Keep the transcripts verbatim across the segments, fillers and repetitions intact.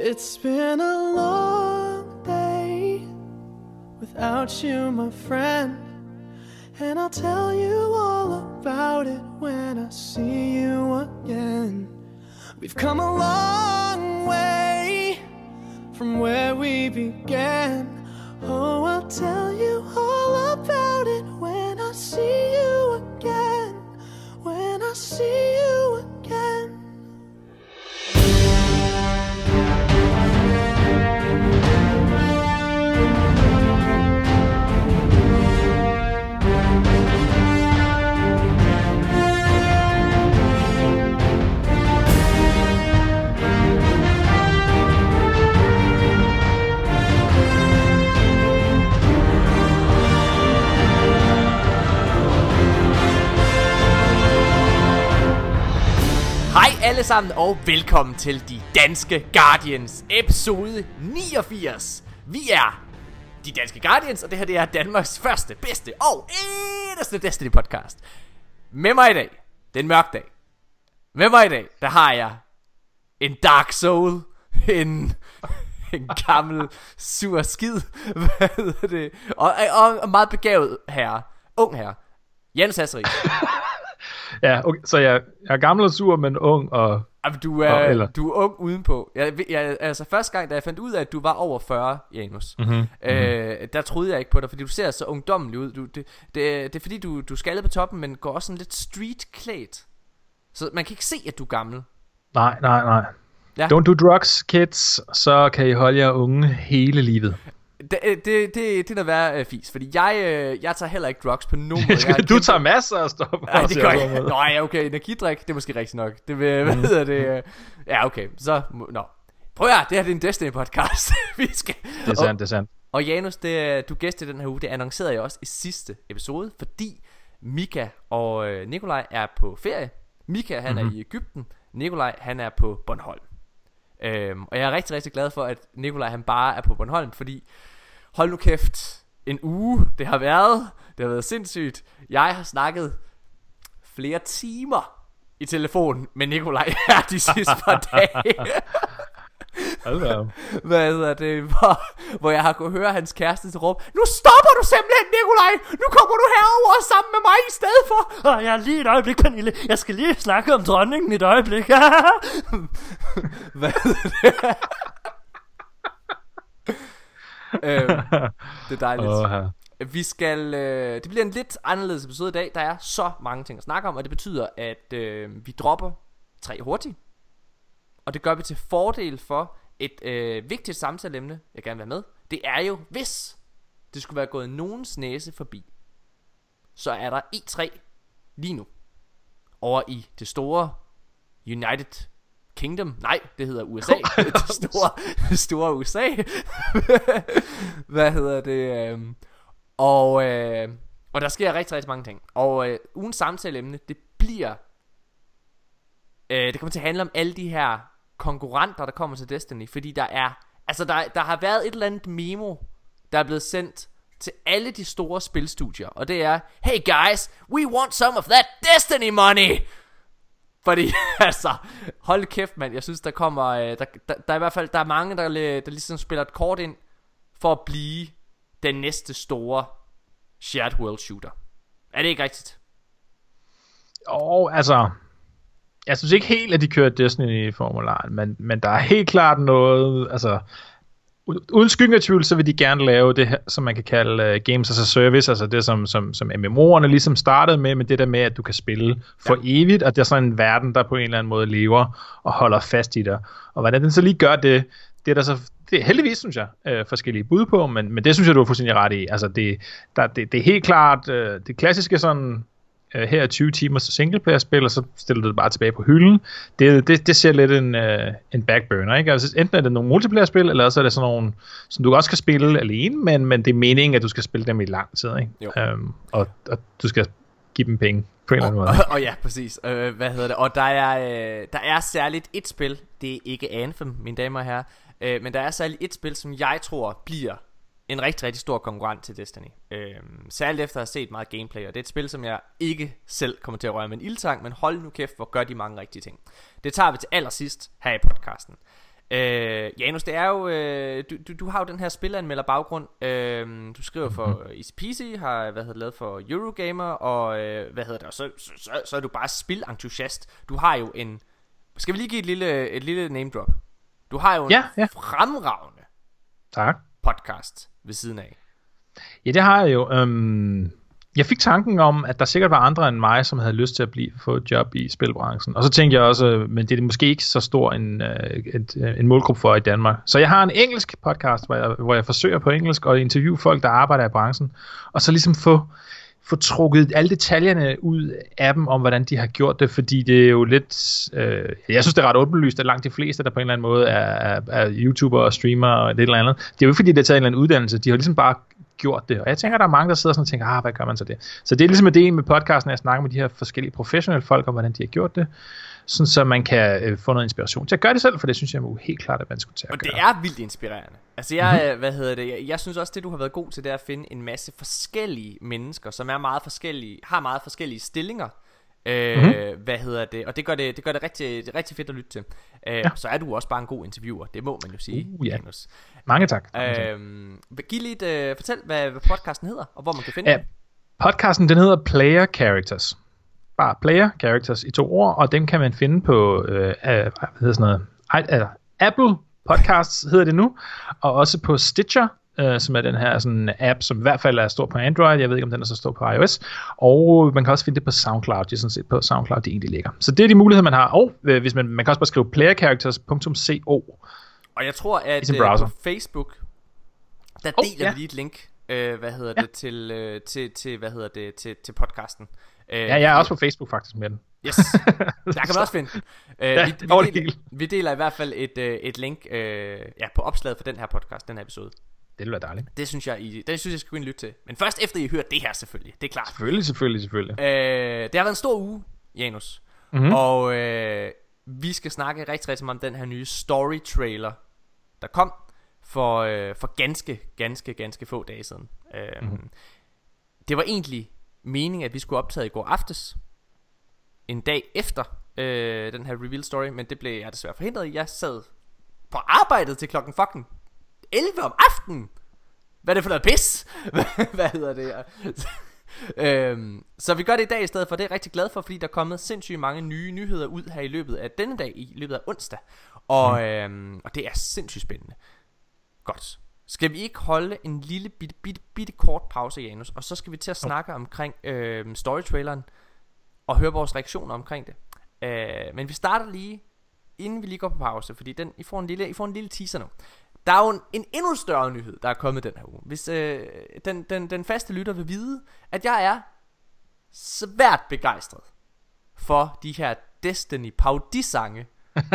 It's been a long day without you, my friend, and I'll tell you all about it when I see you again. We've come a long way from where we began. Oh, I'll tell you all about it when I see you again. When I see you again. Hej alle sammen og velkommen til De Danske Guardians episode niogfirs. Vi er De Danske Guardians, og det her det er Danmarks første, bedste og eneste Destiny podcast. Med mig i dag, det er en mørk dag. Med mig i dag, der har jeg en Dark Soul, en, en gammel sur skid, hvad hedder det, og, og, og meget begavet herre, ung herre, Jens Hasseris. Ja, okay, så jeg, jeg er gammel og sur, men ung og... Jamen, du er, og, eller. du er ung udenpå. jeg, jeg, Altså første gang da jeg fandt ud af at du var over fyrre, Janus, mm-hmm. øh, der troede jeg ikke på dig, fordi du ser så ungdommelig ud. du, det, det, det er fordi du, du er skaldet på toppen, men går også sådan lidt street klædt. Så man kan ikke se at du er gammel. Nej, nej, nej, ja. Don't do drugs, kids. Så kan I holde jer unge hele livet. Det, det, det, det er noget værre uh, fis. Fordi jeg, uh, jeg tager heller ikke drugs på nogen måde. Du kæmpe... tager masser af stoffer. Nej, det gør jeg. Nå ja, okay, energidrik, det er måske rigtigt nok. Det vil, hvad hedder det? Uh... Ja, okay, så, nå. Prøv at det her det er en Destiny podcast. Vi skal... Det er sandt, det er sandt. Og Janus, det, du gæstede den her uge. Det annoncerede jeg også i sidste episode, fordi Mika og øh, Nikolaj er på ferie. Mika, han mm-hmm. er i Egypten. Nikolaj, han er på Bornholm. øhm, Og jeg er rigtig, rigtig glad for at Nikolaj, han bare er på Bornholm, fordi hold nu kæft, en uge det har været. Det har været sindssygt. Jeg har snakket flere timer i telefon med Nikolaj her de sidste par dage. Hvad hedder det, hvor, hvor jeg har kunnet høre hans kæreste til råb: nu stopper du simpelthen, Nikolaj. Nu kommer du herover sammen med mig i stedet for. Og jeg lige et øjeblik, Pernille. Jeg skal lige snakke om dronningen et øjeblik. Hvad hedder det? øhm, det er dejligt. oh, Vi skal øh, det bliver en lidt anderledes episode i dag. Der er så mange ting at snakke om, og det betyder at øh, vi dropper tre hurtigt. Og det gør vi til fordel for et øh, vigtigt samtaleemne, jeg gerne vil have med. Det er jo, hvis det skulle være gået nogens næse forbi, så er der E tre lige nu over i det store United Kingdom. Nej, det hedder U S A. Det store, det store U S A. Hvad hedder det? øhm, Og øh, Og der sker rigtig, rigtig mange ting. Og øh, ugens samtaleemne, det bliver øh, det kommer til at handle om alle de her konkurrenter, der kommer til Destiny. Fordi der er Altså der, der har været et eller andet memo, der er blevet sendt til alle de store spilstudier, og det er: hey guys, we want some of that Destiny money. Fordi altså, hold kæft mand, jeg synes der kommer øh, der, der, der er i hvert fald der er mange der, der ligesom spiller et kort ind for at blive den næste store shared world shooter. Er det ikke rigtigt? Og altså, jeg synes ikke helt at de kører Destiny i formularen, men, men der er helt klart noget, altså uden skygge af tvivl, så vil de gerne lave det her, som man kan kalde uh, games as a service, altså det som, som, som M M O'erne ligesom startede med, med det der med, at du kan spille for ja. evigt, og det er sådan en verden, der på en eller anden måde lever og holder fast i dig. Og hvordan den så lige gør det, det er der så, det er heldigvis, synes jeg, øh, forskellige bud på, men, men det synes jeg, du har fuldstændig ret i. Altså det, der, det, det er helt klart øh, det klassiske sådan, øh, her er tyve timers singleplayer-spil, og så stiller du det bare tilbage på hylden. Det, det, det ser lidt en, øh, en backburner, ikke? Altså enten er det nogle multiplayer-spil, eller så er det sådan nogle, som du også kan spille alene, men, men det er meningen, at du skal spille dem i lang tid, ikke? Øhm, og, og du skal give dem penge på en eller anden måde. Og, og ja, præcis. Øh, hvad hedder det? Og der er, øh, der er særligt et spil, det er ikke Anthem, mine damer og herrer, øh, men der er særligt et spil, som jeg tror bliver en rigtig, rigtig stor konkurrent til Destiny. øh, Særligt efter at have set meget gameplay. Og det er et spil, som jeg ikke selv kommer til at røre med en ildtang, men hold nu kæft, hvor gør de mange rigtige ting. Det tager vi til allersidst her i podcasten. Øh, Janus, det er jo øh, du, du, du har jo den her spilleranmelder baggrund. øh, Du skriver for mm-hmm. Easy Peasy, har hvad hedder det, lavet for Eurogamer. Og øh, hvad hedder det, og så, så, så, så er du bare spilentusiast. Du har jo en, skal vi lige give et lille, et lille name drop? Du har jo en ja, ja. fremragende tak. podcast ved siden af. Ja, det har jeg jo. øhm, Jeg fik tanken om, at der sikkert var andre end mig, som havde lyst til at blive få et job i spilbranchen. Og så tænkte jeg også, men det er måske ikke så stor en, et, en målgruppe for i Danmark. Så jeg har en engelsk podcast, hvor jeg, hvor jeg forsøger på engelsk at interviewe folk, der arbejder i branchen. Og så ligesom få, få trukket alle detaljerne ud af dem, om hvordan de har gjort det. Fordi det er jo lidt... Øh, jeg synes, det er ret åbenlyst, at langt de fleste, der på en eller anden måde er, er, er YouTuber og streamer og det eller andet, det er jo ikke fordi, det er taget en eller anden uddannelse. De har ligesom bare gjort det. Og jeg tænker, der er mange, der sidder sådan og tænker, ah, hvad gør man så det? Så det er ligesom ideen med podcasten, at jeg snakker med de her forskellige professionelle folk om, hvordan de har gjort det, sådan så man kan øh, få noget inspiration til at gøre det selv, for det synes jeg jo helt klart, at man skulle tage at gøre. Og det er vildt inspirerende. Altså jeg, mm-hmm. hvad hedder det, jeg, jeg synes også, det du har været god til, det er at finde en masse forskellige mennesker, som er meget forskellige, har meget forskellige stillinger. Øh, mm-hmm. Hvad hedder det? Og det gør det, det gør det rigtig, det rigtig fedt at lytte til. Øh, ja. Så er du også bare en god interviewer. Det må man jo sige. Uh, ja. Mange tak. Øh, giv lige et, uh, fortæl hvad, hvad podcasten hedder, og hvor man kan finde ja, den. Podcasten, den hedder Player Characters. Bare Player Characters i to ord, og den kan man finde på øh, hvad hedder sådan noget, uh, Apple Podcasts hedder det nu, og også på Stitcher, Uh, som er den her sådan app, som i hvert fald er stor på Android. Jeg ved ikke, om den er så stor på iOS. Og man kan også finde det på SoundCloud. Det er sådan set på SoundCloud, det egentlig ligger. Så det er de muligheder, man har. Og uh, hvis man, man kan også bare skrive playercharacters punktum co. Og jeg tror, at uh, på Facebook, der oh, deler ja. vi lige et link, uh, hvad hedder ja. det, til, uh, til, til, hvad hedder det, til, til podcasten. Uh, ja, jeg er også på Facebook faktisk med den. Yes, der kan man også finde den. Uh, ja, vi, vi, deler, vi deler i hvert fald et, uh, et link uh, ja, på opslaget for den her podcast, den her episode. Det ville være dejligt. Det synes jeg, I, det synes jeg skal gå ind og lytte til. Men først efter I hørt det her selvfølgelig. Det er klart. Selvfølgelig, selvfølgelig, selvfølgelig. Øh, det har været en stor uge, Janus. Mm-hmm. Og øh, vi skal snakke rigtig, rigtig meget om den her nye story trailer, der kom for, øh, for ganske, ganske, ganske få dage siden. Øh, mm-hmm. Det var egentlig meningen, at vi skulle optage i går aftes, en dag efter øh, den her reveal story, men det blev jeg desværre forhindret i. Jeg sad på arbejdet til klokken fucking elleve om aftenen. Hvad er det for noget pis? Hvad hedder det? øhm, så vi gør det i dag i stedet for. Det er jeg rigtig glad for, fordi der er kommet sindssygt mange nye nyheder ud her i løbet af denne dag, i løbet af onsdag. Og, mm. øhm, og det er sindssygt spændende. Godt. Skal vi ikke holde en lille bitte, bitte, bitte kort pause, Janus? Og så skal vi til at snakke oh. omkring øhm, story-traileren og høre vores reaktioner omkring det. øh, Men vi starter lige, inden vi lige går på pause, fordi den, I, får en lille, I får en lille teaser nu. Der er jo en, en endnu større nyhed, der er kommet den her uge. Hvis øh, den, den, den faste lytter vil vide, at jeg er svært begejstret for de her Destiny-parodisange,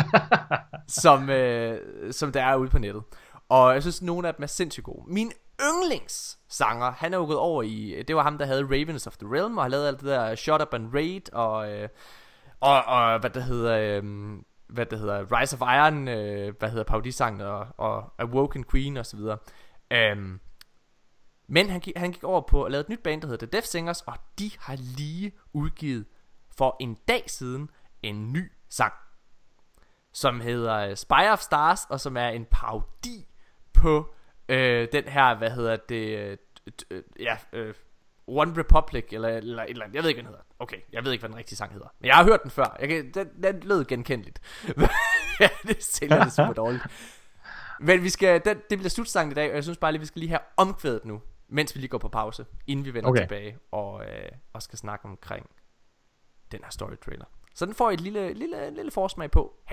som, øh, som der er ude på nettet. Og jeg synes, nogle af dem er sindssygt gode. Min yndlingssanger, han er jo gået over i, det var ham, der havde Ravens of the Realm, og har lavet alt det der Shut Up and Raid, og, øh, og, og hvad der hedder... Øh, hvad det hedder, Rise of Iron, øh, hvad hedder parodisangen, og, og Awoken Queen og så videre. Um, men han, han gik over på at lave et nyt band, der hedder The Death Singers, og de har lige udgivet for en dag siden en ny sang, som hedder Spire of Stars, og som er en parodi på øh, den her, hvad hedder det, øh, øh, ja, øh, One Republic, eller, eller et eller andet. Jeg ved ikke, hvad den hedder. Okay, jeg ved ikke, hvad den rigtige sang hedder. Men jeg har hørt den før. Jeg kan, den, den lød genkendeligt. Ja, det sælger det super dårligt. Men vi skal, den, det bliver slutsangen i dag, og jeg synes bare lige, vi skal lige have omkvædet nu, mens vi lige går på pause, inden vi vender okay. tilbage og, øh, og skal snakke omkring den her story trailer. Så den får I et lille, lille, lille forsmag på her.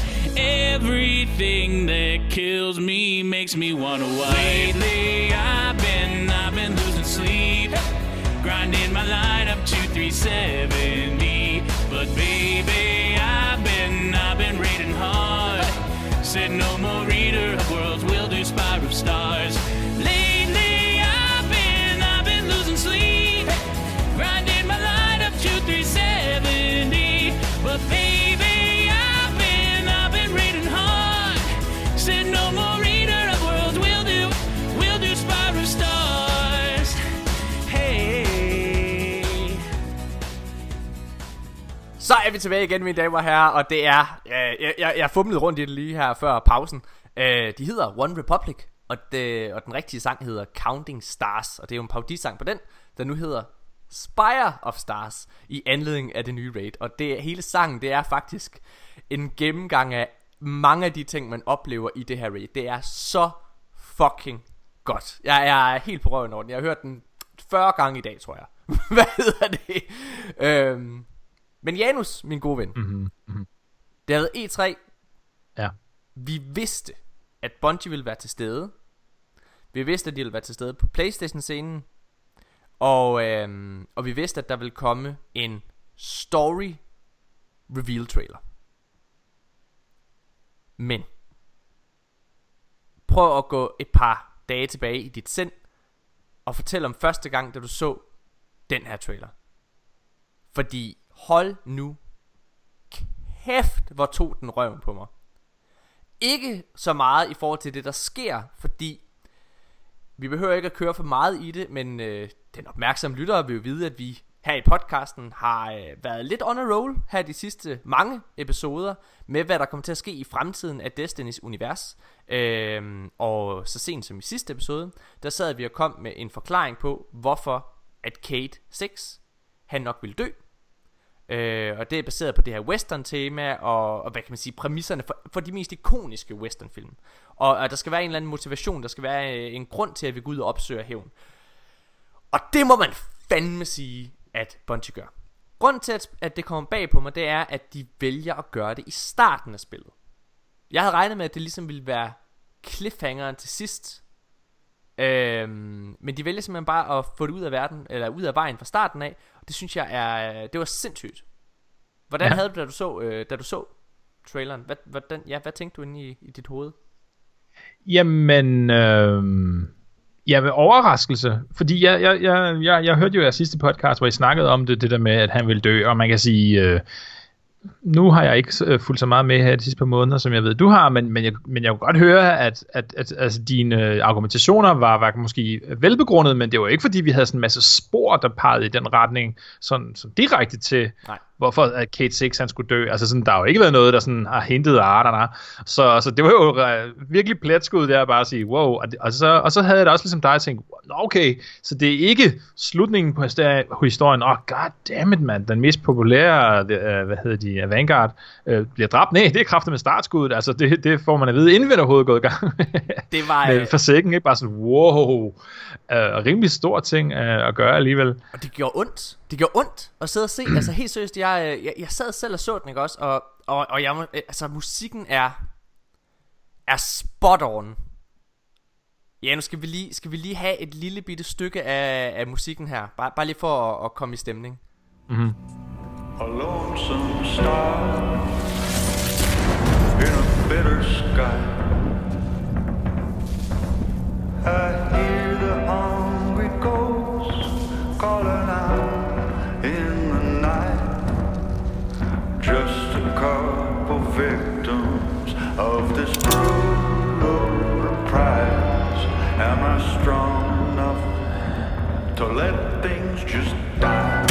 Everything that kills me makes me wanna wipe. Lately I've been, I've been losing sleep, grinding my line up to three seventy. But baby, I've been, I've been raiding hard. Said no more reader of worlds, we'll do Spire of Stars. Lately I've been, I've been losing sleep, grinding my line up to three seventy. But baby, no more reader of worlds, we'll do, we'll do Spire of Stars. Så er vi tilbage igen, mine damer og herrer. Og det er, øh, jeg, jeg, jeg fumlede rundt i det lige her før pausen. øh, De hedder One Republic, og, det, og den rigtige sang hedder Counting Stars. Og det er jo en parodisang på den, der nu hedder Spire of Stars, i anledning af det nye raid. Og det, hele sangen, det er faktisk en gennemgang af mange af de ting, man oplever i det her raid. Det er så fucking godt. Jeg, jeg er helt på røven over den. Jeg har hørt den fyrre gange i dag, tror jeg. Hvad hedder det? øhm, Men Janus, min gode ven, mm-hmm. Mm-hmm. det havde E tre. Ja. Vi vidste, at Bungie ville være til stede. Vi vidste, at de ville være til stede på PlayStation-scenen. Og, øhm, og vi vidste, at der ville komme en story reveal trailer. Men prøv at gå et par dage tilbage i dit sind og fortæl om første gang, da du så den her trailer. Fordi hold nu kæft, hvor tog den røven på mig. Ikke så meget i forhold til det, der sker, fordi vi behøver ikke at køre for meget i det, men øh, den opmærksomme lyttere vil jo vide, at vi her i podcasten har øh, været lidt on a roll her de sidste mange episoder med, hvad der kommer til at ske i fremtiden af Destinys univers. øh, Og så sent som i sidste episode, der sad vi og kom med en forklaring på, hvorfor at Cayde seks, han nok ville dø. øh, Og det er baseret på det her western tema, og, og hvad kan man sige, præmisserne for, for de mest ikoniske western film. Og, og der skal være en eller anden motivation, der skal være øh, en grund til, at vi går ud og opsøger hævn. Og det må man fandme sige, at Bungie gør. Grunden til, at, at det kommer bag på mig, det er, at de vælger at gøre det i starten af spillet. Jeg havde regnet med, at det ligesom ville være cliffhangeren til sidst. Øhm, men de vælger simpelthen bare at få det ud af verden, eller ud af vejen fra starten af. Og det synes jeg er, det var sindssygt. Hvordan ja. havde du, da du så, øh, da du så traileren? Hvad, hvordan, ja, hvad tænkte du inde i, i dit hoved? Jamen, øh, ja, med overraskelse. Fordi jeg, jeg, jeg, jeg, jeg hørte jo jeres sidste podcast, hvor I snakkede om det, det der med, at han ville dø. Og man kan sige, øh, nu har jeg ikke fulgt så meget med her de sidste par måneder, som jeg ved, du har. Men, men, jeg, men jeg kunne godt høre, at, at, at altså, dine argumentationer var, var måske velbegrundet, men det var ikke, fordi vi havde sådan en masse spor, der pegede i den retning, sådan, sådan direkte til... Nej. Hvorfor at Cayde seks han skulle dø. Altså sådan, der har jo ikke været noget, der sådan har hentet arterne. Så, så det var jo uh, virkelig pletskud der bare at sige, wow. Og, det, og, så, og så havde jeg da også ligesom dig at tænke, okay, så det er ikke slutningen på historien. Åh, oh, goddammit, mand. Den mest populære, uh, hvad hedder de, Vanguard, uh, bliver dræbt. Nej, det er kraftigt med startskuddet. Altså, det, det får man at vide, inden vi overhovedet gået i gang. Det var... med forsikring, ikke? Bare sådan, wow. Uh, rimelig stor ting uh, at gøre alligevel. Og det gjorde ondt. Det gjorde ondt at sidde og se. Altså helt seriøst, jeg, jeg, jeg sad selv og så den, ikke også? Og, og, og jeg, altså musikken er er spot on. Ja, nu skal vi lige, skal vi lige have et lille bitte stykke af, af musikken her. Bare, bare lige for at, at komme i stemning. Mhm. A lonesome star in a bitter sky. I hear the hungry ghosts calling out in the night. Just a couple victims of this brutal prize. Am I strong enough to let things just die?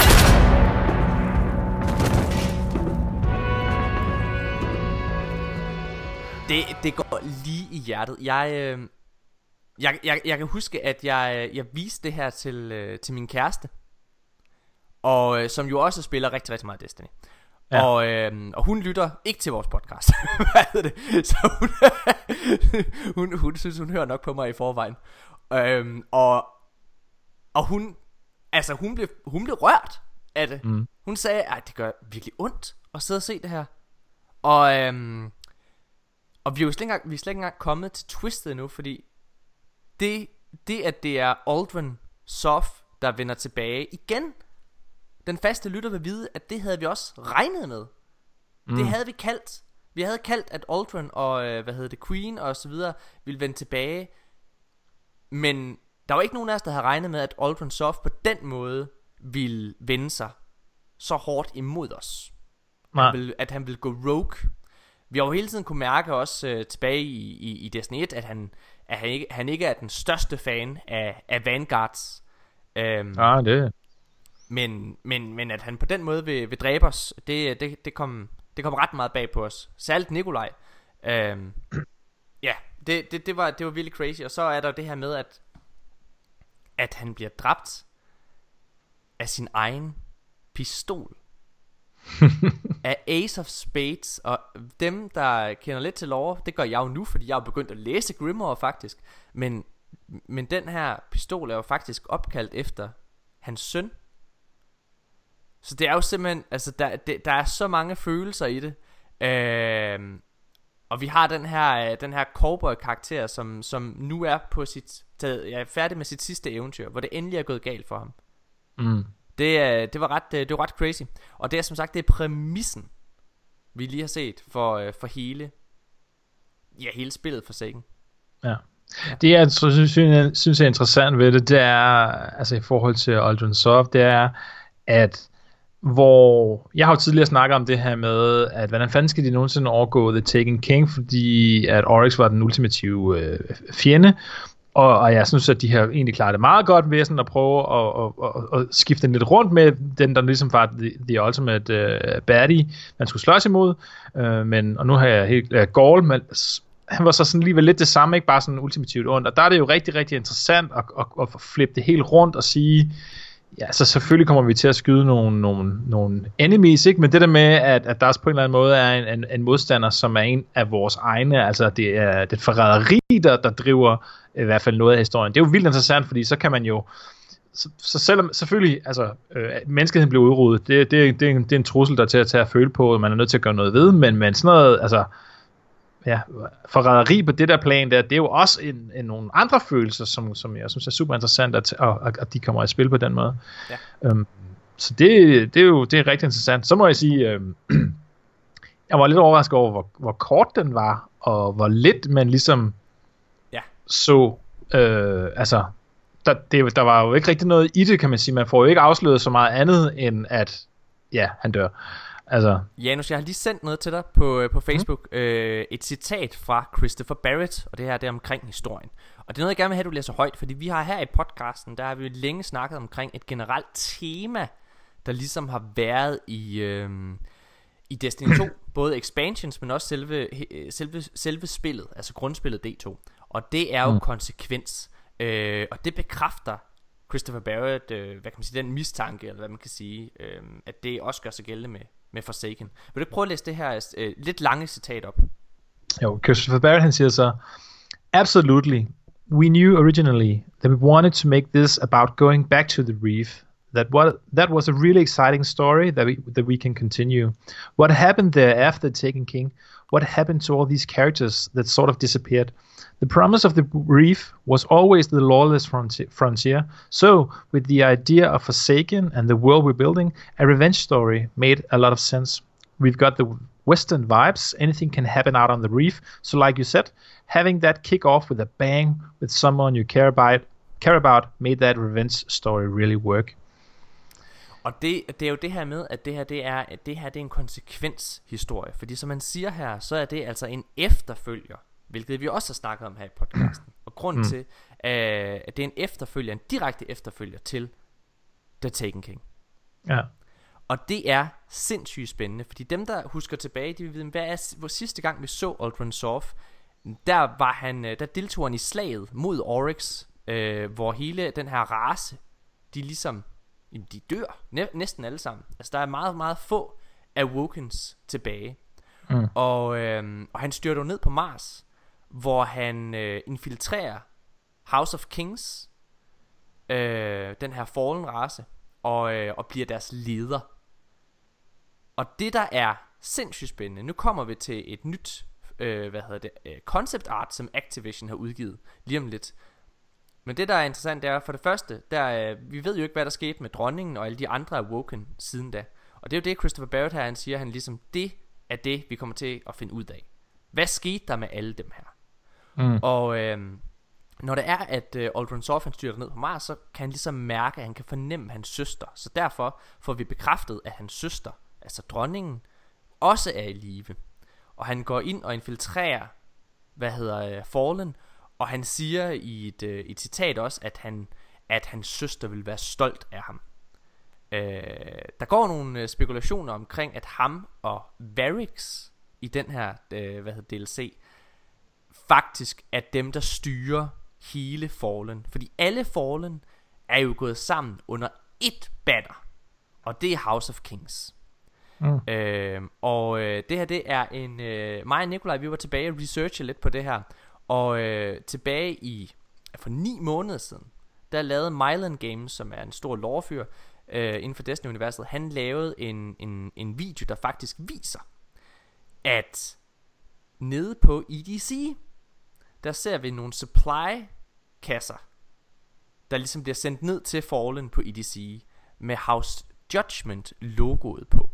Det, det går lige i hjertet. Jeg, øh, jeg, jeg, jeg kan huske, at jeg, jeg viste det her til, øh, til min kæreste, og øh, som jo også spiller rigtig, rigtig meget Destiny. Ja. Og, øh, og hun lytter ikke til vores podcast. Hvad hedder det? Så hun, hun, hun synes, hun hører nok på mig i forvejen. Øh, og, og hun, altså hun blev, hun blev rørt af det. Mm. Hun sagde, at det gør virkelig ondt at sidde og se det her. Og... Øh, Og vi er jo slet ikke engang, vi er slet ikke engang kommet til twistet nu, fordi det, det at det er Aldrin Soft, der vender tilbage igen. Den faste lytter vil vide, at det havde vi også regnet med. Mm. Det havde vi kaldt. Vi havde kaldt, at Aldrin og øh, hvad hedder det, Queen og så videre ville vende tilbage. Men der var ikke nogen af os, der havde regnet med, at Aldrin Soft på den måde ville vende sig så hårdt imod os. Han ville, at han ville gå rogue. Vi har jo hele tiden kunne mærke også øh, tilbage i, i, i Destiny et, at han, at han, ikke, han ikke er den største fan af, af Vanguards. Øhm, ah, det. Men, men, men at han på den måde vil, vil dræbe os, det, det, det, kom, det kom ret meget bag på os. Særligt Nikolaj. øhm, Ja, det, det, det, var, det var virkelig crazy. Og så er der det her med at At han bliver dræbt af sin egen pistol af Ace of Spades. Og dem der kender lidt til lore, det gør jeg jo nu, fordi jeg har begyndt at læse Grimoire faktisk. Men, men den her pistol er jo faktisk opkaldt efter hans søn. Så det er jo simpelthen, altså der, det, der er så mange følelser i det. øh, Og vi har den her, den her cowboy karakter, som, som nu er på sit taget, jeg er færdig med sit sidste eventyr, hvor det endelig er gået galt for ham. Mm. Det, det var ret, det var ret crazy. Og det er som sagt, det er præmissen vi lige har set for, for hele, ja, hele spillet Forsaken. Ja. Det jeg synes, jeg synes er interessant ved det, det er, altså i forhold til Aldrin Soft, det er, at hvor, jeg har jo tidligere snakket om det her med, at hvordan fanden skal de nogensinde overgå The Taken King, fordi at Oryx var den ultimative øh, fjende, og, og jeg synes, at de har egentlig klaret det meget godt ved sådan at prøve at, at, at, at skifte den lidt rundt med den, der ligesom var the, the ultimate uh, baddie, man skulle slås imod, uh, men, og nu har jeg helt, uh, Gaul, men han var så sådan alligevel lidt det samme, ikke bare sådan ultimativt ondt, og der er det jo rigtig, rigtig interessant at, at, at flippe det helt rundt og sige, ja, så selvfølgelig kommer vi til at skyde nogle, nogle, nogle enemies, ikke? Men det der med, at, at der også på en eller anden måde er en, en, en modstander, som er en af vores egne, altså det er det forræderi, der, der driver i hvert fald noget af historien. Det er jo vildt interessant, fordi så kan man jo, så, så selvom selvfølgelig, altså øh, menneskeheden bliver udryddet, det, det, det, er en, det er en trussel, der er til at tage at føle på, og man er nødt til at gøre noget ved, men, men sådan noget, altså ja, forræderi på det der plan der, det er jo også en, en nogle andre følelser, som, som jeg synes er super interessant, at, at, at de kommer i spil på den måde. Ja. Um, så det, det er jo det er rigtig interessant. Så må jeg sige, um, jeg var lidt overrasket over, hvor, hvor kort den var, og hvor lidt man ligesom ja. så, øh, altså, der, det, der var jo ikke rigtig noget i det, kan man sige. Man får jo ikke afsløret så meget andet, end at, ja, han dør. Altså. Janus, jeg har lige sendt noget til dig på, på Facebook, mm. øh, et citat fra Christopher Barrett, og det her det er omkring historien. Og det er noget jeg gerne vil have, du læser højt, fordi vi har her i podcasten, der har vi længe snakket omkring et generelt tema, der ligesom har været i, øh, i Destiny to, både expansions, men også selve, selve, selve spillet, altså grundspillet D to. Og det er jo mm. konsekvens, øh, og det bekræfter Christopher Barrett, øh, hvad kan man sige, den mistanke, eller hvad man kan sige, øh, at det også gør sig gældende med med Forsaken. Vil du ikke prøve at læse det her øh, lidt lange citat op? Jo, Christopher Barrett han siger så, absolutely, we knew originally that we wanted to make this about going back to the reef. That what that was a really exciting story that we that we can continue. What happened there after Taken King? What happened to all these characters that sort of disappeared? The promise of the reef was always the lawless frontier. So, with the idea of Forsaken and the world we're building, a revenge story made a lot of sense. We've got the Western vibes. Anything can happen out on the reef. So, like you said, having that kick off with a bang with someone you care about, care about made that revenge story really work. Og det, det er jo det her med, at det her det er, at det her det er en konsekvenshistorie. Fordi som man siger her, så er det altså en efterfølger, hvilket vi også har snakket om her i podcasten. Mm. Og grunden mm. til, øh, at det er en efterfølger, en direkte efterfølger til The Taken King. Ja. Og det er sindssygt spændende, fordi dem der husker tilbage, de vil vide, hvad er hvor sidste gang vi så Aldrin Soft, der var han, der deltog han i slaget mod Oryx, øh, hvor hele den her race, de ligesom, de dør næ- næsten alle sammen. Altså der er meget meget få Awokens tilbage. Mm. Og, øh, og han styrter ned på Mars, hvor han øh, infiltrerer House of Kings, øh, den her fallen race, og, øh, og bliver deres leder. Og det der er sindssygt spændende, nu kommer vi til et nyt øh, hvad hedder det, øh, concept art, som Activision har udgivet lige om lidt. Men det der er interessant, det er for det første, der, øh, vi ved jo ikke hvad der skete med dronningen og alle de andre Awoken siden da. Og det er jo det Christopher Barrett her, han siger, han ligesom, det er det vi kommer til at finde ud af. Hvad skete der med alle dem her? Mm. Og øh, når det er at øh, Aldrin Soft han styrter ned på Mars, så kan han ligesom mærke, at han kan fornemme hans søster. Så derfor får vi bekræftet, at hans søster, altså dronningen, også er i live. Og han går ind og infiltrerer, hvad hedder øh, Fallen, og han siger i et, øh, et citat også, at han at hans søster vil være stolt af ham. øh, der går nogle spekulationer omkring, at ham og Varix i den her øh, hvad hedder D L C faktisk er dem, der styrer hele Fallen. Fordi alle Fallen er jo gået sammen under ét banner, og det er House of Kings. Mm. øh, Og øh, det her, det er en øh, mig og Nikolaj, vi var tilbage og researche lidt på det her. Og øh, tilbage i for ni måneder siden, der lavede Mylan Games, som er en stor lorefyr øh, inden for Destiny-universet. Han lavede en, en, en video, der faktisk viser, at nede på E D C, der ser vi nogle supply-kasser, der ligesom bliver sendt ned til Fallen på E D C, med House Judgment logoet på.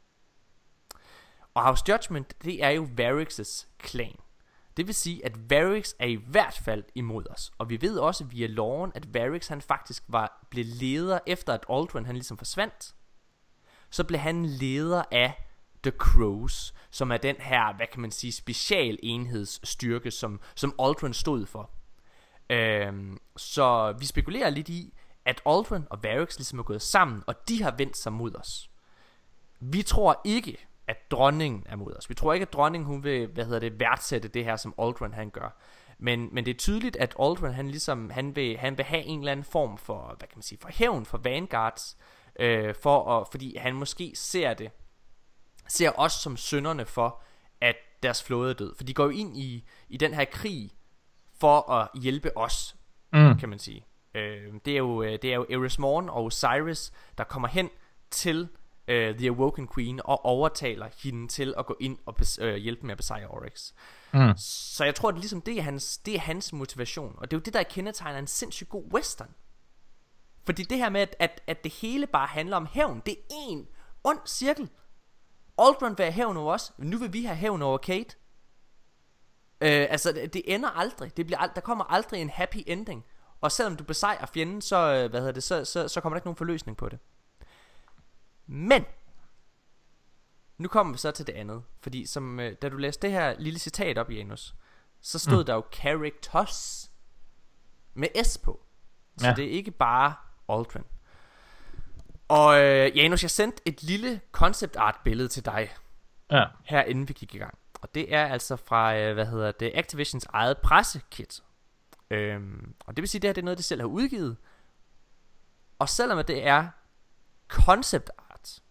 Og House Judgment, det er jo Varix's klan. Det vil sige, at Varix er i hvert fald imod os. Og vi ved også via loven, at Varix han faktisk var, blev leder efter at Aldrin han ligesom forsvandt. Så blev han leder af The Crows, som er den her, hvad kan man sige, special enhedsstyrke, som, som Aldrin stod for. øhm, Så vi spekulerer lidt i, at Aldrin og Varix ligesom er gået sammen, og de har vendt sig mod os. Vi tror ikke, at dronningen er mod os. Vi tror ikke, at dronningen hun vil, hvad hedder det, værdsætte det her, som Aldrin han gør. Men, men det er tydeligt, at Aldrin han ligesom, han vil, han vil have en eller anden form for, hvad kan man sige, for hævn for Vanguards, øh, for at, fordi han måske ser det, ser os som synderne for, at deres flåde er død. For de går jo ind i, i den her krig for at hjælpe os, mm. kan man sige. øh, Det er jo, det er jo Eris Morn og Osiris, der kommer hen til uh, The Awoken Queen og overtaler hende til at gå ind og bes- uh, hjælpe med at besejre Oryx. mm. Så jeg tror, at ligesom det er, hans, det er hans motivation. Og det er jo det, der kendetegner en sindssygt god western. Fordi det her med at, at, at det hele bare handler om hævn, det er en ond cirkel. Aldrin vil have hævn over os, nu vil vi have hævn over Kate. øh, Altså det, det ender aldrig, det bliver ald- der kommer aldrig en happy ending. Og selvom du besejrer fjenden, så, øh, hvad hedder det, så, så, så kommer der ikke nogen forløsning på det. Men nu kommer vi så til det andet. Fordi som, øh, da du læste det her lille citat op, Janus, så stod mm. der jo Characters med S på. Så ja. Det er ikke bare Aldrin. Og øh, Janus, jeg sendte et lille concept art billede til dig, ja, her inden vi gik i gang. Og det er altså fra, øh, hvad hedder det, Activisions eget pressekit. øhm, Og det vil sige, det her det er noget, de selv har udgivet. Og selvom det er concept art,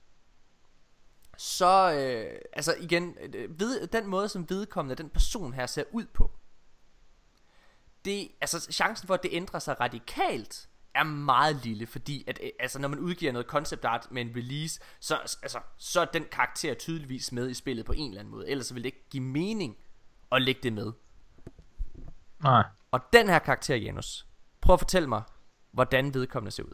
så øh, altså igen, ved, den måde som vedkommende, den person her ser ud på, det, altså chancen for at det ændrer sig radikalt er meget lille, fordi at, altså, når man udgiver noget concept art med en release, så, altså, så er den karakter tydeligvis med i spillet på en eller anden måde. Ellers så vil det ikke give mening at lægge det med. Nej. Og den her karakter, Janus, prøv at fortælle mig, hvordan vedkommende ser ud.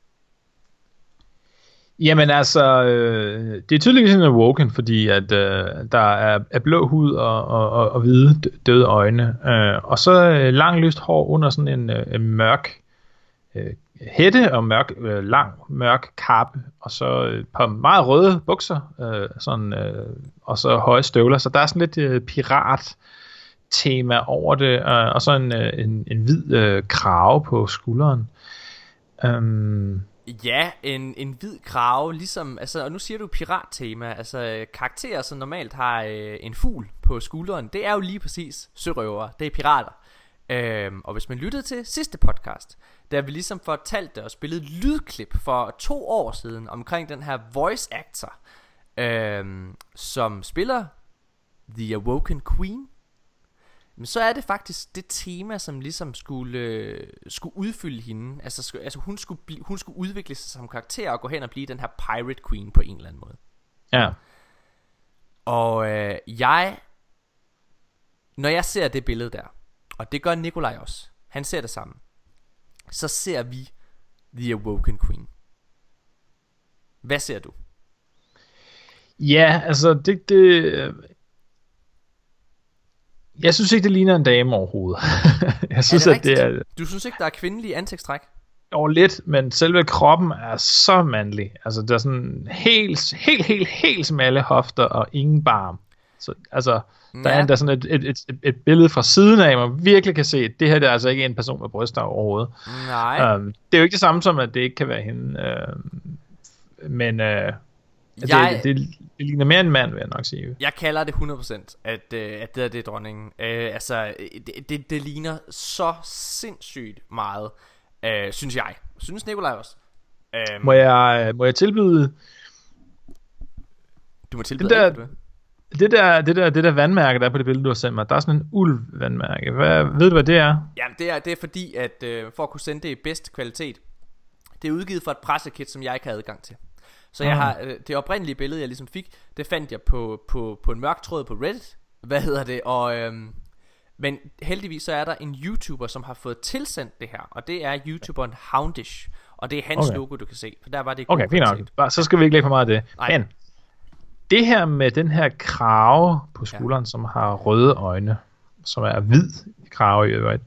Jamen altså, øh, det er tydeligvis en Awoken, fordi at øh, der er, er blå hud og, og, og, og hvide døde øjne, øh, og så øh, lang lyst hår under sådan en, øh, en mørk øh, hætte og mørk, øh, lang mørk kappe, og så øh, et par meget røde bukser, øh, sådan, øh, og så høje støvler, så der er sådan lidt øh, pirat tema over det, øh, og så en, øh, en, en hvid øh, krave på skulderen. Um, Ja, en, en hvid krave, ligesom, altså, og nu siger du pirattema, altså karakterer, som normalt har øh, en fugl på skulderen, det er jo lige præcis sørøvere, det er pirater. øhm, Og hvis man lyttede til sidste podcast, der vi ligesom fortalte og spillede lydklip for to år siden omkring den her voice actor, øhm, som spiller The Awoken Queen, men så er det faktisk det tema, som ligesom skulle, øh, skulle udfylde hende. Altså, sku, altså hun, skulle bli, hun skulle udvikle sig som karakter og gå hen og blive den her Pirate Queen på en eller anden måde. Ja. Og øh, jeg, når jeg ser det billede der, og det gør Nikolaj også, han ser det samme, så ser vi The Awoken Queen. Hvad ser du? Ja, altså det... det Jeg synes ikke, det ligner en dame overhovedet. Jeg synes, er det at det er... Du synes ikke, der er kvindelige ansigtstræk? Jo, lidt, men selve kroppen er så mandlig. Altså, der er sådan helt, helt, helt, helt smalle hofter og ingen barm. Så, altså, der ja. er endda sådan et, et, et, et billede fra siden af, man virkelig kan se, at det her det er altså ikke en person med bryster overhovedet. Nej. Um, det er jo ikke det samme som, at det ikke kan være hende. Um, men øh, det, Jeg- det, det, det ligner mere en mand, vil jeg nok sige. Jeg kalder det hundrede procent, at, øh, at det er det er dronningen. øh, Altså det, det, det ligner så sindssygt meget, øh, synes jeg. Synes Nikolaj også. øh, Må jeg, må jeg tilbyde Du må tilbyde det der- alt, du vil. det der, det der, det der vandmærke, der er på det billede, du har sendt mig? Der er sådan en ulv-vandmærke. Hvad, ved du, hvad det er? Ja, det er, det er fordi, at øh, for at kunne sende det i bedste kvalitet, det er udgivet for et pressekit, som jeg ikke har adgang til. Så jeg Mm. har øh, det oprindelige billede, jeg ligesom fik, det fandt jeg på, på, på en mørk tråd på Reddit. Hvad hedder det? Og, øhm, men heldigvis så er der en YouTuber, som har fået tilsendt det her, og det er YouTuberen Houndish. Og det er hans Okay. logo, du kan se. For der var det i Okay, god fint nok. kvalitet. Bare- Så skal vi ikke lægge for meget af det. Nej. Men det her med den her krave på skulderen, ja. som har røde øjne, som er hvid krave i øvrigt.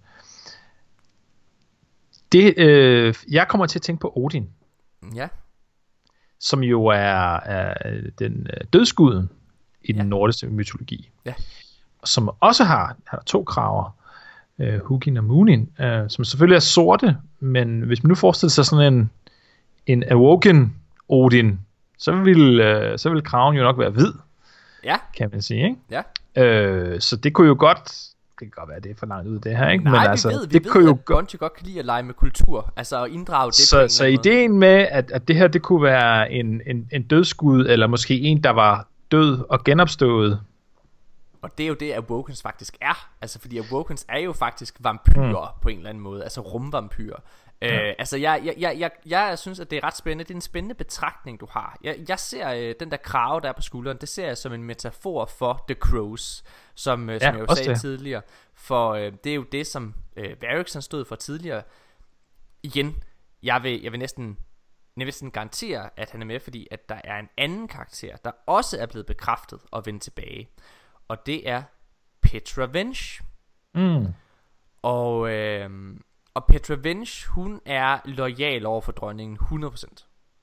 Det, øh, jeg kommer til at tænke på Odin, Ja, som jo er, er den øh, dødsguden i den Ja. nordiske mytologi. Ja. Som også har, han har to kraver, øh, Hugin og Munin, øh, som selvfølgelig er sorte, men hvis man nu forestiller sig sådan en, en awoken Odin, så vil, øh, så vil kraven jo nok være hvid, ja, kan man sige, ikke? ja. Øh, så det kunne jo godt, det kan godt være, det er for langt ud det her, ikke? Nej, men vi altså, ved, vi det ved kunne jo at godt. Bungie godt kan lide at lege med kultur. Altså at inddrage det på en Så, eller så anden måde. ideen med, at, at det her, det kunne være en, en, en dødsgud, eller måske en, der var død og genopstået. Og det er jo det, Awokens faktisk er. Altså fordi Awokens er jo faktisk vampyrer mm. på en eller anden måde. Altså rumvampyrer. Ja. Øh, altså jeg, jeg, jeg, jeg, jeg synes, at det er ret spændende. Det er en spændende betragtning, du har. Jeg, jeg ser øh, den der krave, der er på skulderen, det ser jeg som en metafor for The Crows, som, øh, Ja, som jeg jo også sagde det. tidligere. For øh, det er jo det, som øh, Varys han stod for tidligere. Igen, jeg vil, jeg vil næsten jeg vil næsten garantere, at han er med, fordi at der er en anden karakter, der også er blevet bekræftet og vendt tilbage. Og det er Petra Venj. Mm. Og, øh, og Petra Venj, hun er loyal over for dronningen hundrede procent.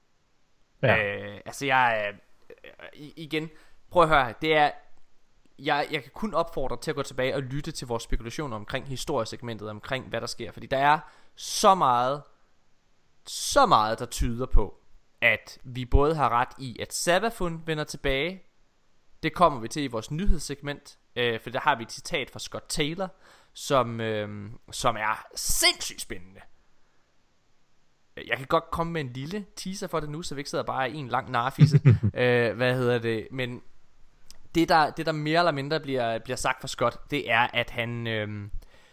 Ja. Øh, altså jeg øh, igen, prøv at høre her, det er jeg, jeg kan kun opfordre til at gå tilbage og lytte til vores spekulationer omkring historiesegmentet, omkring hvad der sker, fordi der er så meget så meget der tyder på, at vi både har ret i, at Savathun vender tilbage. Det kommer vi til i vores nyhedssegment, øh, for der har vi et citat fra Scott Taylor, som, øh, som er sindssygt spændende. Jeg kan godt komme med en lille teaser for det nu, så vi ikke sidder bare i en lang narfisse. øh, Hvad hedder det? Men det der, det der mere eller mindre bliver, bliver sagt fra Scott, det er at han øh,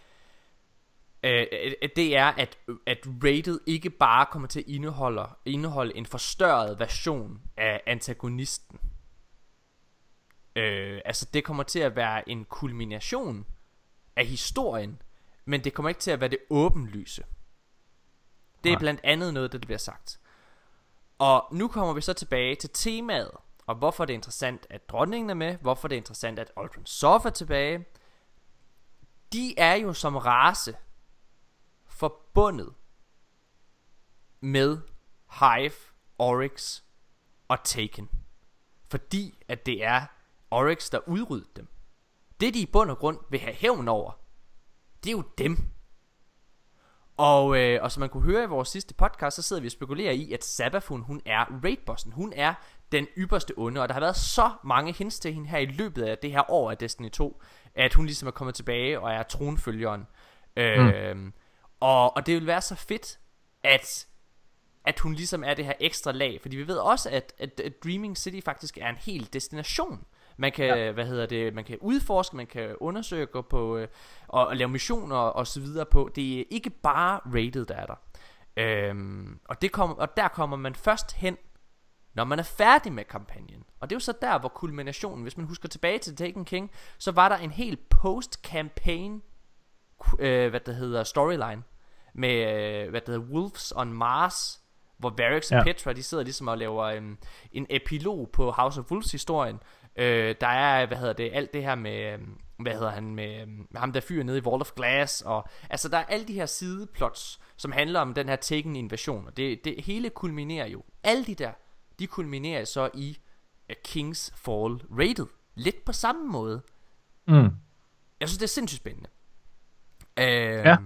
øh, det er at, at rated ikke bare kommer til at indeholde, indeholde en forstørret version af antagonisten. øh, Altså det kommer til at være en kulmination af historien, men det kommer ikke til at være det åbenlyse. Det er Nej. blandt andet noget, der bliver sagt. Og nu kommer vi så tilbage til temaet, og hvorfor det er interessant, at dronningen er med, hvorfor det er interessant, at Aldrin Sof er tilbage. De er jo som race forbundet med Hive, Oryx og Taken, fordi at det er Oryx, der udryddede dem. Det de i bund og grund vil have hævn over, det er jo dem. Og, øh, og som man kunne høre i vores sidste podcast, så sidder vi og spekulerer i, at Savathun, hun er raidbossen. Hun er den ypperste onde, og der har været så mange hints til hende her i løbet af det her år af Destiny to, at hun ligesom er kommet tilbage og er tronfølgeren. øh, mm. og, og det vil være så fedt, at at hun ligesom er det her ekstra lag, fordi vi ved også at, at, at Dreaming City faktisk er en hel destination. Man kan, ja. hvad hedder det, man kan udforske, man kan undersøge, gå på øh, og, og lave missioner og så videre på. Det er ikke bare rated, der er der. Øhm, og det kommer, og der kommer man først hen, når man er færdig med kampagnen. Og det er jo så der, hvor kulminationen, hvis man husker tilbage til Taken King, så var der en helt post-campaign øh, hvad det hedder storyline med øh, hvad det hedder Wolves on Mars, hvor Varys og Ja. Petra, de sidder ligesom og laver en, en epilog på House of Wolves historien. øh, Der er, hvad hedder det, alt det her med, hvad hedder han, med, med ham der fyrer nede i Wall of Glass, og altså der er alle de her sideplots, som handler om den her Taken invasion, og det, det hele kulminerer jo, alle de der, de kulminerer så i uh, King's Fall rated, lidt på samme måde. Mm. Jeg synes det er sindssygt spændende. øh, Ja.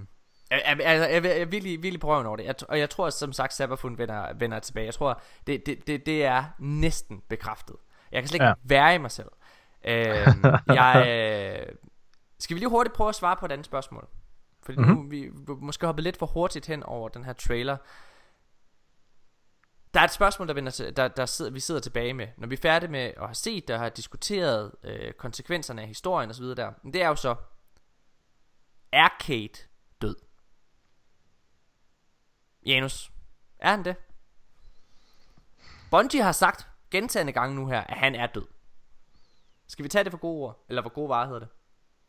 Jeg, jeg, jeg, jeg, jeg er virkelig, virkelig prøvende over det. Jeg, og jeg tror som sagt Sabafund vender, vender tilbage. Jeg tror det, det, det, det er næsten bekræftet. Jeg kan slet ikke ja. være i mig selv. øh, Jeg øh, skal vi lige hurtigt prøve at svare på et andet spørgsmål, fordi mm-hmm. nu vi, vi måske hoppet lidt for hurtigt hen over den her trailer. Der er et spørgsmål der, vender til, der, der sidder, vi sidder tilbage med, når vi er færdige med at have set og har diskuteret øh, konsekvenserne af historien og så videre der. Men det er jo så, er Kate død? Janus, er han det? Bungie har sagt gentagne gange nu her, at han er død. Skal vi tage det for gode ord? Eller for gode varer hedder det?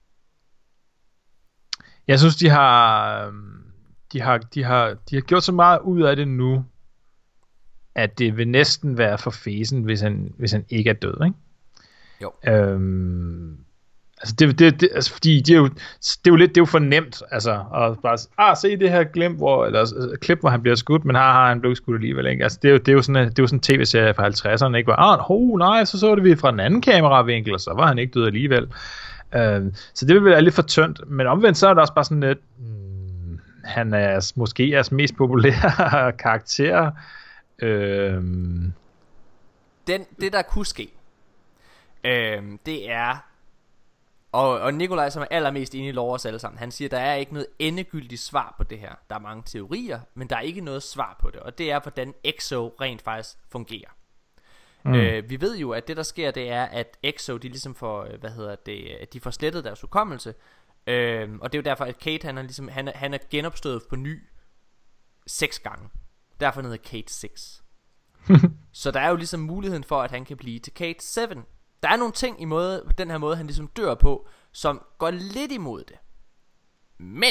Jeg synes de har De har, de har, de har gjort så meget ud af det nu, at det vil næsten være for fesen, hvis han, hvis han ikke er død, ikke? Jo. Øhm, altså det, det, det, altså fordi det er, jo, det er jo lidt, det er jo for nemt, altså at bare ah, se det her klip, hvor, eller, altså, klip, hvor han bliver skudt, men har, har han blevet skudt alligevel, ikke? Altså det er jo, det er jo sådan en, det er jo sådan en tv-serie fra halvtredserne, ikke? Hvor, ah, oh, nej, så så det vi fra den anden kameravinkel, og så var han ikke død alligevel. Øhm, så det vil være lidt for tyndt, men omvendt så er det også bare sådan lidt, hmm, han er måske jeres mest populære karakter. Øhm. Den, det der kunne ske, øhm, det er, og, og Nikolaj, som er allermest inde i lov os alle sammen, han siger, der er ikke noget endegyldigt svar på det her. Der er mange teorier, men der er ikke noget svar på det. Og det er, hvordan X O rent faktisk fungerer. mm. øh, Vi ved jo, at det der sker, det er, at X O, de ligesom får, hvad hedder det, de får slettet deres hukommelse. øhm, Og det er jo derfor, at Kate, han er, ligesom, han er, han er genopstået på ny seks gange. Derfor hedder Kate seks. Så der er jo ligesom muligheden for, at han kan blive til Kate syv. Der er nogle ting i måde, den her måde, han ligesom dør på, som går lidt imod det. Men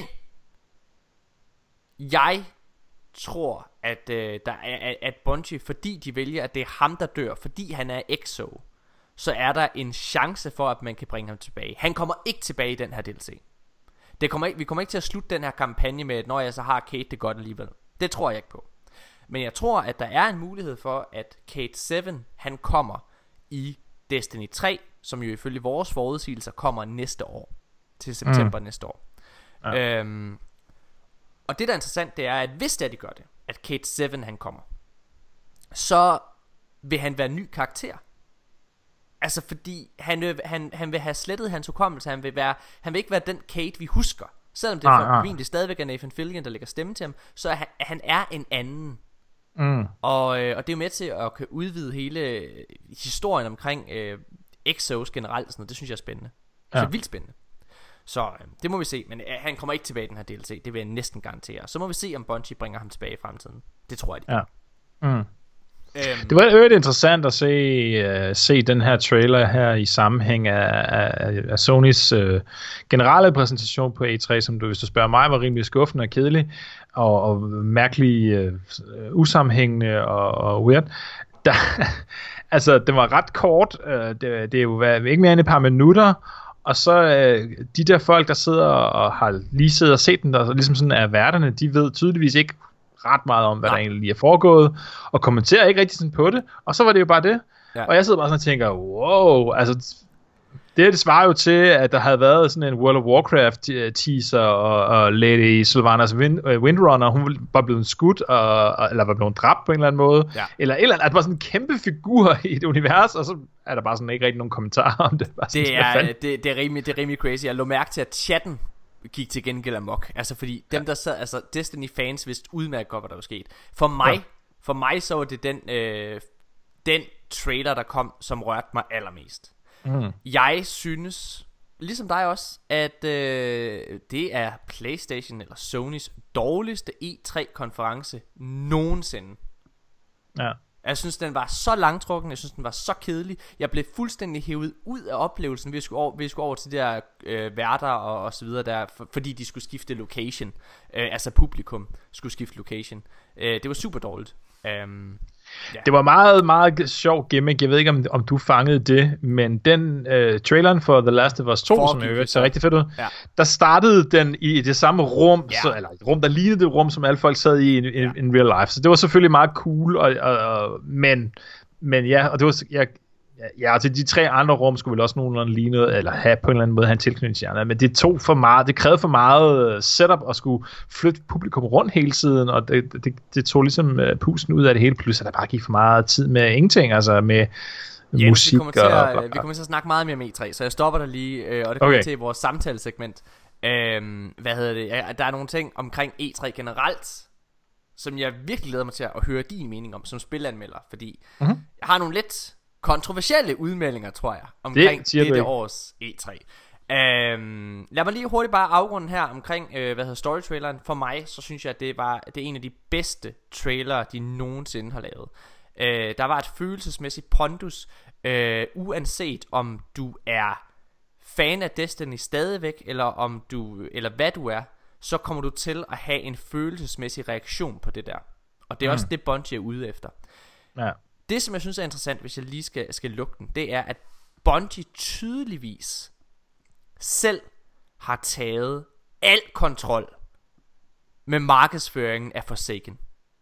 jeg tror, at, øh, der er, at Bungie, fordi de vælger, at det er ham, der dør, fordi han er X O, så er der en chance for, at man kan bringe ham tilbage. Han kommer ikke tilbage i den her D L C. Det kommer ikke, vi kommer ikke til at slutte den her kampagne med, at når jeg så har Kate det godt alligevel. Det tror jeg ikke på. Men jeg tror, at der er en mulighed for, at Kate syv, han kommer i Destiny tre, som jo ifølge vores forudsigelser kommer næste år. Til september mm. næste år. Ja. øhm, Og det der er interessant, det er, at hvis det er, de gør det, at Kate syv han kommer, så vil han være en ny karakter. Altså fordi han vil, han, han vil have slettet hans hukommelse. Han vil, være, han vil ikke være den Kate vi husker. Selvom det ah, formentlig ah. stadigvæk er Nathan Fillion, der lægger stemme til ham, så er han, han er en anden. Mm. Og, øh, og det er jo med til at kan udvide hele historien omkring øh, X O's generelt. Sådan noget. Det synes jeg er spændende. Ja. Det er vildt spændende. Så øh, det må vi se. Men øh, han kommer ikke tilbage i den her D L C. Det vil jeg næsten garantere. Så må vi se, om Bungie bringer ham tilbage i fremtiden. Det tror jeg de. Ja. Mm. Øhm. Det var øvrigt interessant at se, uh, se den her trailer her i sammenhæng af, af, af Sonys uh, generelle præsentation på E tre, som du, hvis du spørger mig, var rimelig skuffende og kedelig og, og mærkelig uh, usammenhængende og, og weird. Der, altså, det var ret kort. Uh, det, det er jo ikke mere end et par minutter. Og så uh, de der folk, der sidder og har lige siddet og set den, der ligesom sådan er værterne, de ved tydeligvis ikke ret meget om, hvad ja. der egentlig lige er foregået, og kommenterer ikke rigtig sådan på det, og så var det jo bare det. Ja. Og jeg sidder bare sådan og tænker, wow, altså, det, det svarer jo til, at der havde været sådan en World of Warcraft teaser, og, og Lady Sylvanas Wind, uh, Windrunner, hun var blevet skudt, og, og, eller var blevet dræbt på en eller anden måde, ja. eller eller andet, at det var sådan en kæmpe figur i et univers, og så er der bare sådan ikke rigtig nogen kommentarer om det. Bare sådan, det, er, det, det, er rimelig, det er rimelig crazy. Jeg lå mærke til, at chatten gik til gengæld amok. Altså fordi dem der sad, altså Destiny fans vidste udmærket godt, hvad der var sket. For mig, ja. for mig så var det den øh, den trailer der kom, som rørte mig allermest. Mm. Jeg synes, ligesom dig også, at øh, det er PlayStation eller Sonys dårligste E tre konference nogensinde. Ja. Jeg synes den var så langtrukken. Jeg synes den var så kedelig. Jeg blev fuldstændig hævet ud af oplevelsen. Vi skulle over, vi skulle over til de der øh, værter og, og så videre der, for, fordi de skulle skifte location. øh, Altså publikum skulle skifte location. øh, Det var super dårligt. um, ja. Det var meget, meget sjov gimmick. Jeg ved ikke om, om du fangede det, men den øh, traileren for The Last of Us to, for som jeg hørte, så rigtig fedt ud, ja. Der startede den i det samme rum, ja. så, eller et rum der lignede det rum, som alle folk sad i in, in, ja. in real life. Så det var selvfølgelig meget cool, og, og, og, men, men ja, og det var, jeg, Ja, altså de tre andre rum skulle vel også nogenlunde ligne, eller have på en eller anden måde have en tilknytning til andre, men det tog for meget, det krævede for meget setup at skulle flytte publikum rundt hele tiden, og det, det, det tog ligesom pusten ud af det hele, plus at der bare gik for meget tid med ingenting, altså med Jens, musik vi kommer, til og, at, vi kommer til at snakke meget mere om E tre, så jeg stopper dig lige, øh, og det kommer okay. til vores samtalesegment. Øhm, hvad hedder det? Ja, der er nogle ting omkring E tre generelt, som jeg virkelig glæder mig til at høre din mening om som spilanmelder, fordi mm-hmm. jeg har nogle lidt kontroversielle udmeldinger, tror jeg, omkring det dette års E tre. øhm, Lad mig lige hurtigt bare afrunde her omkring øh, hvad hedder story-traileren. For mig, så synes jeg, at det, var, det er en af de bedste trailere, de nogensinde har lavet. øh, Der var et følelsesmæssigt pondus, øh, uanset om du er fan af Destiny stadigvæk, eller om du, eller hvad du er, så kommer du til at have en følelsesmæssig reaktion på det der. Og det er mm. også det Bungie er ude efter. Ja. Det som jeg synes er interessant, hvis jeg lige skal, skal lukke den, det er at Bungie tydeligvis selv har taget al kontrol med markedsføringen af Forsaken.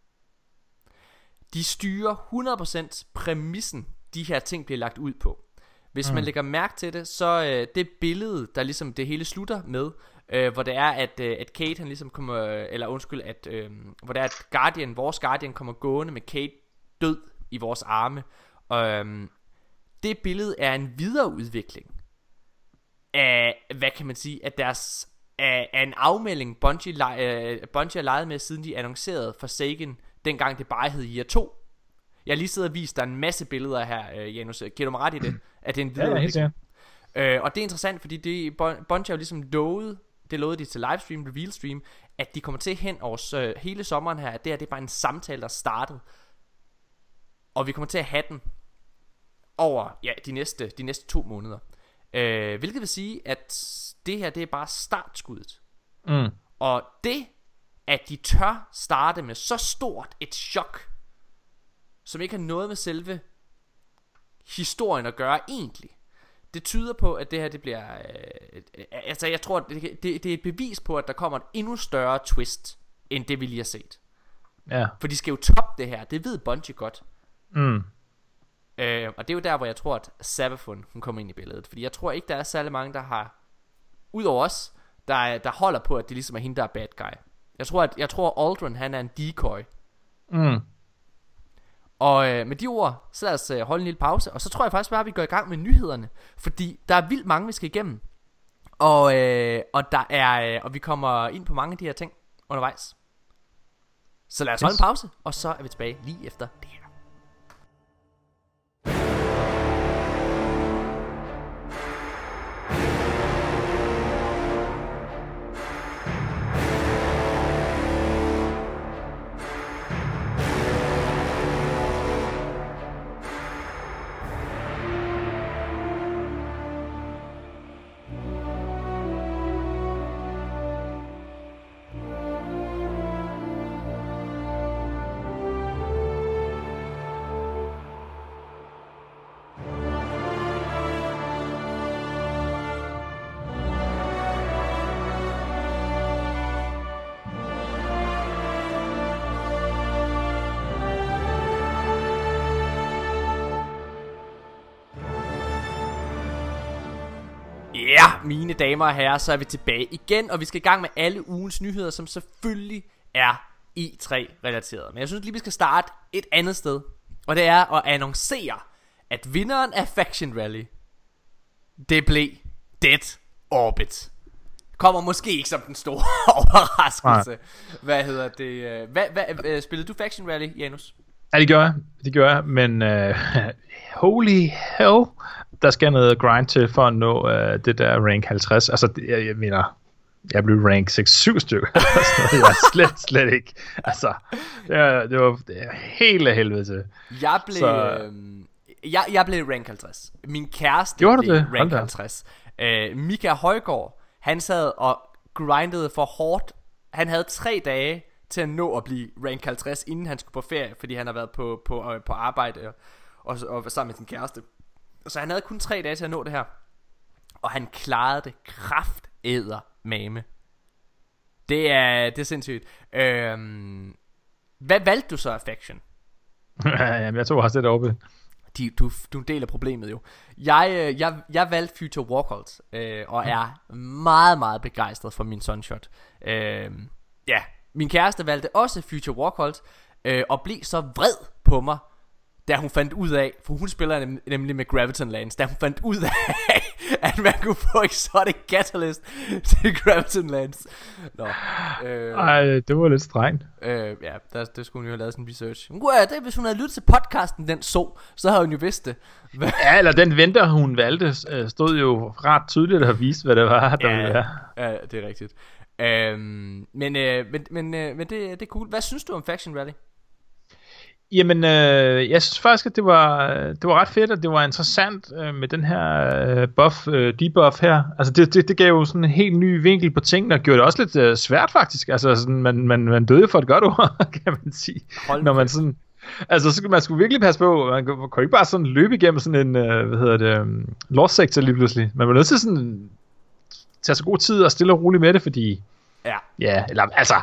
De styrer hundrede procent præmissen, de her ting bliver lagt ud på. Hvis mm. man lægger mærke til det, så øh, det billede, der ligesom det hele slutter med, øh, hvor det er, at, øh, at Kate han ligesom kommer, eller undskyld, at, øh, hvor det er, at Guardian, vores Guardian kommer gående med Kate død i vores arme. Og øh, det billede er en videreudvikling af, hvad kan man sige, at deres, af, af en afmelding, Bungie, øh, Bungie har leget med, siden de annoncerede Forsaken, dengang det bare hed Year to. Jeg har lige siddet og vist dig en masse billeder her, øh, Janus. Giver du mig ret i det? At det er en videreudvikling? Ja, ja, øh, og det er interessant, fordi det, Bungie har jo ligesom lovet, det lovede de til livestream, reveal stream, at de kommer til hen over øh, hele sommeren her, at det her det er bare en samtale, der startede. Og vi kommer til at have den over ja, de, næste, de næste to måneder. Øh, hvilket vil sige, at det her det er bare startskuddet. Mm. Og det, at de tør starte med så stort et chok, som ikke har noget med selve historien at gøre egentlig, det tyder på, at det her det bliver øh, øh, altså jeg tror det, det, det er et bevis på, at der kommer et endnu større twist end det vi lige har set. Ja. For de skal jo toppe det her. Det ved Bungie godt. Mm. øh, Og det er jo der hvor jeg tror at Savathun hun kommer ind i billedet. Fordi jeg tror ikke der er særlig mange der har, udover os, der, der holder på at det ligesom er hende der er bad guy. Jeg tror at jeg tror Aldrin han er en decoy. Mm. Og øh, med de ord, så lad os øh, holde en lille pause. Og så tror jeg faktisk bare at vi går i gang med nyhederne, fordi der er vildt mange vi skal igennem. Og, øh, og, der er, øh, og vi kommer ind på mange af de her ting undervejs. Så lad os holde en pause, og så er vi tilbage lige efter det her. Ja, mine damer og herrer, så er vi tilbage igen, og vi skal i gang med alle ugens nyheder, som selvfølgelig er E tre relateret. Men jeg synes lige vi skal starte et andet sted, og det er at annoncere, at vinderen af Faction Rally, det blev Dead Orbit. Kommer måske ikke som den store overraskelse. Nej. Hvad hedder det? Hvad, hvad, spillede du Faction Rally, Janus? Ja, det gør jeg, det gør jeg, men uh, holy hell, der skal noget grind til for at nå uh, det der rank halvtreds. Altså, jeg, jeg mener, jeg blev rank seks syv stykker. Jeg er slet, slet ikke. Altså, det var, det var, det var helt af helvede til. Jeg blev, Så, øh, jeg, jeg blev rank halvtreds. Min kæreste blev det? rank halvtreds. Uh, Mika Højgaard, han sad og grindede for hårdt. Han havde tre dage til at nå at blive rank halvtreds, inden han skulle på ferie, fordi han har været på, på, på arbejde og, og, og sammen med sin kæreste. Så han havde kun tre dage til at nå det her. Og han klarede det krafteddermame. Det er, det er sindssygt. øhm, Hvad valgte du så af Faction? Jamen, jeg tog også det oppe. de, du, du deler problemet jo. Jeg, øh, jeg, jeg valgte Future Warcult, øh, og er meget, meget begejstret for min Sunshot. øh, Ja, min kæreste valgte også Future Warcult, øh, og blev så vred på mig, da hun fandt ud af, for hun spiller nem, nemlig med Graviton Lands, da hun fandt ud af, at man kunne få Exotic Catalyst til Graviton Lands. Nå, øh, Ej, det var lidt strengt. øh, ja, der, der skulle hun jo have lavet sådan en research. Hun kunne, ja, det, hvis hun havde lyttet til podcasten, den så, så havde hun jo vidst det. Hvad? Ja, eller den venter, hun valgte, stod jo ret tydeligt at vise, hvad det var, der Ja, ville være. ja, det er rigtigt. øhm, Men, øh, men, men, øh, men det, det er cool. Hvad synes du om Faction Rally? Jamen, øh, jeg synes faktisk, at det var, det var ret fedt, og det var interessant øh, med den her øh, buff, øh, debuff her. Altså, det, det, det gav jo sådan en helt ny vinkel på tingene, og gjorde det også lidt øh, svært faktisk. Altså, sådan, man, man, man døde for et godt ord, kan man sige. Hold Når man sådan... Altså, så, man skulle virkelig passe på, man kunne, kunne ikke bare sådan løbe igennem sådan en, øh, hvad hedder det, um, lost sector lige pludselig. Man var nødt til sådan tage så god tid og stille og roligt med det, fordi... Ja. Ja, eller altså...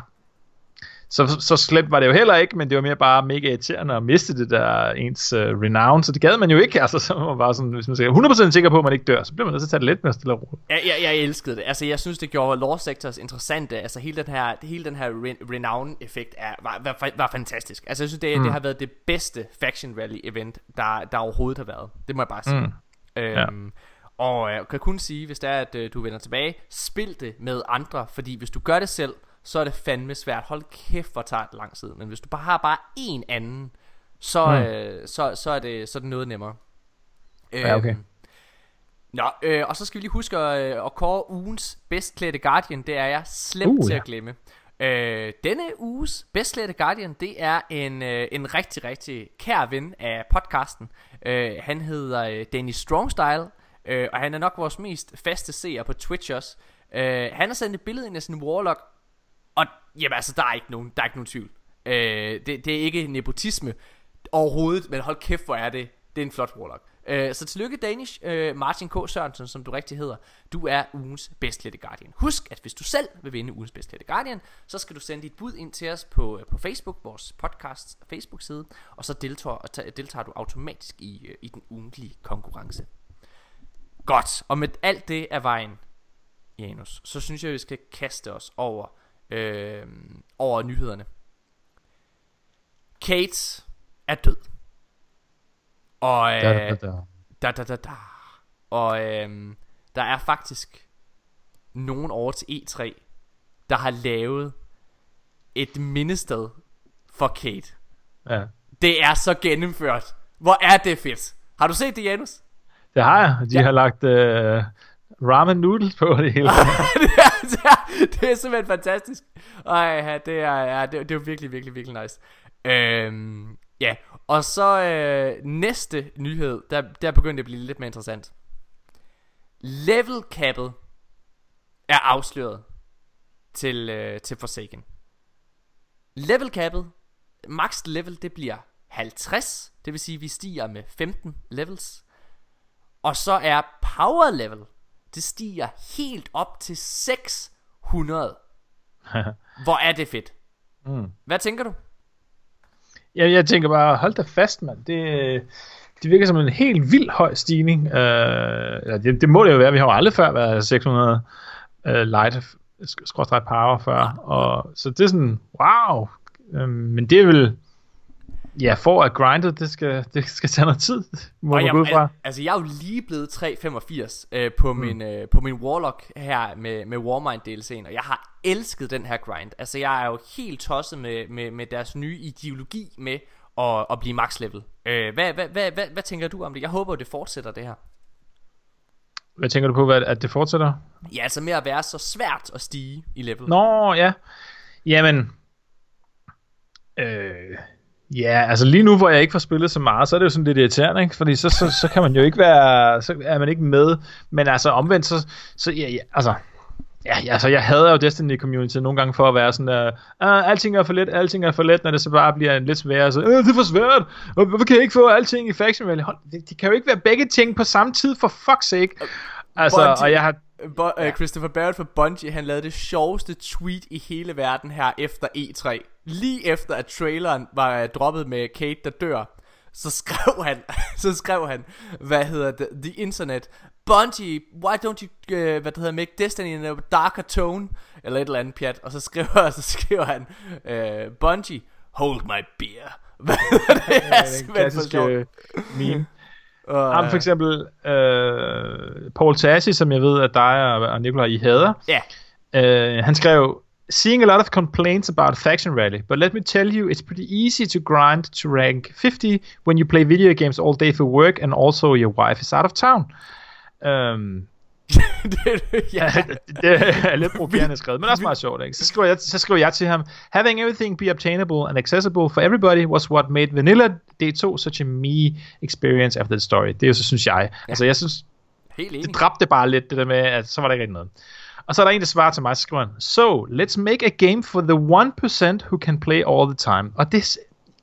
Så, så slemt var det jo heller ikke, men det var mere bare mega irriterende at miste det der ens uh, renown, så det gad man jo ikke, altså så var man bare sådan, hvis man er hundrede procent sikker på, at man ikke dør, så bliver man nødt til at tage det lidt mere stille og roligt. Ja, jeg, jeg elskede det. Altså, jeg synes, det gjorde Lore Sectors interessante. Altså, hele den her, hele den her re- renown-effekt er, var, var, var fantastisk. Altså, jeg synes, det, mm. det har været det bedste Faction Rally-event, der, der overhovedet har været. Det må jeg bare sige. Mm. Øhm, ja. Og jeg kan kun sige, hvis det er, at du vender tilbage, spil det med andre, fordi hvis du gør det selv, så er det fandme svært. Hold kæft, hvor tager det lang tid. Men hvis du bare har bare en anden, så, mm. øh, så, så, er det, så er det noget nemmere. Ja, okay. øhm, Nå, øh, og så skal vi lige huske at, øh, at kåre ugens bedst klædte Guardian. Det er jeg slemt uh, til ja. at glemme. øh, Denne uges bedst klædte Guardian, det er en, øh, en rigtig, rigtig kær ven af podcasten. øh, Han hedder øh, Danny Strongstyle, øh, og han er nok vores mest faste seer på Twitch også. øh, Han har sendt et billede ind af sin Warlock. Og jamen altså, der er ikke nogen, der er ikke nogen tvivl. øh, det, det er ikke nepotisme overhovedet, men hold kæft, hvor er det. Det er en flot Warlock. øh, Så tillykke Danish, øh, Martin K. Sørensen, som du rigtig hedder. Du er ugens bedstklædte Guardian. Husk, at hvis du selv vil vinde ugens bedstklædte Guardian, så skal du sende dit bud ind til os på, på Facebook, vores podcast Facebook-side. Og så deltager, deltager du automatisk i, i den ugentlige konkurrence. Godt, og med alt det af vejen, Janus, så synes jeg, vi skal kaste os over Øh, over nyhederne. Kate er død. Og øh, da, da, da. Da, da, da, da. Og øh, der er faktisk nogen over til E tre, der har lavet et mindested for Kate. Ja. Det er så gennemført. Hvor er det fedt. Har du set det, Janus? Det har jeg. De ja. har lagt øh, ramen noodles på det hele. det, er, det, er, det er simpelthen fantastisk. Ej, det er, ja, det, det er virkelig, virkelig, virkelig nice. Øhm, ja, og så øh, næste nyhed, der, der begyndte det at blive lidt mere interessant. Level cappet er afsløret til, øh, til Forsaken. Level cappet, max level, det bliver halvtreds. Det vil sige, at vi stiger med femten levels. Og så er power level, det stiger helt op til seks hundrede. Hvor er det fedt. mm. Hvad tænker du? Ja, jeg tænker bare, hold da fast, mand. Det, det virker som en helt vild høj stigning. uh, det, det må det jo være. Vi har jo aldrig før været seks hundrede uh, light skråstreg power før. Og, så det er sådan, wow. um, Men det er vel, ja, for at grindet, det skal, det skal tage noget tid, må man gå ud fra. Altså, jeg er jo lige blevet tre femogfirs øh, på, mm. min, øh, på min Warlock her med, med Warmind D L C'en, og jeg har elsket den her grind. Altså, jeg er jo helt tosset med, med, med deres nye ideologi med at, at blive max level. øh, hvad, hvad, hvad, hvad, hvad tænker du om det? Jeg håber, det fortsætter det her. Hvad tænker du på, hvad, at det fortsætter? Ja, altså med at være så svært at stige i level. Nå, ja. Jamen Øh Ja, altså lige nu, hvor jeg ikke får spillet så meget, så er det jo sådan lidt irriterende, ikke? Fordi så, så, så kan man jo ikke være, så er man ikke med. Men altså omvendt, så, så ja, ja, altså, ja, altså jeg hader jo Destiny Community nogle gange for at være sådan der, ah, alting er for let, alting er for let, når det så bare bliver en lidt sværere, så øh, det er for svært, hvorfor kan jeg ikke få alting i Faction Rally? De, de kan jo ikke være begge ting på samme tid, for fuck's sake. Altså, Bungie, og jeg har... Bo- ja. Christopher Barrett fra Bungie, han lavede det sjoveste tweet i hele verden her efter E tre. Lige efter at traileren var droppet med Kate, der dør, så skrev han, så skrev han, hvad hedder det, The Internet, Bungie, why don't you, uh, hvad det hedder, make Destiny in a darker tone, eller et eller andet pjat, og så skriver, så skriver han, uh, Bungie, hold my beer. Hvad hedder det? Ja, den klassiske meme. Uh, Ham for eksempel øh, Paul Tassi, som jeg ved, at dig og, og Nikolaj I hader. Ja. Øh, han skrev, seeing a lot of complaints about Faction Rally, but let me tell you, it's pretty easy to grind to rank fifty when you play video games all day for work, and also your wife is out of town. Um, det, ja. det er lidt provokerende skrevet, men også meget sjovt, ikke? Så skriver, jeg, så skriver jeg til ham, having everything be obtainable and accessible for everybody was what made Vanilla D to such a me experience after the story. Det er jo så, synes jeg. Ja. Altså, jeg synes, det dræbte bare lidt, det der med, at så var der ikke rigtig noget. Og så er der en, der svarer til mig, så skriver han, so, let's make a game for the one percent who can play all the time. Og det...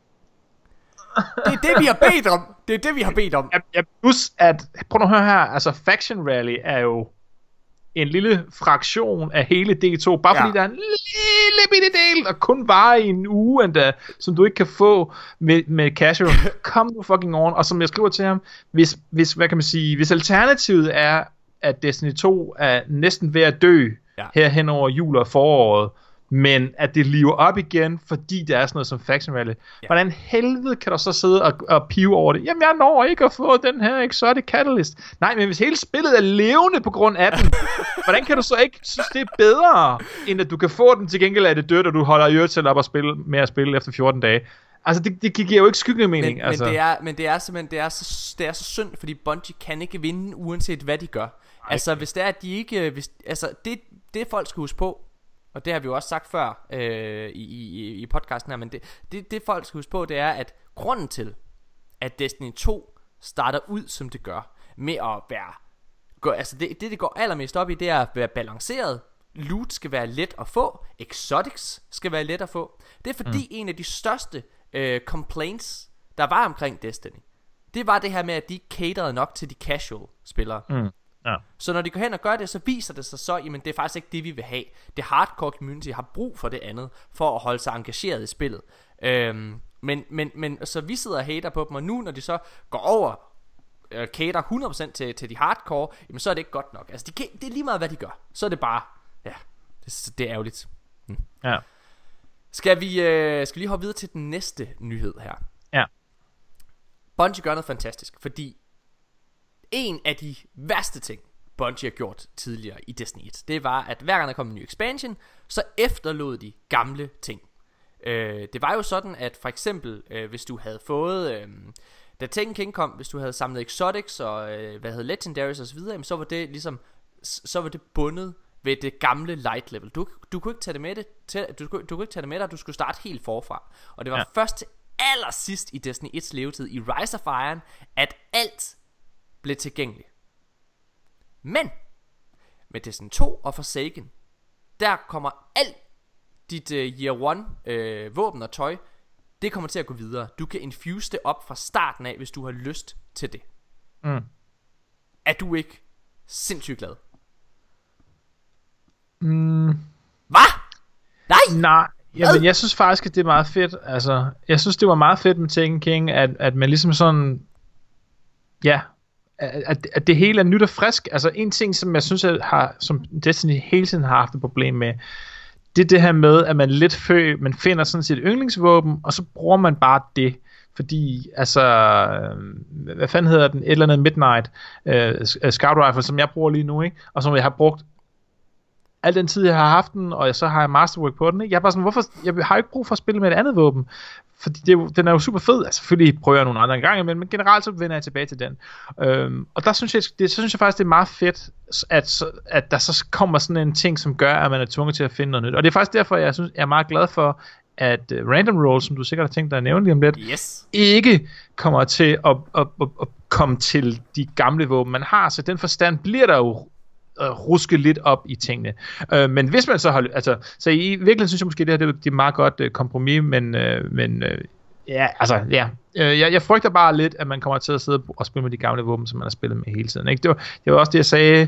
det er det, vi har bedt om. Det er det, vi har bedt om. Jeg, jeg plus, at... Prøv at høre her. Altså, Faction Rally er jo en lille fraktion af hele D to. Bare ja. Fordi der er en lille bitte del, der kun varer i en uge endda, som du ikke kan få med, med casual. Kom nu fucking on. Og som jeg skriver til ham, hvis, hvis, hvad kan man sige, hvis alternativet er, at Destiny to er næsten ved at dø ja. Her hen over jul og foråret, men at det lever op igen, fordi der er sådan noget som Faction Rally. Ja. Hvordan helvede kan du så sidde og, og pive over det? Jamen, jeg når ikke at få den her Exotic Catalyst. Nej, men hvis hele spillet er levende på grund af den, hvordan kan du så ikke synes, det er bedre, end at du kan få den, til gengæld er det dødt, og du holder i øvrigt selv op og spille, med at spille efter fjorten dage? Altså, det, det giver jo ikke skyggende mening. Men, altså. men, det er, men det er simpelthen, det er, så, det er så synd, fordi Bungie kan ikke vinde, uanset hvad de gør. Ej, altså, hvis det er, at de ikke... Hvis, altså, det, det folk skal huske på, og det har vi jo også sagt før øh, i, i, i podcasten her, men det, det, det folk skal huske på, det er, at grunden til, at Destiny to starter ud, som det gør, med at være... Gå, altså, det, det, det går allermest op i, det er at være balanceret. Loot skal være let at få. Exotics skal være let at få. Det er fordi mm. en af de største øh, complaints, der var omkring Destiny, det var det her med, at de ikke caterede nok til de casual spillere. Mm. Ja. Så når de går hen og gør det, så viser det sig så, jamen det er faktisk ikke det, vi vil have. Det hardcore community har brug for det andet, for at holde sig engageret i spillet. øhm, men, men, men så vi sidder og hater på dem, og nu når de så går over øh, cater hundrede procent til, til de hardcore, jamen så er det ikke godt nok. Altså de kan, det er lige meget hvad de gør. Så er det bare, ja, det, det er ærgerligt. hm. Ja. Skal vi øh, skal vi lige hoppe videre til den næste nyhed her. Ja. Bungie gør noget fantastisk, fordi en af de værste ting Bungie har gjort tidligere i Destiny et, det var, at hver gang der kom en ny expansion, så efterlod de gamle ting. øh, Det var jo sådan, at for eksempel øh, hvis du havde fået øh, da Taken King kom, hvis du havde samlet exotics og øh, hvad hedder legendaries og så videre, så var det ligesom, så var det bundet ved det gamle light level. Du, du kunne ikke tage det med det til, du, du kunne ikke tage det med dig, du skulle starte helt forfra. Og det var ja. først til allersidst i Destiny ets levetid, i Rise of Iron, at alt blev tilgængelig. Men med Destiny to og Forsaken, der kommer alt dit uh, Year one uh, våben og tøj, det kommer til at gå videre. Du kan infuse det op fra starten af, hvis du har lyst til det. mm. Er du ikke sindssygt glad? Mm. Hvad? Nej! Nej, jamen, jeg synes faktisk, at det er meget fedt. Altså, jeg synes, det var meget fedt med Taken King, at, at man ligesom sådan, ja, at, at det hele er nyt og frisk. Altså, en ting, som jeg synes, at har, som Destiny hele tiden har haft et problem med, det er det her med, at man lidt fø, man finder sådan sit yndlingsvåben, og så bruger man bare det. Fordi, altså, hvad fanden hedder den? Et eller andet Midnight uh, Scout Rifle, som jeg bruger lige nu, ikke? Og som jeg har brugt al den tid, jeg har haft den, og så har jeg masterwork på den, ikke? Jeg er bare sådan, hvorfor, jeg har ikke brug for at spille med et andet våben, fordi det er jo, den er jo super fed. Altså, selvfølgelig prøver jeg nogle andre gange, men, men generelt så vender jeg tilbage til den. Øhm, og der synes jeg, det, så synes jeg faktisk, det er meget fedt, at, at der så kommer sådan en ting, som gør, at man er tvunget til at finde noget nyt. Og det er faktisk derfor, jeg synes, jeg er meget glad for, at uh, Random Roll, som du sikkert har tænkt dig at nævne lige om lidt, yes. ikke kommer til at, at, at, at komme til de gamle våben, man har. Så den forstand bliver der jo ruske lidt op i tingene. Øh, men hvis man så har... Altså, så i virkeligheden synes jeg måske, det her det, det er meget godt øh, kompromis, men, øh, men øh, ja, altså, ja. Øh, jeg, jeg frygter bare lidt, at man kommer til at sidde og spille med de gamle våben, som man har spillet med hele tiden. Ikke? Det, var, det var også det, jeg sagde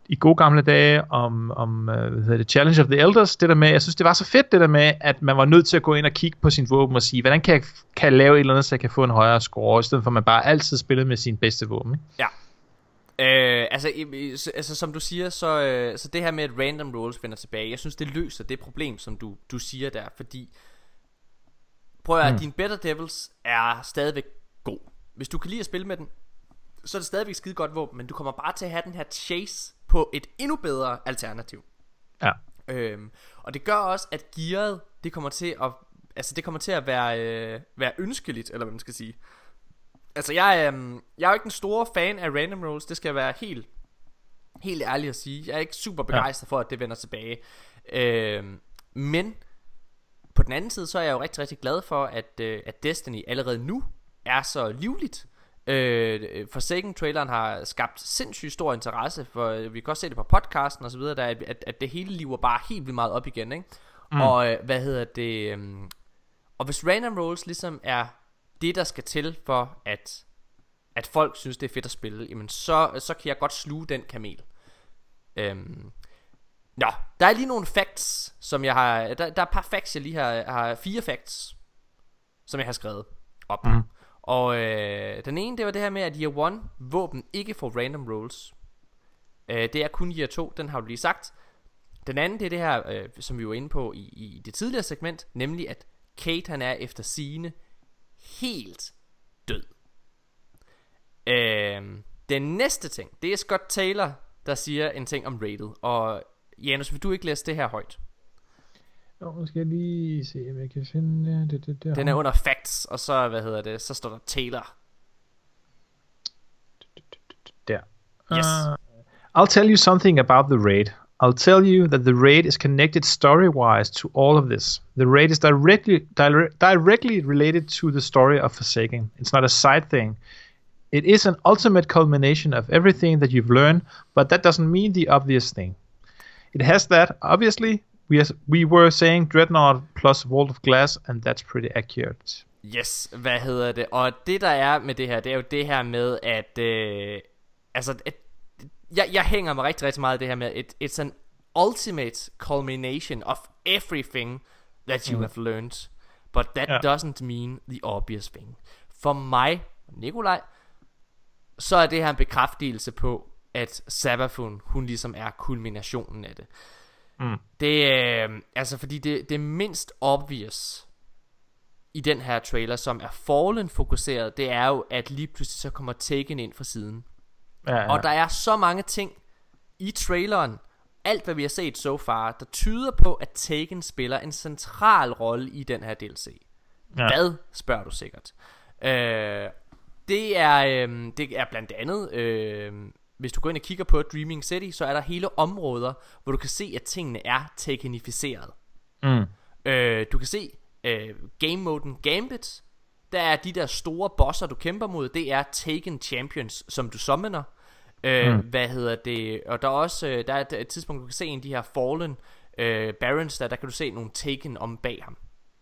i gode gamle dage om, om uh, hvad hedder det, Challenge of the Elders, det der med, jeg synes det var så fedt det der med, at man var nødt til at gå ind og kigge på sin våben og sige, hvordan kan jeg, kan jeg lave et eller andet, så jeg kan få en højere score, i stedet for at man bare altid spillede med sin bedste våben, ikke? Ja. Øh, altså, altså som du siger, så, øh, så det her med at random rolls vender tilbage, jeg synes det løser det problem, som du, du siger der, fordi prøv at mm. din Better Devils er stadigvæk god. Hvis du kan lide at spille med den, så er det stadigvæk skide godt våben, men du kommer bare til at have den her chase på et endnu bedre alternativ. Ja. Øhm, og det gør også at gearet, det kommer til at, altså det kommer til at være øh, være ønskeligt, eller hvad man skal sige. Altså jeg øh, jeg er jo ikke en stor fan af random rolls, det skal jeg være helt helt ærlig at sige. Jeg er ikke super begejstret ja. for at det vender tilbage. Øh, men på den anden side, så er jeg jo rigtig rigtig glad for at øh, at Destiny allerede nu er så livligt. Øh, Forsaken-traileren har skabt sindssygt stor interesse, for vi kan også se det på podcasten og så videre, der, at, at det hele lever bare helt vildt meget op igen, ikke? Mm. Og øh, hvad hedder det um, og hvis random rolls ligesom er det der skal til for at at folk synes det er fedt at spille, jamen så, så kan jeg godt sluge den kamel. øhm, Nå, der er lige nogle facts, som jeg har, der, der er et par facts jeg lige har, har fire facts som jeg har skrevet op. Mm. Og øh, den ene, det var det her med, at Year one våben ikke får random rolls. øh, Det er kun Year to, den har du lige sagt. Den anden, det er det her, øh, som vi var inde på i, i det tidligere segment, nemlig at Kate, han er efter sigende helt død. øh, Den næste ting, det er Scott Taylor, der siger en ting om rated. Og Janus, vil du ikke læse det her højt? Nå, nu skal jeg lige se, om jeg kan finde det, det der. Den er under facts, og så, hvad hedder det, så står der Taylor. Der. Yes. Uh, I'll tell you something about the raid. I'll tell you that the raid is connected story-wise to all of this. The raid is directly dire- directly related to the story of Forsaken. It's not a side thing. It is an ultimate culmination of everything that you've learned, but that doesn't mean the obvious thing. It has that, obviously. We, are, we were saying Dreadnought plus Vault of Glass, and that's pretty accurate. Yes, hvad hedder det? Og det der er med det her, det er jo det her med at øh, altså at, jeg, jeg hænger mig rigtig rigtig meget i det her med it, it's an ultimate culmination of everything that you mm. have learned, but that ja. doesn't mean the obvious thing. For mig, Nikolaj, så er det her en bekræftelse på at Savathun, hun ligesom er kulminationen af det. Mm. Det er øh, altså fordi det, det er mindst obvious i den her trailer, som er Fallen fokuseret, det er jo at lige pludselig så kommer Taken ind fra siden. Ja, ja. Og der er så mange ting i traileren, alt hvad vi har set so far, der tyder på at Taken spiller en central rolle i den her D L C. Ja. Hvad, spørger du sikkert. øh, Det er øh, Det er blandt andet øh, hvis du går ind og kigger på Dreaming City, så er der hele områder, hvor du kan se, at tingene er Takenificeret. Mm. øh, Du kan se øh, game-moden Gambit. Der er de der store bosser, du kæmper mod. Det er Taken Champions, som du summoner. øh, mm. Hvad hedder det? Og der er også øh, der er et tidspunkt, du kan se en af de her Fallen øh, Barons der, der kan du se nogle Taken om bag ham.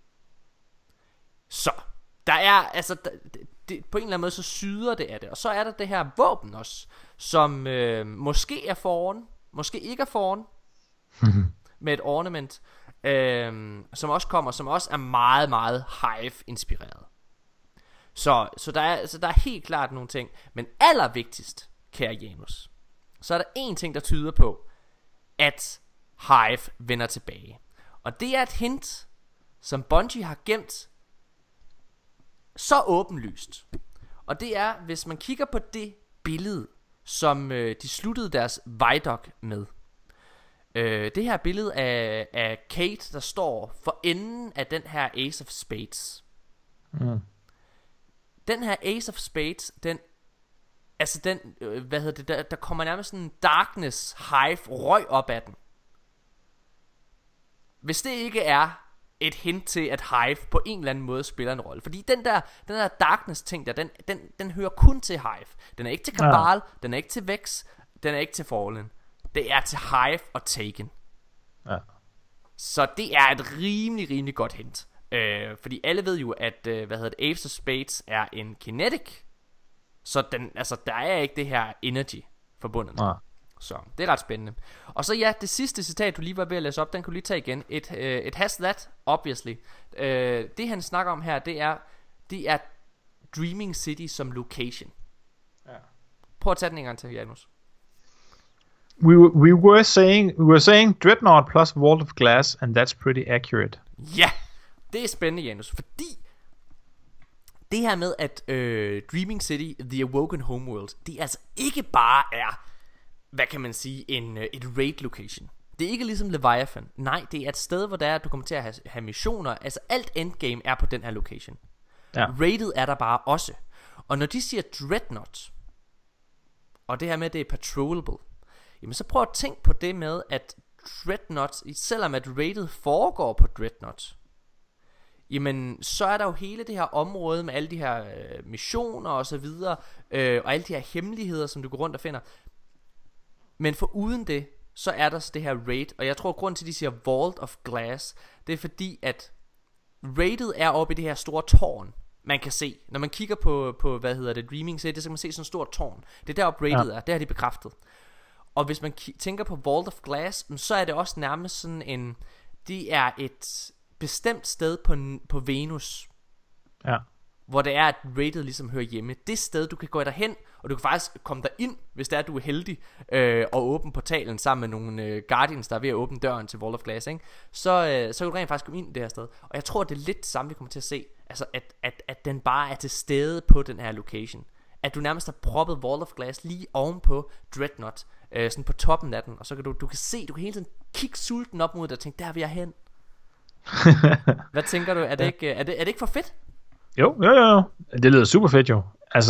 Så der er altså der, det, på en eller anden måde så syder det af det. Og så er der det her våben også, som øh, måske er foran, måske ikke er foran, med et ornament, øh, som også kommer, som også er meget meget Hive inspireret. Så, så, der er, så der er helt klart nogle ting. Men allervigtigst, kære Janus, så er der en ting der tyder på at Hive vender tilbage. Og det er et hint som Bungie har gemt så åbenlyst. Og det er, hvis man kigger på det billede, som øh, de sluttede deres Vidoc med. øh, Det her billede af, af Kate, der står for enden af den her Ace of Spades. mm. Den her Ace of Spades, den altså den, øh, hvad hedder det, der, der kommer nærmest sådan en darkness hive røg op af den. Hvis det ikke er et hint til at Hive på en eller anden måde spiller en rolle, fordi den der, den der darkness ting der, den, den, den hører kun til Hive. Den er ikke til Cabal, ja. Den er ikke til Vex, den er ikke til Fallen. Det er til Hive og Taken. Ja. Så det er et rimelig, rimelig godt hint. øh, Fordi alle ved jo at øh, hvad hedder det, Ace of Spades er en kinetic. Så den, altså, der er ikke det her energy forbundet med. Ja. Så det er ret spændende. Og så ja, det sidste citat du lige var ved at læse op, den kan du lige tage igen. It, uh, it has that, obviously. uh, Det han snakker om her, det er Det er Dreaming City som location. Ja. Prøv at tage den en gang til, Janus. We, we were saying we were saying Dreadnought plus Vault of Glass, and that's pretty accurate. Ja, det er spændende, Janus, fordi det her med at øh, Dreaming City, The Awoken Homeworld, det altså ikke bare er, hvad kan man sige, en, øh, et raid location. Det er ikke ligesom Leviathan. Nej, det er et sted, hvor der er, at du kommer til at have, have missioner. Altså alt endgame er på den her location. Ja. Raidet er der bare også. Og når de siger Dreadnought, og det her med, at det er patrollable, jamen så prøv at tænke på det med, at Dreadnought, selvom at raidet foregår på Dreadnought, jamen så er der jo hele det her område med alle de her øh, missioner og så videre, øh, og alle de her hemmeligheder, som du går rundt og finder. Men for uden det, så er der så det her raid. Og jeg tror, at grunden til, at de siger Vault of Glass, det er fordi, at raidet er oppe i det her store tårn, man kan se. Når man kigger på, på hvad hedder det, Dreaming City, så kan man se sådan et stort tårn. Det er deroppe raidet ja. er, det har de bekræftet. Og hvis man ki- tænker på Vault of Glass, så er det også nærmest sådan en, det er et bestemt sted på, på Venus, ja. hvor det er, at raidet ligesom hører hjemme. Det sted, du kan gå derhen, og du kan faktisk komme derind, hvis det er, at du er heldig, øh, og åbne portalen sammen med nogle øh, Guardians, der er ved at åbne døren til Vault of Glass, ikke? Så, øh, så kan du rent faktisk komme ind i det her sted. Og jeg tror, det er lidt det samme, vi kommer til at se. Altså, at, at, at den bare er til stede på den her location. At du nærmest har proppet Vault of Glass lige ovenpå Dreadnought, øh, sådan på toppen af den. Og så kan du, du kan se, du kan hele tiden kigge sulten op mod det og tænke, der vil jeg hen. Hvad tænker du? Er det, ja. ikke, er, det, er det ikke for fedt? Jo, jo, jo, jo. Det lyder super fedt jo. Altså,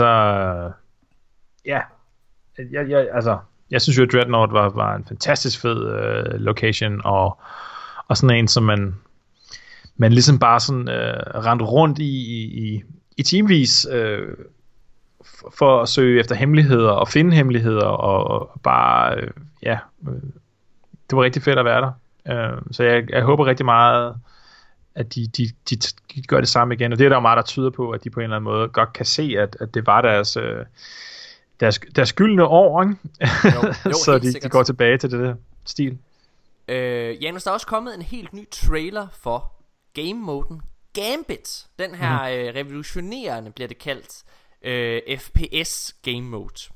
ja. Jeg, jeg, altså, jeg synes jo, at Dreadnought var, var en fantastisk fed uh, location, og, og sådan en, som man, man ligesom bare sådan uh, rendte rundt i, i, i teamvis uh, for, for at søge efter hemmeligheder, og finde hemmeligheder, og, og bare, uh, ja, uh, det var rigtig fedt at være der. Uh, så jeg, jeg håber rigtig meget, at de, de, de, de gør det samme igen, og det er der jo meget, der tyder på, at de på en eller anden måde godt kan se, at, at det var deres, øh, deres, deres gyldne år, ikke? Jo, jo, så de, de går tilbage til det der stil. øh, Janus, der er også kommet en helt ny trailer for game-moden Gambit. Den her mm. øh, revolutionerende, bliver det kaldt, øh, F P S game mode.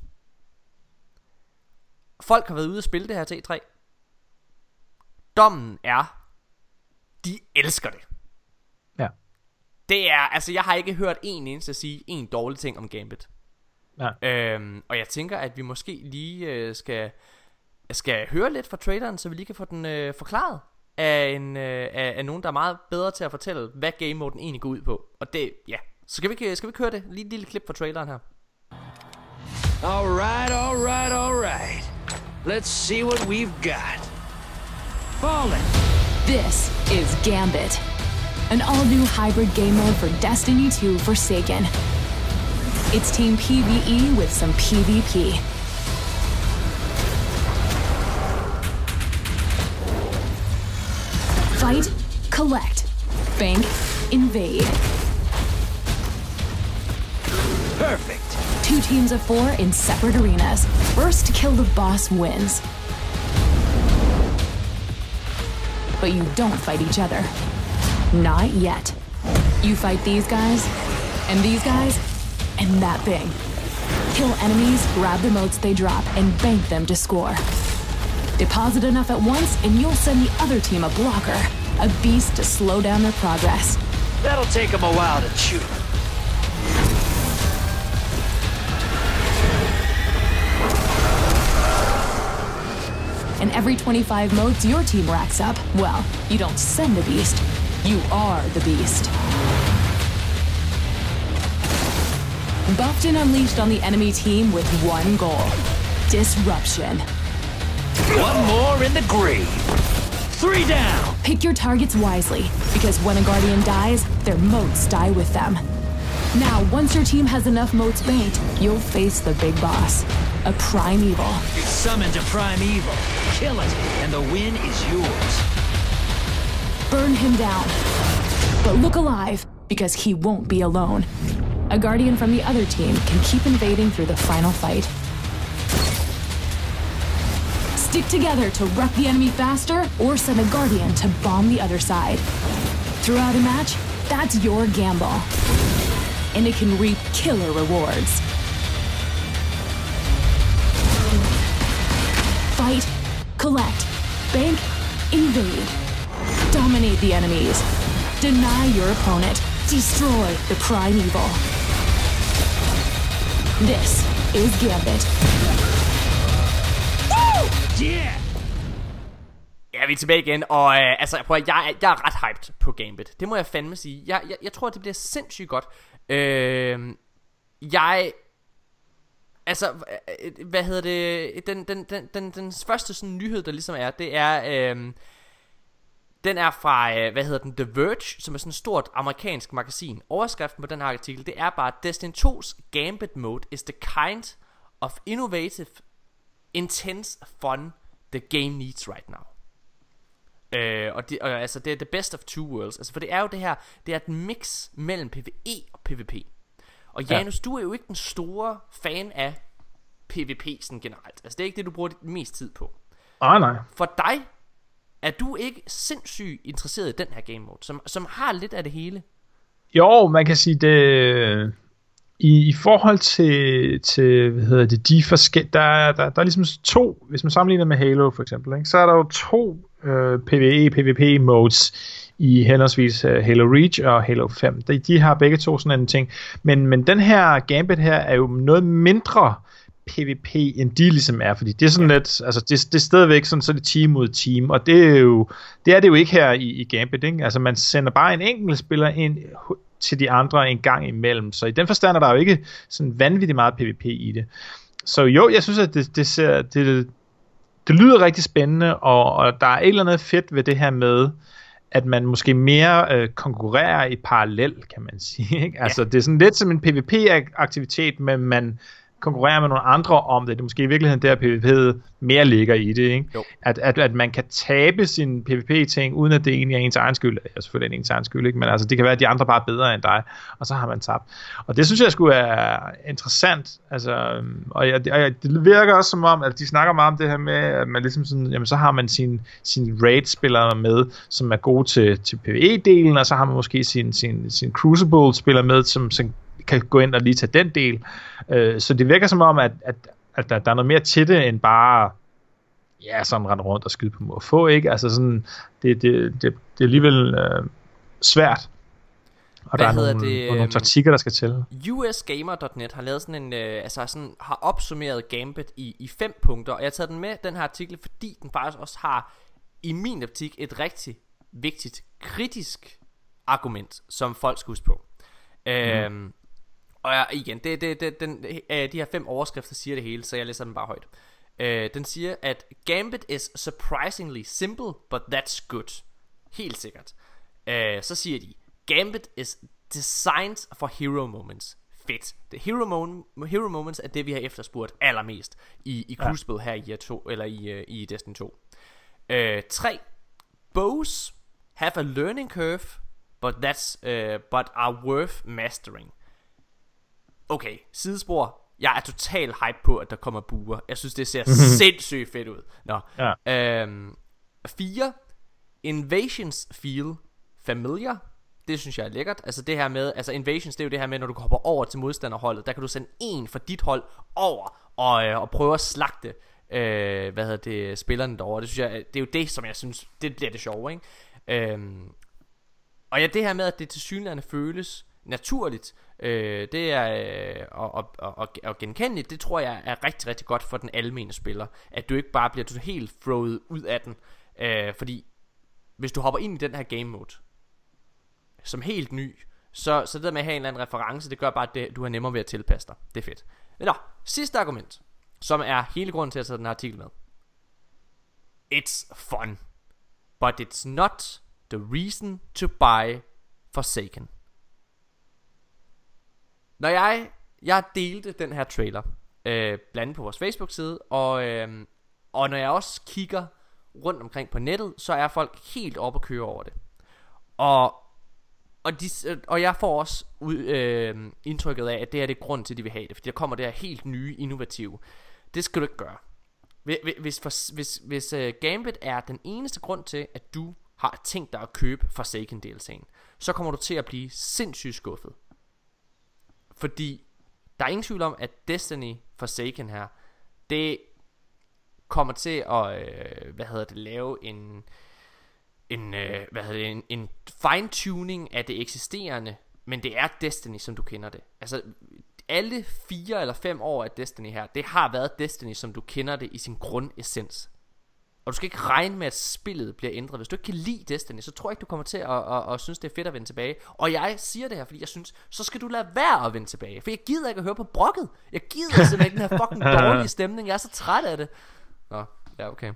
Folk har været ude og spille det her T tre. Dommen er, de elsker det. Ja. Det er, altså jeg har ikke hørt en eneste sige en dårlig ting om Gambit. Ja. øhm, Og jeg tænker, at vi måske lige øh, skal Skal høre lidt fra traileren, så vi lige kan få den øh, forklaret af, en, øh, af, af nogen, der er meget bedre til at fortælle, hvad game moden egentlig går ud på. Og det, ja, så skal vi, skal vi køre det. Lige et lille klip fra traileren her. Alright, alright, alright. Let's see what we've got. Fallen. This is Gambit, an all-new hybrid game mode for Destiny two Forsaken. It's team PvE with some PvP. Fight, collect, bank, invade. Perfect. Two teams of four in separate arenas. First to kill the boss wins. But you don't fight each other. Not yet. You fight these guys, and these guys, and that thing. Kill enemies, grab the motes they drop, and bank them to score. Deposit enough at once, and you'll send the other team a blocker, a beast to slow down their progress. That'll take them a while to chew. And every twenty-five motes your team racks up, well, you don't send a beast, you are the beast. Buffed and unleashed on the enemy team with one goal: disruption. One more in the grave. Three down. Pick your targets wisely, because when a Guardian dies, their motes die with them. Now, once your team has enough motes banked, you'll face the big boss, a primeval. You summoned a primeval. Kill it, and the win is yours. Burn him down. But look alive, because he won't be alone. A Guardian from the other team can keep invading through the final fight. Stick together to wreck the enemy faster or send a guardian to bomb the other side. Throughout a match, that's your gamble. And it can reap killer rewards. Fight, collect, bank, invade. Dominate the enemies. Deny your opponent. Destroy the prime evil. This is Gambit. Yeah! Ja, vi er tilbage igen, og øh, altså, prøv at, jeg, er- jeg er ret hyped på Gambit. Det må jeg fandme sige. Jeg, jeg, jeg tror, det bliver sindssygt godt. Øh, jeg... Altså, øh, hvad hedder det? Den, den, den, den, den første sådan nyhed, der ligesom er, det er... Øh, den er fra, øh, hvad hedder den, The Verge, som er sådan et stort amerikansk magasin. Overskriften på den her artikel, det er bare: Destiny to's Gambit mode is the kind of innovative, intense fun the game needs right now. Øh, og, det, og altså, det er the best of two worlds. Altså, for det er jo det her, det er et mix mellem PvE og PvP. Og Janus, ja. Du er jo ikke den store fan af PvP sådan generelt. Altså, det er ikke det, du bruger dit mest tid på. Ah, nej. For dig, er du ikke sindssygt interesseret i den her game mode, som, som har lidt af det hele? Jo, man kan sige det i, i forhold til, til hvad hedder det, de forskellige, der, der, der er ligesom to, hvis man sammenligner med Halo for eksempel, ikke, så er der jo to øh, PvE, PvP modes i henholdsvis uh, Halo Reach og Halo fem. De, de har begge to sådan en ting, men, men den her Gambit her er jo noget mindre PvP end de ligesom er, fordi det er sådan lidt, altså det, det er stadigvæk sådan, så er det team mod team, og det er jo, det er det jo ikke her i, i Gambit, ikke? Altså man sender bare en enkelt spiller ind til de andre en gang imellem, så i den forstand er der jo ikke sådan vanvittigt meget PvP i det. Så jo, jeg synes, at det, det ser, det, det lyder rigtig spændende, og, og der er et eller andet fedt ved det her med, at man måske mere øh, konkurrerer i parallel, kan man sige, ikke? Altså det er sådan lidt som en PvP-aktivitet, men man konkurrerer med nogle andre om det. Det er måske i virkeligheden der, PvP'et mere ligger i det, ikke? At, at, at man kan tabe sin PvP-ting, uden at det egentlig er ens egen skyld. Ja, selvfølgelig er ens egen skyld, ikke? Men altså, det kan være, at de andre bare er bedre end dig, og så har man tabt. Og det synes jeg skulle være interessant. Altså, og, jeg, og jeg, det virker også som om, at de snakker meget om det her med, at man ligesom sådan, jamen, så har man sin, sin raid-spillere med, som er gode til, til PvE-delen, og så har man måske sin, sin, sin Crucible-spillere med, som, som kan gå ind og lige tage den del. Øh, så det virker som om, at, at, at der, der er noget mere til det, end bare ja, sådan rende rundt og skyde på må få, ikke? Altså sådan, det, det, det, det er alligevel øh, svært. Og Hvad der er hedder nogle, det, nogle øhm, taktikker, der skal til. U S Gamer punktum net har lavet sådan en, øh, altså sådan, har opsummeret Gambit i, i fem punkter, og jeg har taget den med, den her artikel, fordi den faktisk også har, i min optik, et rigtig vigtigt, kritisk argument, som folk skal huske på. Mm. Øhm, Og ja, igen, det, det, det, den, øh, de her fem overskrifter siger det hele, så jeg læser den bare højt. øh, Den siger, at Gambit is surprisingly simple, but that's good. Helt sikkert. øh, Så siger de, Gambit is designed for hero moments. Fedt. The hero, mo- hero moments er det, vi har efterspurgt allermest i, i Crucible ja. her i, to, eller i, uh, i Destiny to. øh, tre. Bows have a learning curve, but, that's, uh, but are worth mastering. Okay, sidespor. Jeg er totalt hype på, at der kommer buer. Jeg synes, det ser sindssygt fedt ud. Nå. Ja. Øhm, fire. Invasions feel familiar. Det synes jeg er lækkert. Altså det her med, altså invasions, det er jo det her med, når du hopper over til modstanderholdet, der kan du sende en fra dit hold over og, øh, og prøve at slagte øh, hvad hedder det, spillerne derovre. Det synes jeg, det er jo det, som jeg synes, det bliver det sjove, ikke? Øhm, og ja, det her med, at det tilsyneladende føles naturligt, øh, det er øh, og, og, og, og genkendeligt, det tror jeg er rigtig, rigtig godt for den almene spiller, at du ikke bare bliver helt throwet ud af den, øh, fordi hvis du hopper ind i den her game mode som helt ny, så, så det der med at have en eller anden reference, det gør bare, at det, du har nemmere ved at tilpasse dig. Det er fedt. Men nå, sidste argument, som er hele grunden til at tage den her artikel med. It's fun, but it's not the reason to buy Forsaken. Når jeg Jeg delte den her trailer øh, blandt andet på vores Facebook-side, og, øh, og når jeg også kigger rundt omkring på nettet, så er folk helt oppe at køre over det. Og Og, de, og jeg får også ud, øh, indtrykket af, at det er det grund til, at de vil have det. Fordi der kommer det her helt nye, innovative. Det skal du ikke gøre. Hvis, for, hvis, hvis uh, Gambit er den eneste grund til, at du har tænkt dig at købe Forsaken D L C'en, så kommer du til at blive sindssygt skuffet. Fordi der er ingen tvivl om, at Destiny Forsaken her, det kommer til at, øh, hvad hedder det, lave en, en, øh, hvad hedder det, en, en fine-tuning af det eksisterende, men det er Destiny, som du kender det. Altså, alle fire eller fem år af Destiny her, det har været Destiny, som du kender det i sin grundessens. Og du skal ikke regne med, at spillet bliver ændret. Hvis du ikke kan lide Destiny, så tror jeg ikke, du kommer til at, at, at, at synes, det er fedt at vende tilbage. Og jeg siger det her, fordi jeg synes, så skal du lade være at vende tilbage. For jeg gider ikke at høre på brokket. Jeg gider simpelthen ikke den her fucking dårlige stemning. Jeg er så træt af det. Nå, ja, okay.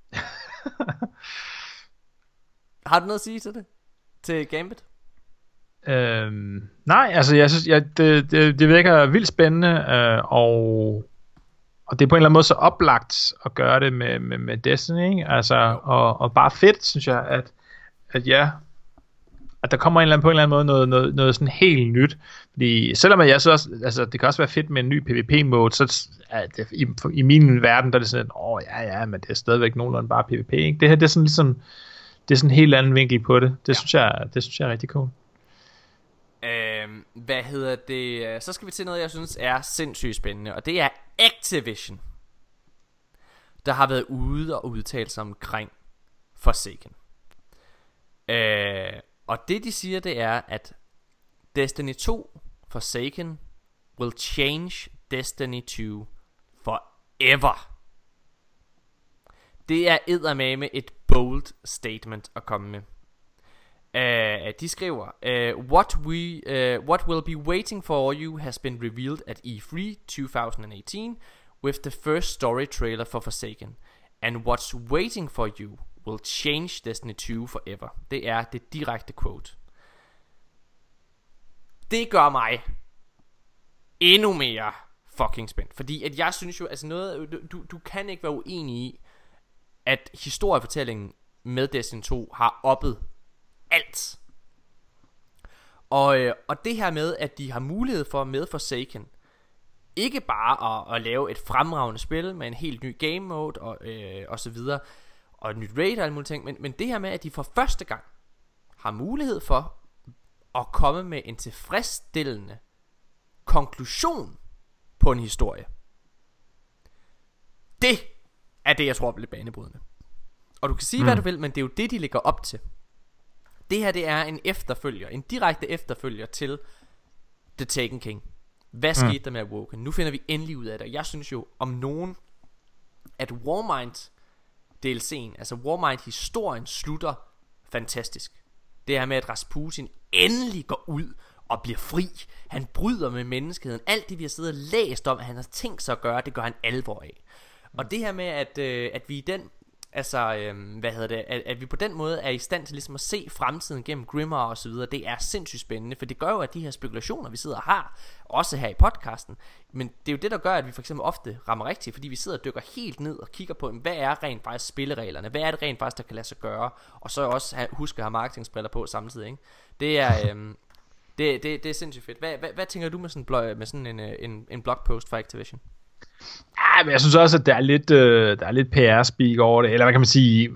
Har du noget at sige til det? Til Gambit? Øhm, nej, altså jeg synes, jeg, det, det, det virker vildt spændende, øh, og og det er på en eller anden måde så oplagt at gøre det med, med, med Destiny, ikke? Altså, og, og bare fedt, synes jeg, at, at ja, at der kommer en eller anden, på en eller anden måde noget, noget, noget sådan helt nyt. Fordi selvom jeg så også, altså det kan også være fedt med en ny PvP-mode, så ja, det, i, i min verden, der er det sådan, åh oh, ja, ja, men det er stadigvæk nogenlunde bare PvP, ikke? Det her, det er sådan ligesom, det er sådan en helt anden vinkel på det. Det, ja. synes jeg, det synes jeg er rigtig cool. Øhm, hvad hedder det? Så skal vi til noget, jeg synes er sindssygt spændende, og det er Activision, der har været ude og udtale sig omkring Forsaken. øh, Og det de siger, det er, at Destiny to Forsaken will change Destiny to forever. Det er eddermame et bold statement at komme med. Uh, de skriver uh, what we uh, what will be waiting for you has been revealed at E three twenty eighteen with the first story trailer for Forsaken, and what's waiting for you will change Destiny to forever. Det er det direkte quote. Det gør mig endnu mere fucking spændt, fordi at jeg synes jo, altså noget, du, du kan ikke være uenig i, at historiefortællingen med Destiny to har oppet alt. Og, øh, og det her med, at de har mulighed for med Forsaken ikke bare at, at lave et fremragende spil med en helt ny game mode og, øh, og så videre, og et nyt raid og alle mulige ting, men, men det her med, at de for første gang har mulighed for at komme med en tilfredsstillende konklusion på en historie. Det er det, jeg tror bliver banebrydende. Og du kan sige, mm. hvad du vil, men det er jo det, de lægger op til. Det her, det er en efterfølger, en direkte efterfølger til The Taken King. Hvad skete mm. der med Awoken? Nu finder vi endelig ud af det. Jeg synes jo om nogen, at Warmind D L C'en, altså Warmind historien, slutter fantastisk. Det her med, at Rasputin endelig går ud og bliver fri. Han bryder med menneskeheden. Alt det vi har siddet og læst om, at han har tænkt sig at gøre, det gør han alvor af. Og det her med, at, øh, at vi i den, altså, øh, hvad hedder det, at, at vi på den måde er i stand til ligesom at se fremtiden gennem Grimoire og så videre, det er sindssygt spændende, for det gør jo, at de her spekulationer, vi sidder og har, også her i podcasten, men det er jo det, der gør, at vi for eksempel ofte rammer rigtigt, fordi vi sidder og dykker helt ned og kigger på, hvad er rent faktisk spillereglerne, hvad er det rent faktisk, der kan lade sig gøre, og så også have, huske at have marketingsbriller på samtidig, ikke? Det er, øh, det, det, det er sindssygt fedt. Hvad, hvad, hvad tænker du med sådan, blog, med sådan en, en, en blogpost for Activision? Ja, men jeg synes også, at der er lidt, øh, der er lidt P R-speak over det, eller hvad kan man sige,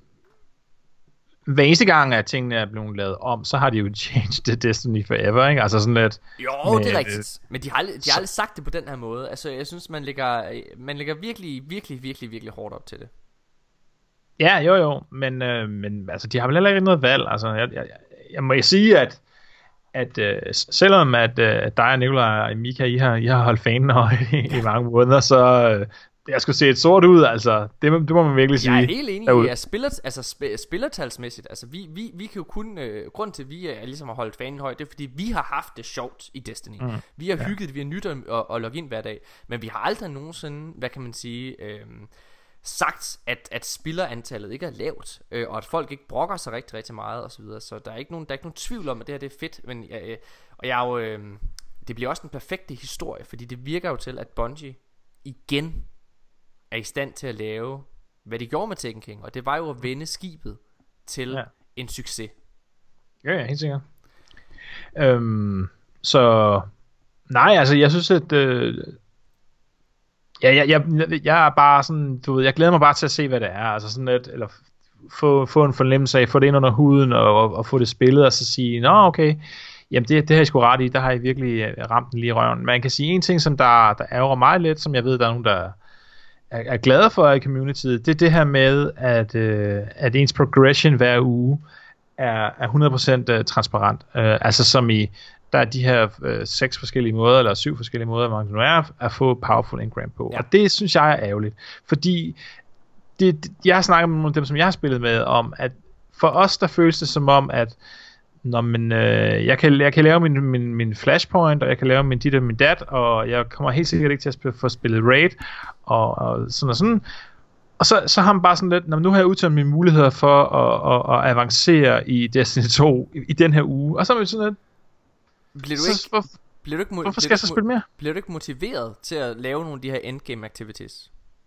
hver eneste gang, at tingene er blevet lavet om, så har de jo changed Destiny forever, ikke? Altså sådan lidt... Jo, med, det er rigtigt, men de har, aldrig, de har aldrig sagt det på den her måde. Altså, jeg synes, man lægger, man lægger virkelig, virkelig, virkelig, virkelig hårdt op til det. Ja, jo jo, men, øh, men altså, de har vel heller ikke noget valg. Altså, jeg, jeg, jeg må sige, at at øh, selvom at øh, dig og Nikolaj og Mika, I har, I har holdt fanen højt i, i mange måneder, så øh, jeg skulle se et sort ud, altså det, det må man virkelig sige. Jeg er helt enig i, at spiller, altså, sp- spillertalsmæssigt, altså vi, vi, vi kan jo kun, øh, grund til at vi er ligesom har holdt fanen højt, det er fordi vi har haft det sjovt i Destiny. Mm. Vi har hygget, ja. Vi har nyt at, at, at logge ind hver dag, men vi har aldrig nogensinde, hvad kan man sige, øh, sagt, at, at spillerantallet ikke er lavt, øh, og at folk ikke brokker sig rigtig, rigtig meget og så videre. Så der er ikke nogen, der er ikke nogen tvivl om, at det her det er fedt. Men øh, og jeg er jo, øh, det bliver også den perfekte historie, fordi det virker jo til, at Bungie igen er i stand til at lave, hvad de gjorde med Taken King, og det var jo at vende skibet til ja. en succes. Ja, ja, helt sikkert. Øhm, så nej, altså jeg synes, at øh, Ja, jeg, jeg, jeg er bare sådan, du ved, jeg glæder mig bare til at se, hvad det er. Altså sådan et, eller få, få en fornemmelse af, få det ind under huden, og, og, og få det spillet, og så sige, nå okay, jamen det, det har jeg sgu ret i, der har jeg virkelig ramt den lige i røven. Man kan sige en ting, som der, der ærger mig lidt, som jeg ved, der er nogen, der er, er glade for i communityet, det er det her med, at, øh, at ens progression hver uge er, er hundrede procent transparent. Øh, altså som i, der er de her øh, seks forskellige måder, eller syv forskellige måder, man nu er, at få powerful engram på. Ja. Og det synes jeg er ærgerligt, fordi det, jeg har snakket med nogle af dem, som jeg har spillet med, om, at for os, der føles det som om, at når man, øh, jeg, kan, jeg kan lave min, min, min flashpoint, og jeg kan lave min dit og min dat, og jeg kommer helt sikkert ikke til at spille, få spillet raid, og, og sådan og sådan. Og så, så har man bare sådan lidt, nu har jeg udtømt mine muligheder for at, at, at avancere i Destiny to i, i den her uge, og så er man sådan lidt, bliver du så, ikke, hvor, bliver du ikke, hvorfor skal jeg så spille mere? Bliver du ikke motiveret til at lave nogle af de her endgame activities?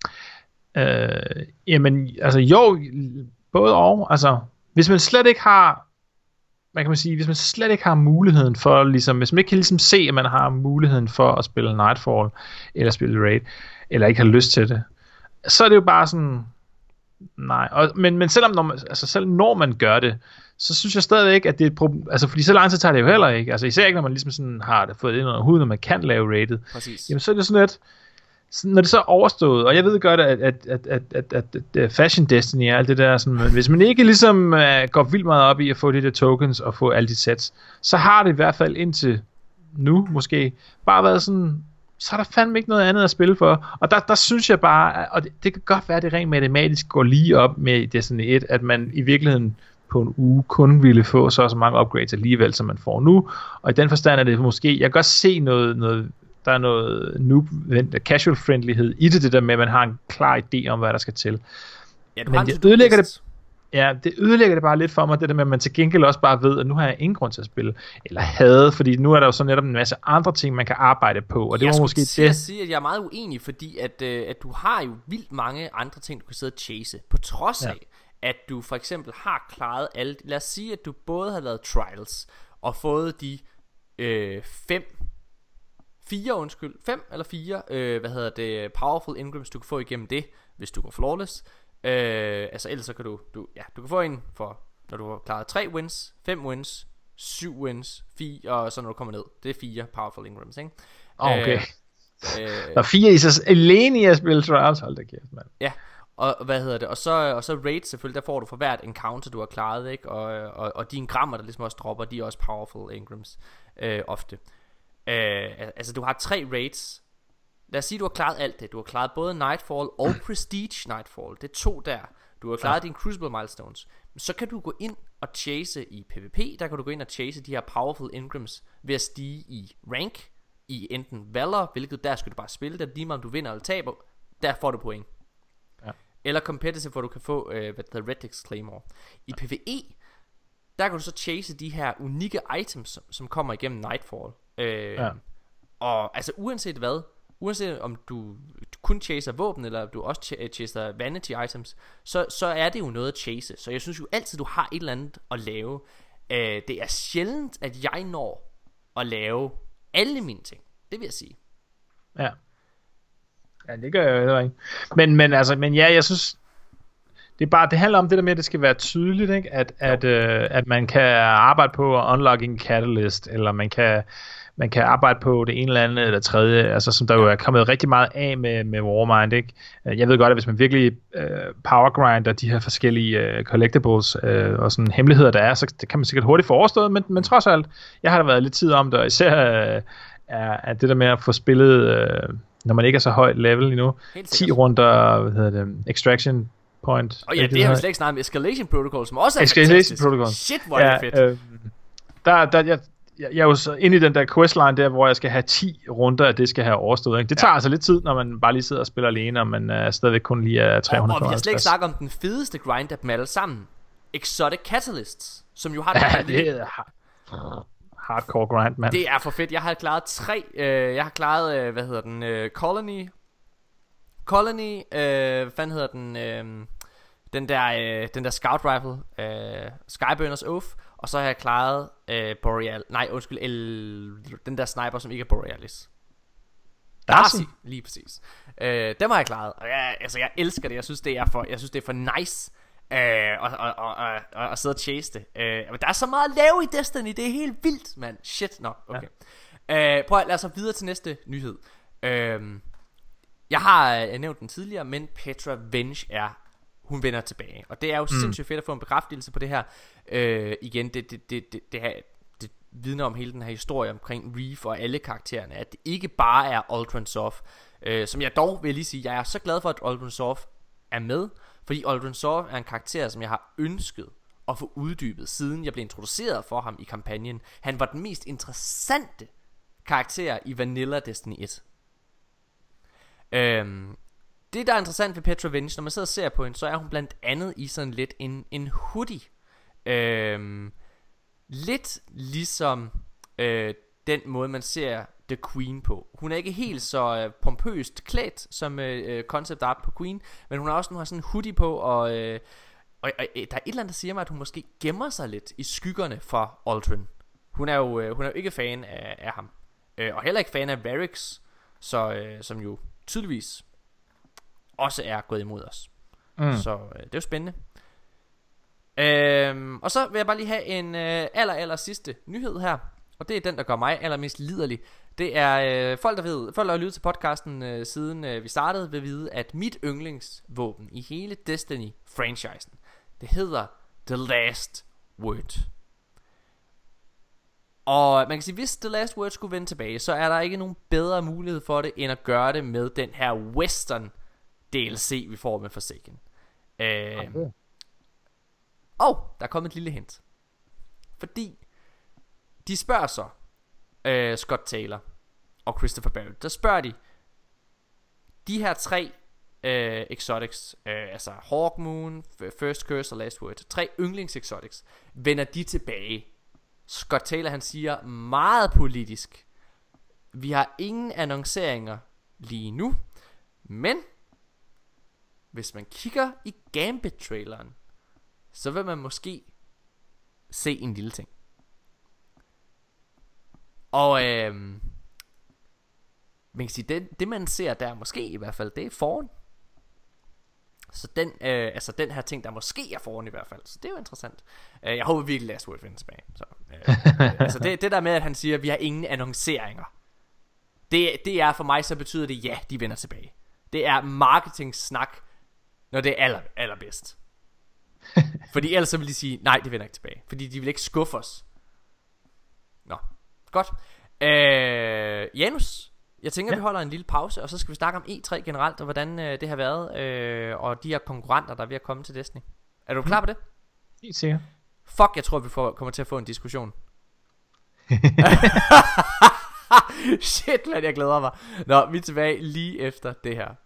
Øh, jamen, altså jo, både og, altså, hvis man slet ikke har, hvad kan man sige, hvis man slet ikke har muligheden for, ligesom, hvis man ikke kan ligesom se, at man har muligheden for at spille Nightfall, eller spille Raid, eller ikke har lyst til det, så er det jo bare sådan, nej, og, men, men selvom når man, altså selv når man gør det, så synes jeg stadigvæk, at det er et problem, altså fordi så lang tid tager det jo heller ikke, altså især ikke, når man ligesom sådan har det fået det ind under huden, når man kan lave Raided, præcis. Jamen så er det sådan lidt, når det så er overstået, og jeg ved godt, at, at, at, at, at, at, at Fashion Destiny og alt det der, sådan, hvis man ikke ligesom uh, går vildt meget op i at få de der tokens og få alle de sets, så har det i hvert fald indtil nu måske bare været sådan, så er der fandme ikke noget andet at spille for. Og der, der synes jeg bare, og det, det kan godt være, at det rent matematisk går lige op med Destiny et, at man i virkeligheden på en uge kun ville få så og så mange upgrades alligevel, som man får nu. Og i den forstand er det måske, jeg kan godt se noget, noget der er noget noob, casual friendlighed i det, det der med, at man har en klar idé om, hvad der skal til. Ja, men det ødelægger det, ja, det ødelægger det bare lidt for mig, det der med, at man til gengæld også bare ved, at nu har jeg ingen grund til at spille, eller havde, fordi nu er der jo så netop en masse andre ting, man kan arbejde på, og det jeg var måske det. Jeg sige, at jeg er meget uenig, fordi at, øh, at du har jo vildt mange andre ting, du kan sidde og chase, på trods af, ja. At du for eksempel har klaret alle, lad os sige, at du både har lavet trials, og fået de øh, fem Fire, undskyld, fem eller fire, øh, hvad hedder det, powerful engrams, du kan få igennem det, hvis du går flawless. Øh, altså ellers så kan du, du, ja, du kan få en for, når du har klaret tre wins, fem wins, syv wins, fire, og så når du kommer ned, det er fire powerful engrams, ikke? Okay. Øh, der er fire i sig alene i at spille trials, hold da kæft, mand. Ja, og hvad hedder det, og så, og så raid selvfølgelig, der får du for hvert encounter, du har klaret, ikke? Og, og, og de engrammer, der ligesom også dropper, de er også powerful engrams, øh, ofte. Uh, altså du har tre raids. Lad os sige du har klaret alt det. Du har klaret både Nightfall og Prestige Nightfall. Det er to der. Du har klaret ja. dine Crucible milestones. Så kan du gå ind og chase i PvP. Der kan du gå ind og chase de her powerful engrams ved at stige i rank, i enten Valor, hvilket der skal du bare spille. Der lige meget om du vinder eller taber, der får du point. Ja. Eller competitive, hvor du kan få uh, hvad der Redix Claymore. I ja. PvE der kan du så chase de her unikke items, som, som kommer igennem Nightfall. Øh, ja. Og altså uanset hvad, uanset om du, du kun chaser våben, eller du også ch- chaser vanity items, så, så er det jo noget at chase. Så jeg synes jo altid du har et eller andet at lave. øh, Det er sjældent at jeg når at lave alle mine ting. Det vil jeg sige. Ja. Ja, det gør jeg jo ikke. Men, men altså, men ja, jeg synes det er bare, det handler om det der med, at det skal være tydeligt, ikke? At, at, øh, at man kan arbejde på at unlock en catalyst, eller man kan, man kan arbejde på det ene eller andet eller tredje, altså som der jo er kommet rigtig meget af med, med Warmind, ikke? Jeg ved godt, at hvis man virkelig øh, powergrinder de her forskellige øh, collectibles øh, og sådan hemmeligheder, der er, så det kan man sikkert hurtigt få overstået, men, men trods alt, jeg har da været lidt tid om det, og især øh, er, er det der med at få spillet, øh, når man ikke er så højt level endnu, ti runder, hvad hedder det, extraction point. Og oh, ja, det har vi slet ikke snakket om. Escalation Protocol, som også er Escalation fantastisk. Protocol. Shit, hvor er det ja, fedt. Øh, der, der, jeg, jeg, jeg er jo så inde i den der questline der, hvor jeg skal have ti runder, at det skal have overstået. Ikke? Det tager ja. altså lidt tid, når man bare lige sidder og spiller alene, og man uh, stadigvæk kun lige er tre hundrede. Og, og vi har slet ikke snakket om den fedeste grind af dem alle sammen. Exotic Catalysts, som jo har den ja, her det er hard, hardcore grind, mand. Det er for fedt. Jeg har klaret tre. Øh, jeg har klaret, øh, hvad hedder den, øh, Colony. Colony, øh, hvad fanden hedder den, øh, den der, øh, den der scout rifle, øh, Skyburners Oath. Og så har jeg klaret øh, Boreal, nej undskyld, el, den der sniper, som ikke er Borealis. Darcy, lige præcis. Øh, dem har jeg klaret. Og jeg, altså, jeg elsker det. Jeg synes, det er for, jeg synes, det er for nice øh, at, at, at, at, at sidde og chase det. Øh, men der er så meget at lave i Destiny. Det er helt vildt, mand. Shit, nå, okay. Ja. Øh, prøv at lade os videre til næste nyhed. Øh, jeg har jeg nævnt den tidligere, men Petra Venj er, hun vender tilbage. Og det er jo mm. sindssygt fedt at få en bekræftelse på det her. Øh, igen, det, det, det, det, det her... vidner om hele den her historie omkring Reef og alle karaktererne, at det ikke bare er Aldrin Soft, øh, som jeg dog vil lige sige, jeg er så glad for, at Aldrin Soft er med, fordi Aldrin Soft er en karakter, som jeg har ønsket at få uddybet, siden jeg blev introduceret for ham i kampagnen. Han var den mest interessante karakter i Vanilla Destiny et. øhm, Det der er interessant ved Petra Venj, når man sidder og ser på hende, så er hun blandt andet i sådan lidt en, en hoodie, øhm, lidt ligesom øh, den måde man ser The Queen på. Hun er ikke helt så øh, pompøst klædt som øh, concept art på Queen, men hun har også nu har sådan en hoodie på, og, øh, og, og der er et eller andet der siger mig, at hun måske gemmer sig lidt i skyggerne for Aldrin. Hun er jo øh, hun er jo ikke fan af, af ham, øh, og heller ikke fan af Varix, så øh, som jo tydeligvis også er gået imod os. Mm. Så øh, det er jo spændende. Øhm, og så vil jeg bare lige have en øh, aller aller sidste nyhed her, og det er den der gør mig allermest liderlig. Det er øh, folk der ved, folk der har lyttet til podcasten øh, siden øh, vi startede, vil vide, at mit yndlingsvåben i hele Destiny franchisen, det hedder The Last Word. Og man kan sige, hvis The Last Word skulle vende tilbage, så er der ikke nogen bedre mulighed for det end at gøre det med den her western D L C vi får med Forsaken. øh, okay. Og der er kommet et lille hint, fordi de spørger så øh, Scott Taylor og Christopher Barrett, der spørger de de her tre øh, exotics, øh, altså Hawkmoon, First Curse og Last Word, tre yndlings exotics, vender de tilbage. Scott Taylor han siger meget politisk: vi har ingen annonceringer lige nu, men hvis man kigger i Gambit-traileren, så vil man måske se en lille ting. Og øh, man kan sige, det, det man ser der måske i hvert fald, det er foran. Så den, øh, altså den her ting der måske er foran i hvert fald. Så det er jo interessant. øh, Jeg håber virkelig Last Word finder tilbage. Så, øh, altså det, det der med at han siger, at vi har ingen annonceringer, det, det er for mig, så betyder det ja, de vender tilbage. Det er marketing-snak, når det er aller, allerbedst. Fordi ellers så vil de sige, nej, det vender ikke tilbage, fordi de vil ikke skuffe os. Nå, godt. øh, Janus, jeg tænker ja. Vi holder en lille pause, og så skal vi snakke om E tre generelt, og hvordan øh, det har været, øh, og de her konkurrenter der er ved at komme til Destiny. Er du klar på det? Helt sikkert. Fuck, jeg tror vi får, kommer til at få en diskussion. Shit, hvad jeg glæder mig. Nå, vi er tilbage lige efter det her.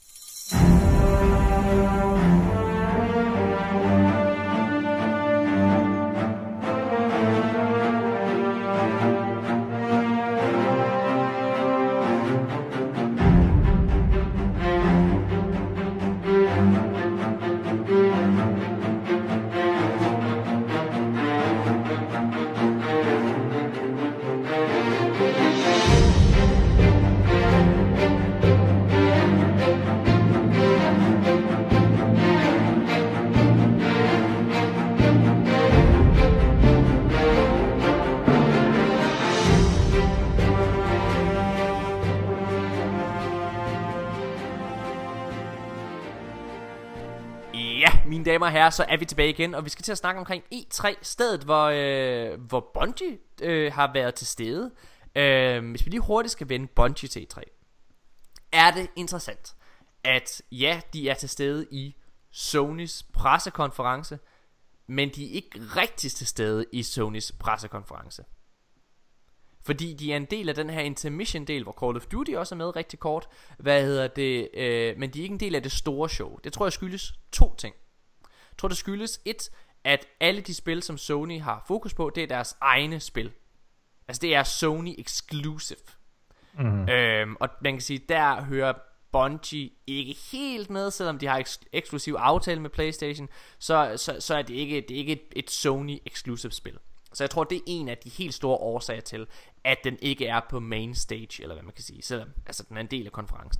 Mine damer og herrer, så er vi tilbage igen, og vi skal til at snakke omkring E tre, stedet hvor, øh, hvor Bungie øh, har været til stede. øh, Hvis vi lige hurtigt skal vende Bungie til E tre, er det interessant, at ja, de er til stede i Sonys pressekonference, men de er ikke rigtig til stede i Sonys pressekonference, fordi de er en del af den her intermission del, hvor Call of Duty også er med rigtig kort. Hvad hedder det? Øh, men de er ikke en del af det store show. Det tror jeg skyldes to ting. Jeg tror det skyldes et, at alle de spil som Sony har fokus på, det er deres egne spil. Altså det er Sony exclusive. Mm. øhm, Og man kan sige, der hører Bungie ikke helt med, selvom de har eks- eksklusiv aftale med PlayStation. Så, så, så er det ikke, det er ikke et, et Sony exclusive spil. Så jeg tror, det er en af de helt store årsager til, at den ikke er på main stage, eller hvad man kan sige, selvom altså, den er en del af konferencen.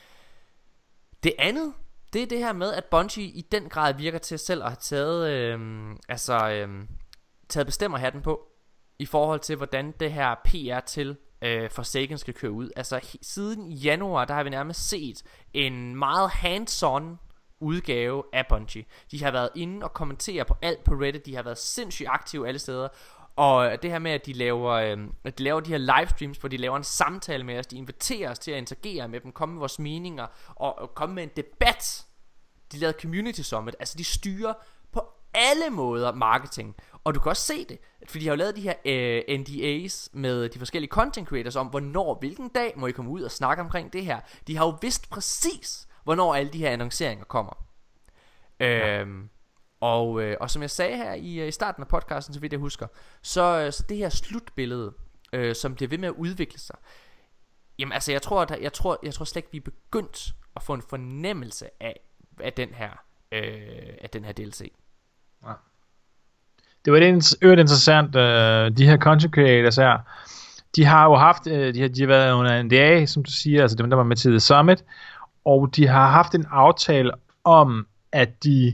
Det andet, det er det her med, at Bungie i den grad virker til selv at have taget, øh, altså, øh, taget bestemmerhatten på, i forhold til, hvordan det her P R til øh, Forsaken skal køre ud. Altså, he- siden januar, der har vi nærmest set en meget hands-on udgave af Bungie. De har været inde og kommentere på alt på Reddit. De har været sindssygt aktive alle steder. Og det her med at de laver øh, at de laver de her livestreams, hvor de laver en samtale med os, de inviterer os til at interagere med dem, komme med vores meninger og, og komme med en debat. De lavede Community Summit. Altså de styrer på alle måder marketing. Og du kan også se det, for de har jo lavet de her øh, N D A's med de forskellige content creators om, hvornår, hvilken dag må I komme ud og snakke omkring det her. De har jo vidst præcis, hvornår alle de her annonceringer kommer. Ja. Øhm, og, øh, og som jeg sagde her i, i starten af podcasten, så vidt jeg husker, så, så det her slutbillede, øh, som bliver ved med at udvikle sig, jamen altså jeg tror, at, jeg tror, jeg tror slet ikke vi er begyndt at få en fornemmelse af, af den her øh, af den her D L C. Ja. Det var det øvrigt interessant, øh, de her content creators her, de har jo haft, øh, de, har, de har været under N D A, som du siger, altså dem der var med til The Summit, og de har haft en aftale om, at de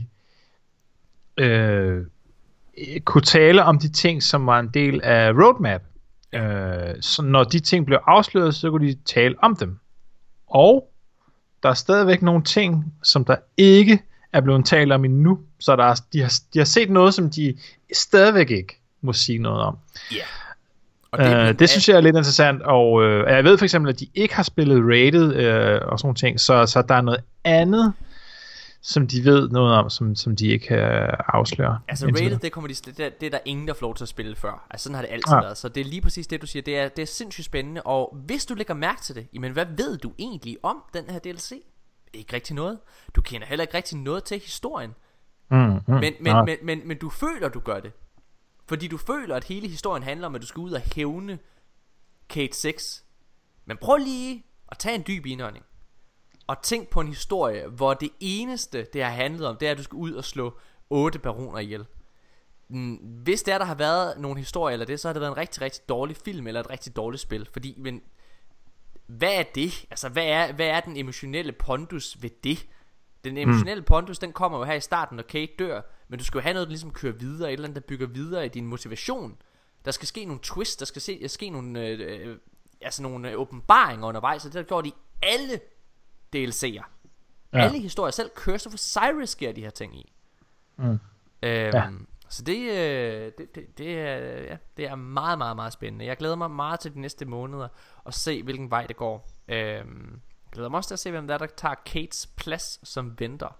øh, kunne tale om de ting, som var en del af roadmap. Øh, så når de ting blev afsløret, så kunne de tale om dem. Og der er stadigvæk nogle ting, som der ikke er blevet talt om endnu, så der er, de, har, de har set noget, som de stadigvæk ikke må sige noget om. Ja. Yeah. Og det, øh, det synes jeg er lidt interessant, og øh, jeg ved for eksempel, at de ikke har spillet Rated øh, og sådan nogle ting, så, så der er noget andet, som de ved noget om, som, som de ikke kan afsløre. Altså Rated, det, kommer de, det, det er der ingen, der får lov til at spille før. Altså sådan har det altid ja. været. Så det er lige præcis det, du siger. Det er, det er sindssygt spændende, og hvis du lægger mærke til det, jamen hvad ved du egentlig om den her D L C? Ikke rigtig noget. Du kender heller ikke rigtig noget til historien. Mm, mm, men, men, ja. men, men, men du føler, du gør det. Fordi du føler, at hele historien handler om, at du skal ud og hævne Cayde seks. Men prøv lige at tage en dyb indånding og tænk på en historie, hvor det eneste, det har handlet om, det er, at du skal ud og slå otte baroner ihjel. Hvis der, der har været nogle historier eller det, så har det været en rigtig, rigtig dårlig film eller et rigtig dårligt spil. Fordi, men hvad er det? Altså, hvad er, hvad er den emotionelle pondus ved det? Den emotionelle mm. pondus, den kommer jo her i starten, når Cayde dør. Men du skal jo have noget, der ligesom kører videre, et eller andet, der bygger videre i din motivation. Der skal ske nogle twists, der skal se, ske nogle, øh, altså nogle åbenbaringer undervejs, og det har gjort i alle D L C'er. Ja. Alle historier, selv Curse of Osiris sker de her ting i. Mm. Øhm, ja. Så det, øh, det, det, det, er, ja, det er meget, meget, meget spændende. Jeg glæder mig meget til de næste måneder og se, hvilken vej det går. Øhm, jeg glæder mig også til at se, hvem der er, der tager Caydes plads som venter.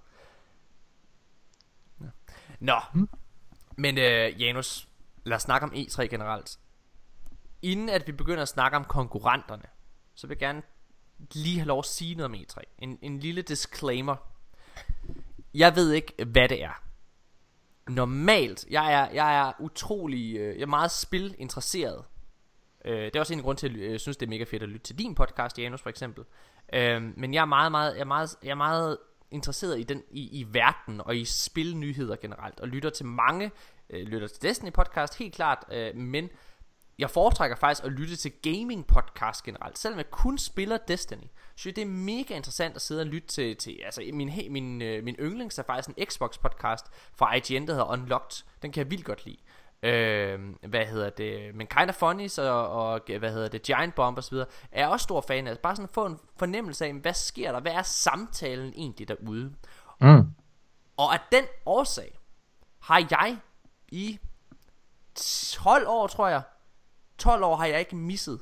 Ja. Nå, mm. men øh, Janus, lad os snakke om E tre generelt. Inden at vi begynder at snakke om konkurrenterne, så vil jeg gerne lige have lov at sige noget om E tre. En, en lille disclaimer. Jeg ved ikke, hvad det er. Normalt, jeg er, jeg er utrolig, jeg er meget spilinteresseret. øh, Det er også en grund til, at jeg synes, det er mega fedt at lytte til din podcast, Janus, for eksempel. øh, Men jeg er meget, meget, jeg er meget, jeg er meget interesseret i, den, i, i verden og i spilnyheder generelt, og lytter til mange, øh, lytter til Destiny podcast, helt klart, øh, men jeg foretrækker faktisk at lytte til gaming podcast generelt. Selvom jeg kun spiller Destiny, så det er mega interessant at sidde og lytte til, til altså min, min, øh, min yndlings er faktisk en Xbox podcast fra I G N, der hedder Unlocked. Den kan jeg vildt godt lide. øh, Hvad hedder det, men Kinda Funnies og, og hvad hedder det, Giant Bomb og så videre er jeg også stor fan af. Bare sådan at få en fornemmelse af, hvad sker der, hvad er samtalen egentlig derude. mm. Og af den årsag har jeg i tolv år, tror jeg tolv år har jeg ikke misset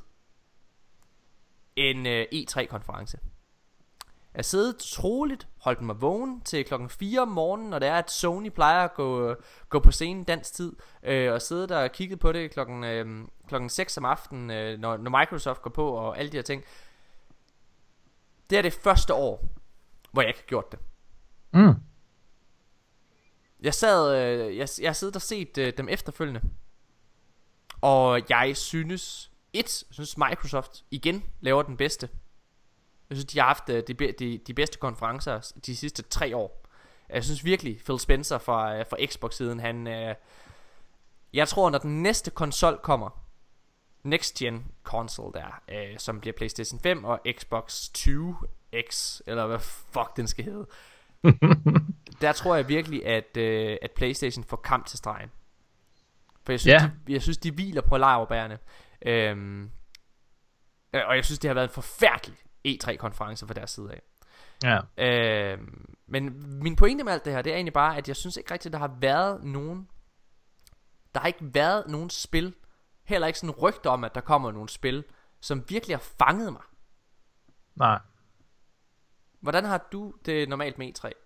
en øh, E tre konference. Jeg har siddet troligt, holdt mig vågen til klokken fire om morgenen, når det er, at Sony plejer at gå, øh, gå på scenen dansk tid, øh, og sidde der og kigge på det klokken, øh, klokken seks om aftenen, øh, når, når Microsoft går på, og alle de her ting. Det er det første år, hvor jeg ikke har gjort det. Mm. Jeg sad, øh, jeg, jeg har siddet og set øh, dem efterfølgende, og jeg synes, et, jeg synes Microsoft igen laver den bedste. Jeg synes, de har haft de, de, de bedste konferencer de sidste tre år. Jeg synes virkelig, Phil Spencer fra, fra Xbox-siden, han, Jeg tror, når den næste konsol kommer, next gen console der, øh, som bliver PlayStation fem og Xbox tyve X, eller hvad fuck den skal hedde, der tror jeg virkelig, at, øh, at PlayStation får kamp til stregen. For jeg synes, Ja. de, jeg synes de hviler på laurbærrene. øhm, Og jeg synes det har været en forfærdelig E tre konference fra deres side af. Ja. øhm, Men min pointe med alt det her, det er egentlig bare, at jeg synes ikke rigtigt, der har været nogen Der har ikke været nogen spil, heller ikke sådan rygter om, at der kommer nogle spil, som virkelig har fanget mig. Nej. Hvordan har du det normalt med E tre?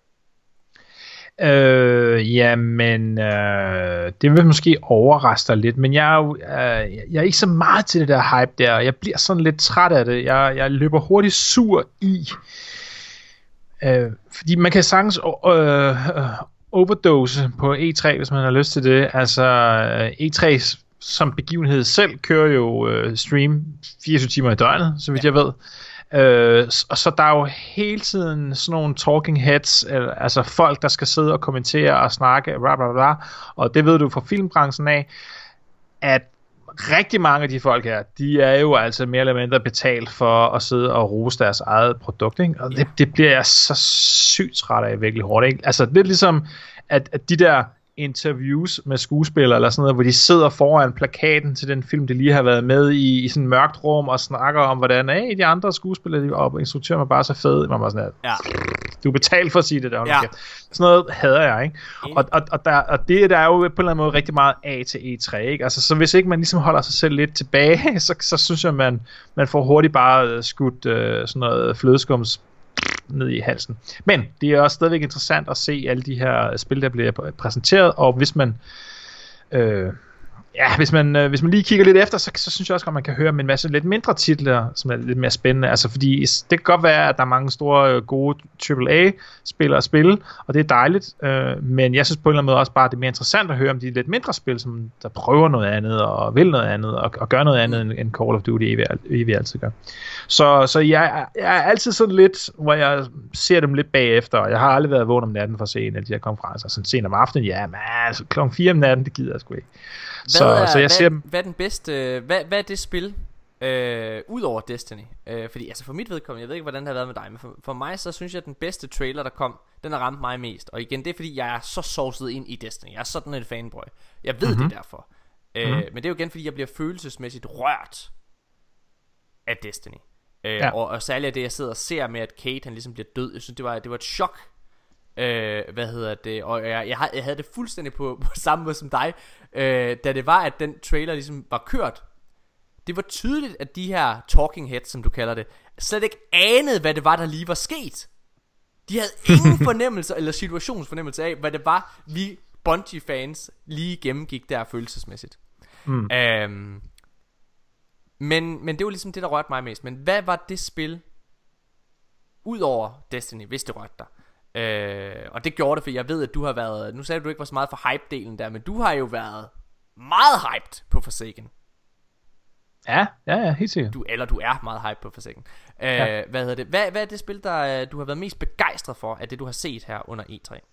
Øh, jamen, øh, det vil måske overraske dig lidt, men jeg er jo øh, jeg er ikke så meget til det der hype der, jeg bliver sådan lidt træt af det, jeg, jeg løber hurtigt sur i, øh, fordi man kan sagtens øh, øh, overdose på E tre, hvis man har lyst til det. Altså, E tre som begivenhed selv kører jo øh, stream fireogtyve timer i døgnet, så vidt ja. jeg ved. Øh, og så der er jo hele tiden sådan nogle talking heads, øh, altså folk, der skal sidde og kommentere og snakke, bla bla bla, og det ved du fra filmbranchen af, at rigtig mange af de folk her, de er jo altså mere eller mindre betalt for at sidde og rose deres eget produkt, ikke? Og det, det bliver jeg så sygt træt af virkelig hårdt, ikke? Altså lidt ligesom, at, at de der interviews med skuespillere eller sådan noget, hvor de sidder foran plakaten til den film, de lige har været med i, i sådan et mørkt rum og snakker om, hvordan hey, de andre skuespillere og instruktører var bare så fede. Man var sådan her, Ja. du er betalt for at sige det der. Ja. Sådan noget hader jeg, ikke? Og, og, og, der, og det der er jo på en eller anden måde rigtig meget A til E tre, ikke? Altså, så hvis ikke man ligesom holder sig selv lidt tilbage, så, så synes jeg, man, man får hurtigt bare skudt øh, sådan noget flødeskums ned i halsen. Men det er også stadigvæk interessant at se alle de her spil, der bliver præsenteret, og hvis man øh, ja, hvis man, øh, hvis man lige kigger lidt efter, så, så synes jeg også, at man kan høre om en masse lidt mindre titler, som er lidt mere spændende. Altså, fordi det kan godt være, at der er mange store, gode triple A-spil at spille, og det er dejligt, øh, men jeg synes på en eller anden måde også bare, at det er mere interessant at høre om de lidt mindre spil, som der prøver noget andet, og vil noget andet, og, og gør noget andet, end, end Call of Duty evigt altid gør. Så, så jeg, jeg er altid sådan lidt, hvor jeg ser dem lidt bagefter, og jeg har aldrig været vågen om natten for at se en af de her konferencer. Sådan sent om aftenen, ja, men altså, klokken fire om natten, det gider jeg sgu ikke. Hvad Så, er, så jeg hvad, ser hvad er den bedste, hvad, hvad er det spil, øh, ud over Destiny? Øh, fordi altså for mit vedkommende, jeg ved ikke, hvordan det har været med dig, men for, for mig, så synes jeg, at den bedste trailer, der kom, den har ramt mig mest. Og igen, det er fordi, jeg er så sovset ind i Destiny. Jeg er sådan en fanboy. Jeg ved mm-hmm. det derfor. Øh, mm-hmm. Men det er jo igen, fordi jeg bliver følelsesmæssigt rørt af Destiny. Øh, ja. og, og særligt af det, jeg sidder og ser med, at Kate, han ligesom bliver død. Jeg synes, det var, det var et chok. Øh, hvad hedder det? Og jeg, jeg, havde, jeg havde det fuldstændig på, på samme måde som dig, øh, da det var, at den trailer ligesom var kørt. Det var tydeligt, at de her talking heads, som du kalder det, slet ikke anede, hvad det var, der lige var sket. De havde ingen fornemmelse eller situationsfornemmelse af, hvad det var, vi Bungie-fans lige gennemgik der følelsesmæssigt. Mm. øhm, men, men det var ligesom det, der rørte mig mest. Men hvad var det spil ud over Destiny, hvis det rørte dig? Øh, og det gjorde det, for jeg ved, at du har været, nu sagde du ikke var så meget for hype-delen der, men du har jo været meget hyped på Forsaken. Ja, ja, ja, helt sikkert. Du, eller du er meget hyped på Forsaken. øh, Ja. Hvad hedder det? Hvad, hvad er det spil, der du har været mest begejstret for, af det du har set her under E tre?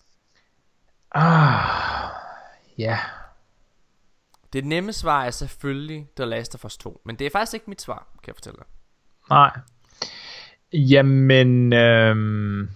Ah, ja. Det nemme svar er selvfølgelig The Last of Us to, men det er faktisk ikke mit svar, kan jeg fortælle dig. Nej. Jamen, øhm...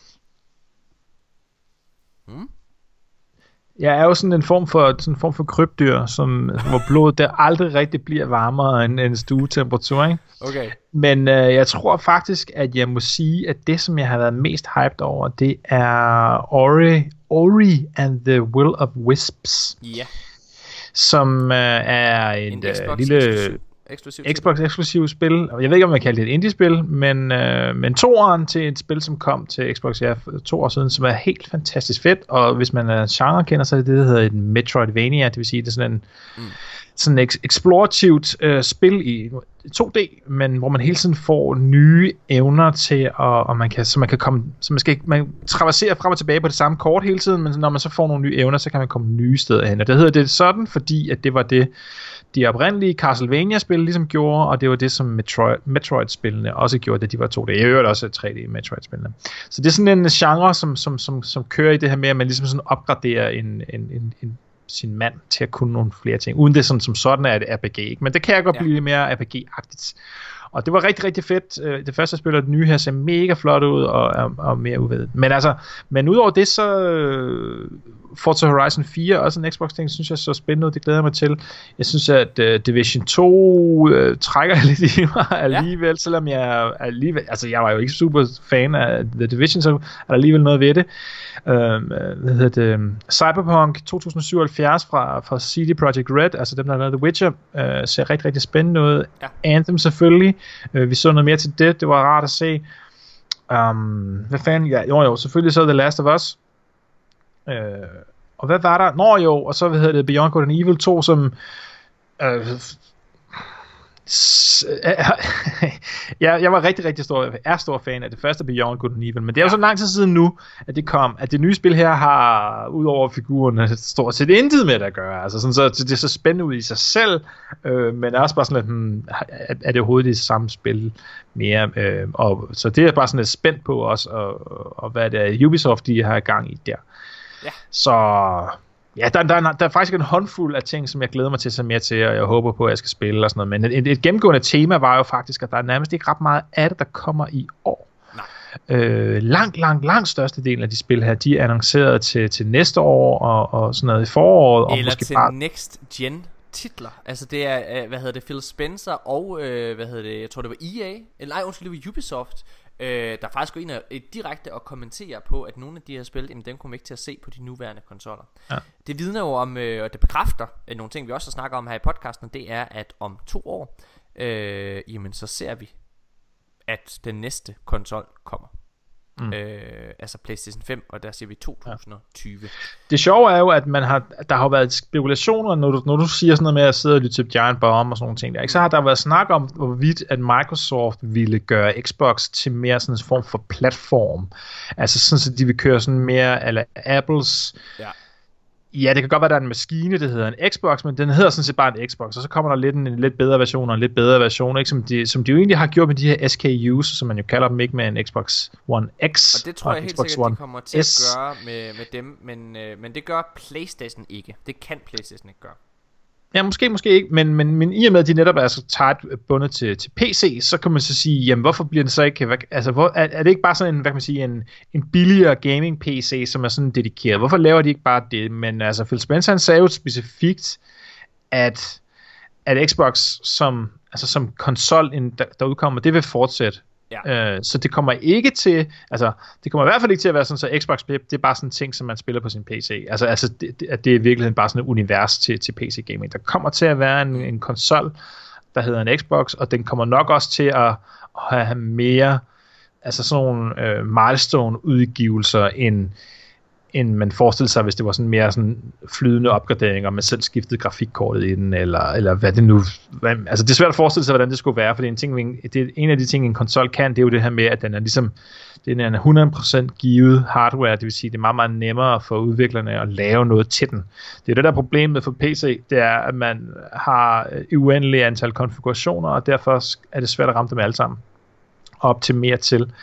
Hmm? jeg er jo sådan en form for sådan en form for krybdyr, som hvor blodet der aldrig rigtig bliver varmere end en stuetemperatur, ikke? Okay. Men øh, jeg tror faktisk, at jeg må sige, at det, som jeg har været mest hyped over, det er Ori, Ori and the Will of Wisps, Ja. som øh, er en, En øh, Xbox lille eksklusiv, eksklusiv Xbox eksklusiv spil. Jeg ved ikke, om man kalder det et indie-spil, men, øh, men toeren til et spil, som kom til Xbox ja, for to år siden, som er helt fantastisk fedt, og hvis man er genre-kender, så er det det, der hedder et Metroidvania, det vil sige, det er sådan en mm. sådan et eksplorativt øh, spil i to D, men hvor man hele tiden får nye evner til, og, og man kan, så man kan komme, så man skal man traverserer frem og tilbage på det samme kort hele tiden, men når man så får nogle nye evner, så kan man komme nye steder hen, og det hedder det sådan, fordi at det var det, de oprindelige Castlevania-spil ligesom gjorde, og det var det, som Metroid, Metroid-spillene også gjorde, da de var to D. Jeg hørte også tre D Metroid-spillene. Så det er sådan en genre, som, som, som, som kører i det her med, at man ligesom sådan opgraderer en, en, en, en sin mand til at kunne nogle flere ting, uden det sådan, som sådan er et R P G, ikke? Men det kan jeg godt ja. blive lidt mere R P G-agtigt. Og det var rigtig, rigtig fedt. Det første spil, og det nye her, ser mega flot ud, og og, og mere uvædet. Men altså, men udover det, så uh, Forza Horizon fire, også en Xbox-ting, synes jeg så spændende ud, det glæder jeg mig til. Jeg synes, at uh, Division to uh, trækker lidt i mig alligevel, ja. Selvom jeg alligevel, altså jeg var jo ikke super fan af The Division, så er der alligevel noget ved det. Uh, hvad hedder det? Cyberpunk tyve syvoghalvfjerds fra, fra C D Projekt Red, altså dem, der har lavet The Witcher, uh, ser rigtig, rigtig spændende ud. Ja. Anthem selvfølgelig. Uh, vi så noget mere til det, det var rart at se. Um, hvad fanden? Ja, jo, jo, selvfølgelig så The Last of Us. Uh, og hvad var der? Nå jo, og så hvad hedder det Beyond Good and Evil to, som uh, jeg, jeg var rigtig, rigtig stor, er stor fan af det første Beyond Good and Evil, men det er jo så lang tid siden nu, at det kom, at det nye spil her har, udover figurerne, stort set intet med det at gøre, altså sådan, så det er så spændende ud i sig selv, øh, men også bare sådan lidt, hmm, er det overhovedet det samme spil mere, øh, og så det er bare sådan lidt spændt på også, og, og hvad det er Ubisoft, de har i gang i der. Ja. Så ja, der, der, der, der er faktisk en håndfuld af ting, som jeg glæder mig til at se mere til, og jeg håber på, at jeg skal spille og sådan noget. Men et, et gennemgående tema var jo faktisk, at der er nærmest ikke ret meget af det, der kommer i år. Nej. Øh, langt, langt, langt størstedelen af de spil her, de er annonceret til, til næste år og, og sådan noget i foråret. Og eller måske til bare next gen titler. Altså det er, hvad hedder det, Phil Spencer og, øh, hvad hedder det, jeg tror det var E A, eller nej, undskyld, det var Ubisoft, øh, der faktisk går ind og, direkte og kommenterer på, at nogle af de her spil, jamen dem kommer ikke til at se på de nuværende konsoller. Ja. Det vidner jo om, øh, og det bekræfter øh, nogle ting, vi også har snakket om her i podcasten, det er, at om to år, øh, jamen så ser vi, at den næste konsol kommer. Mm. Øh, altså PlayStation fem, og der siger vi to tusind og tyve. Ja. Det sjove er jo, at man har, der har været spekulationer, når du, når du siger sådan noget med at sidde og lytte til Giant Bomb og sådan nogle ting der, ikke? Så har der været snak om, hvorvidt at Microsoft ville gøre Xbox til mere sådan en form for platform. Altså sådan, så de vil køre sådan mere eller Apples. Ja. Ja, det kan godt være, der er en maskine, der hedder en Xbox, men den hedder sådan set bare en Xbox, og så kommer der lidt en, en lidt bedre version og en lidt bedre version, ikke? Som, de, som de jo egentlig har gjort med de her S K U's, som man jo kalder dem, ikke, med en Xbox One X. Og det tror og jeg helt Xbox sikkert, One de kommer til S. at gøre med, med dem, men, øh, men det gør PlayStation ikke. Det kan PlayStation ikke gøre. Ja, måske, måske ikke, men, men, men i og med, at de netop er så tight bundet til, til P C, så kan man så sige, jamen hvorfor bliver det så ikke, altså hvor, er, er det ikke bare sådan en, hvad kan man sige, en, en billigere gaming P C, som er sådan dedikeret? Hvorfor laver de ikke bare det? Men altså, Phil Spencer, han sagde jo specifikt, at, at Xbox som, altså som konsol, der, der udkommer, det vil fortsætte. Ja. Øh, så det kommer ikke til, altså det kommer i hvert fald ikke til at være sådan, så Xbox det er bare sådan en ting, som man spiller på sin P C. Altså, altså det, det, at det er i virkeligheden bare sådan et univers til, til P C gaming. Der kommer til at være en, en konsol, der hedder en Xbox, og den kommer nok også til at, at have mere, altså sådan nogle øh, milestone udgivelser end end man forestillede sig, hvis det var sådan mere sådan flydende opgraderinger, med selv skiftet grafikkortet i den, eller, eller hvad det nu... Hvad, altså det er svært at forestille sig, hvordan det skulle være, for det er en, ting, det er en af de ting, en konsol kan, det er jo det her med, at den er ligesom, den er hundrede procent givet hardware, det vil sige, det er meget, meget nemmere for udviklerne at lave noget til den. Det er det der problem med for P C, det er, at man har et uendeligt antal konfigurationer, og derfor er det svært at ramme dem alle sammen og optimere til.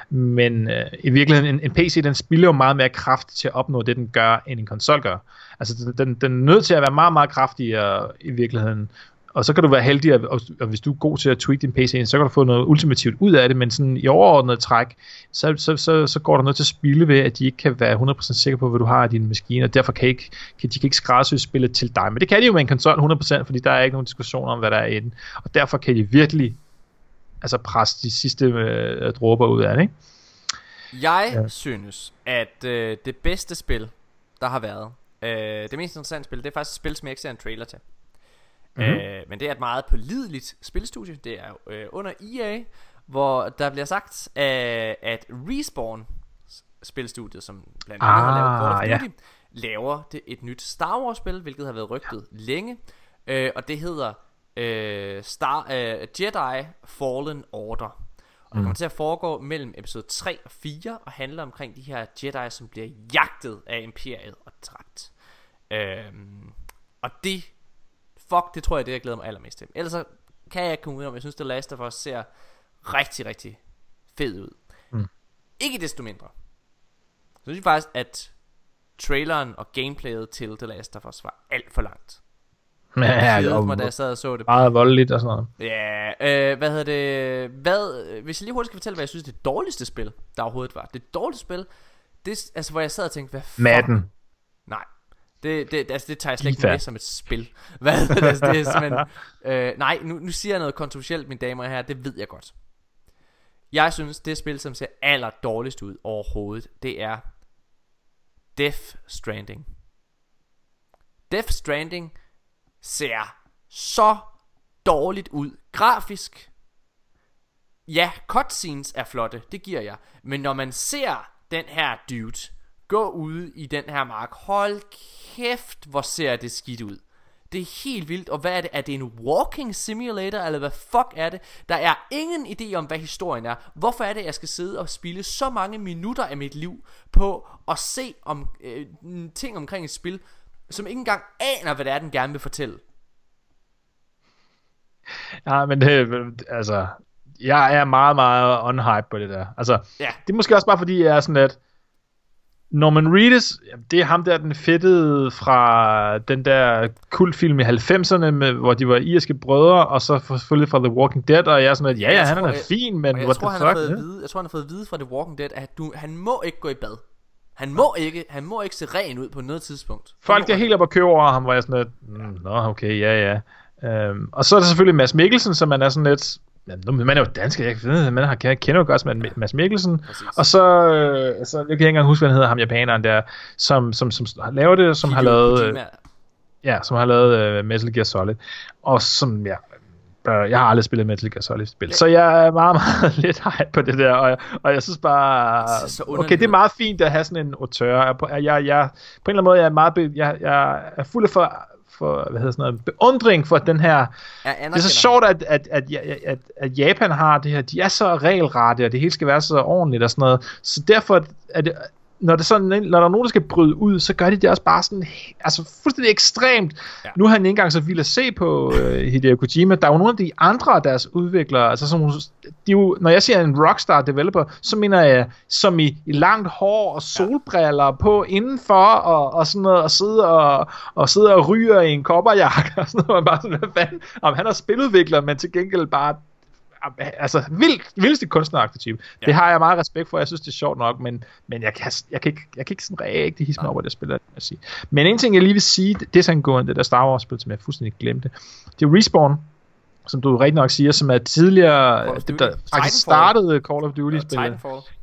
Men øh, i virkeligheden, en, en P C, den spilder jo meget mere kraft til at opnå det, den gør, end en konsol gør. Altså, den, den er nødt til at være meget, meget kraftigere i virkeligheden. Og så kan du være heldig, og, og hvis du er god til at tweak din P C, så kan du få noget ultimativt ud af det, men sådan i overordnet træk, så, så, så, så går der noget til at spille ved, at de ikke kan være hundrede procent sikre på, hvad du har i din maskine, og derfor kan, ikke, kan de kan ikke skræddersy spillet til dig. Men det kan de jo med en konsol hundrede procent, fordi der er ikke nogen diskussion om, hvad der er i den. Og derfor kan de virkelig altså presse de sidste øh, dråber ud af det, ikke? Jeg ja. synes, at øh, det bedste spil, der har været, øh, det mest interessante spil, det er faktisk et spil, som jeg ikke ser en trailer til. Mm-hmm. Øh, men det er et meget pålideligt spilstudie. Det er øh, under E A, hvor der bliver sagt, øh, at Respawn spilstudiet, som blandt andet ah, har lavet Call of Duty, ja. laver det et nyt Star Wars spil, hvilket har været rygtet ja. længe, øh, og det hedder øh, Star, øh, Jedi Fallen Order. Og det kommer til at foregå mellem episode tre og fire og handler omkring de her Jedi, som bliver jagtet af Imperiet og dræbt. Øhm, og det, fuck, det tror jeg, det jeg glæder mig allermest til. Ellers så kan jeg ikke komme ud om, jeg synes, The Last of Us ser rigtig, rigtig fed ud. Mm. Ikke desto mindre. Så synes jeg faktisk, at traileren og gameplayet til The Last of Us var alt for langt. Ja, Jeg det kedede var mig, da jeg sad og så det. meget voldeligt og sådan noget. Ja, øh, hvad hedder det? Hvad, hvis jeg lige hurtigt skal fortælle, hvad jeg synes det dårligste spil, der overhovedet var. Det dårligste spil, det, altså hvor jeg sad og tænkte, hvad fuck? Madden. Nej, det, det, altså, det tager jeg slet ikke med som et spil. Hvad? altså, det er simpelthen, øh, nej, nu, nu siger jeg noget kontroversielt, mine damer og herrer, det ved jeg godt. Jeg synes, det spil, som ser aller dårligst ud overhovedet, det er Death Stranding. Death Stranding ser så dårligt ud grafisk. Ja, cutscenes er flotte, det giver jeg. Men når man ser den her dude gå ude i den her mark, hold kæft, hvor ser det skidt ud. Det er helt vildt. Og hvad er det? Er det en walking simulator, eller hvad fuck er det? Der er ingen idé om, hvad historien er. Hvorfor er det, jeg skal sidde og spille så mange minutter af mit liv på at se om øh, ting omkring et spil, som ikke engang aner, hvad det er, den gerne vil fortælle? Ja, men det, altså, jeg er meget, meget on-hype på det der. Altså, ja. Det er måske også bare fordi, jeg er sådan lidt, Norman Reedus, det er ham der, den fedtede fra den der kultfilm i halvfemserne, med, hvor de var irske brødre, og så selvfølgelig fra The Walking Dead, og jeg er sådan lidt, ja, ja, han er fin, men jeg what tror, the han fuck? Har fået vide, jeg tror, han har fået at vide fra The Walking Dead, at du, han må ikke gå i bad. Han må ikke, han må ikke se ren ud på noget tidspunkt. Folk er helt op at købe over ham, hvor jeg sådan lidt, mm, nå, okay, ja, ja. Øhm, og så er der selvfølgelig Mads Mikkelsen, som man er sådan lidt, ja, man er jo dansk, jeg ved, man har, jeg kender jo godt med Mads Mikkelsen, præcis. Og så, øh, så jeg kan ikke engang huske, hvad han hedder, ham japaneren der, som, som, som laver det, som Hideo har lavet, øh, ja, som har lavet uh, Metal Gear Solid, og som, ja, jeg har aldrig spillet Metal Gear Solid spil, så jeg er meget, meget lidt hype på det der, og jeg, og jeg synes bare, okay, det er meget fint at have sådan en auteur, jeg, jeg, jeg, på en eller anden måde, jeg er meget, jeg, jeg er fuld af for, for, hvad hedder sådan noget, beundring for den her. Det er så sjovt, at, at, at, at, at Japan har det her, de er så regelrette, og det hele skal være så ordentligt og sådan noget, så derfor er det, når, det sådan, når der er nogen, der skal bryde ud, så gør de det også bare sådan, altså fuldstændig ekstremt. Ja. Nu er han ikke engang så vild at se på uh, Hideo Kojima. Der er jo nogle af de andre af deres udviklere, altså som, de jo, når jeg siger en rockstar developer, så mener jeg, som i, i langt hår og solbriller ja. På indenfor, og, og sådan noget, og sidde og, og sidde og ryger i en kopperjakke, og sådan noget, bare sådan, hvad fanden, om han er spiludvikler, men til gengæld bare altså vildt, vildeste kunstneragtig type. Ja. Det har jeg meget respekt for. Jeg synes det er sjovt nok, men men jeg kan jeg kan ikke jeg kan ikke sådan rigtig hisse mig over det spiller, at sige. Men en ting jeg lige vil sige, det, det er sådan gående det der Star Wars spil, som jeg fuldstændig glemte. Det er Respawn, som du rigtig nok siger, som er tidligere det, der faktisk startede Call of Duty spillet.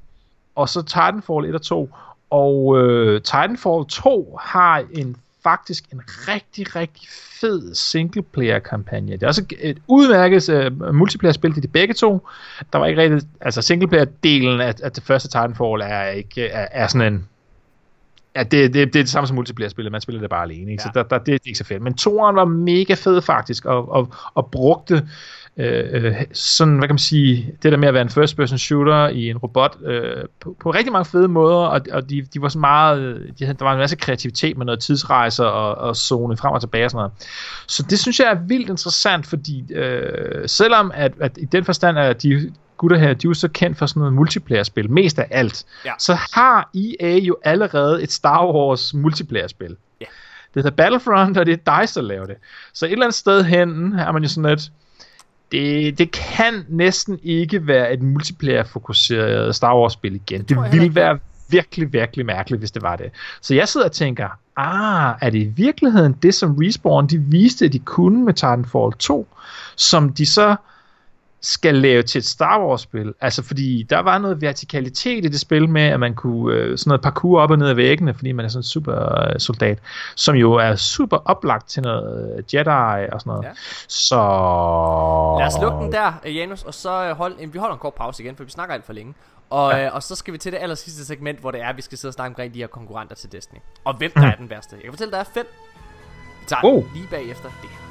Og så Titanfall et og to. Og øh, Titanfall to har en faktisk en rigtig, rigtig fed singleplayer-kampagne. Det er også et udmærket uh, multiplayer-spil til de begge to. Der var ikke rigtig, altså singleplayer-delen af, af det første Titanfall er ikke er, er sådan en, ja, det, det, det er det samme som multiplayer-spillet, man spiller det bare alene, ikke? Ja. Så der, der, det er ikke så fedt. Men toeren var mega fed faktisk, og, og, og brugte Øh, sådan, hvad kan man sige, det der med at være en first person shooter i en robot øh, på, på rigtig mange fede måder, og, og de, de var så meget, de havde, der var en masse kreativitet med noget tidsrejser og, og zone frem og tilbage og sådan noget. Så det synes jeg er vildt interessant, fordi øh, selvom at, at i den forstand er de gutter her, de er jo så kendt for sådan noget multiplayer-spil, mest af alt, ja. Så har E A jo allerede et Star Wars multiplayer-spil. Ja. Det hedder Battlefront, og det er DICE, der laver det. Så et eller andet sted hen er man jo sådan lidt, Det, det kan næsten ikke være et multiplayer-fokuseret Star Wars-spil igen. Det, det ville være virkelig, virkelig mærkeligt, hvis det var det. Så jeg sidder og tænker, ah, er det i virkeligheden det, som Respawn de viste, at de kunne med Titanfall to, som de så skal lave til et Star Wars-spil? Altså, fordi der var noget vertikalitet i det spil med, at man kunne øh, sådan noget parkour op og ned ad væggene, fordi man er sådan en super øh, soldat, som jo er super oplagt til noget Jedi og sådan noget. Ja. Så... Lad os lukke den der, Janus, og så hold, vi holder en kort pause igen, for vi snakker alt for længe. Og, ja. øh, og så skal vi til det aller sidste segment, hvor det er, vi skal sidde og snakke omkring de her konkurrenter til Destiny. Og hvem der mm. er den værste. Jeg kan fortælle, der er fem. Vi tager oh. den lige bagefter det her.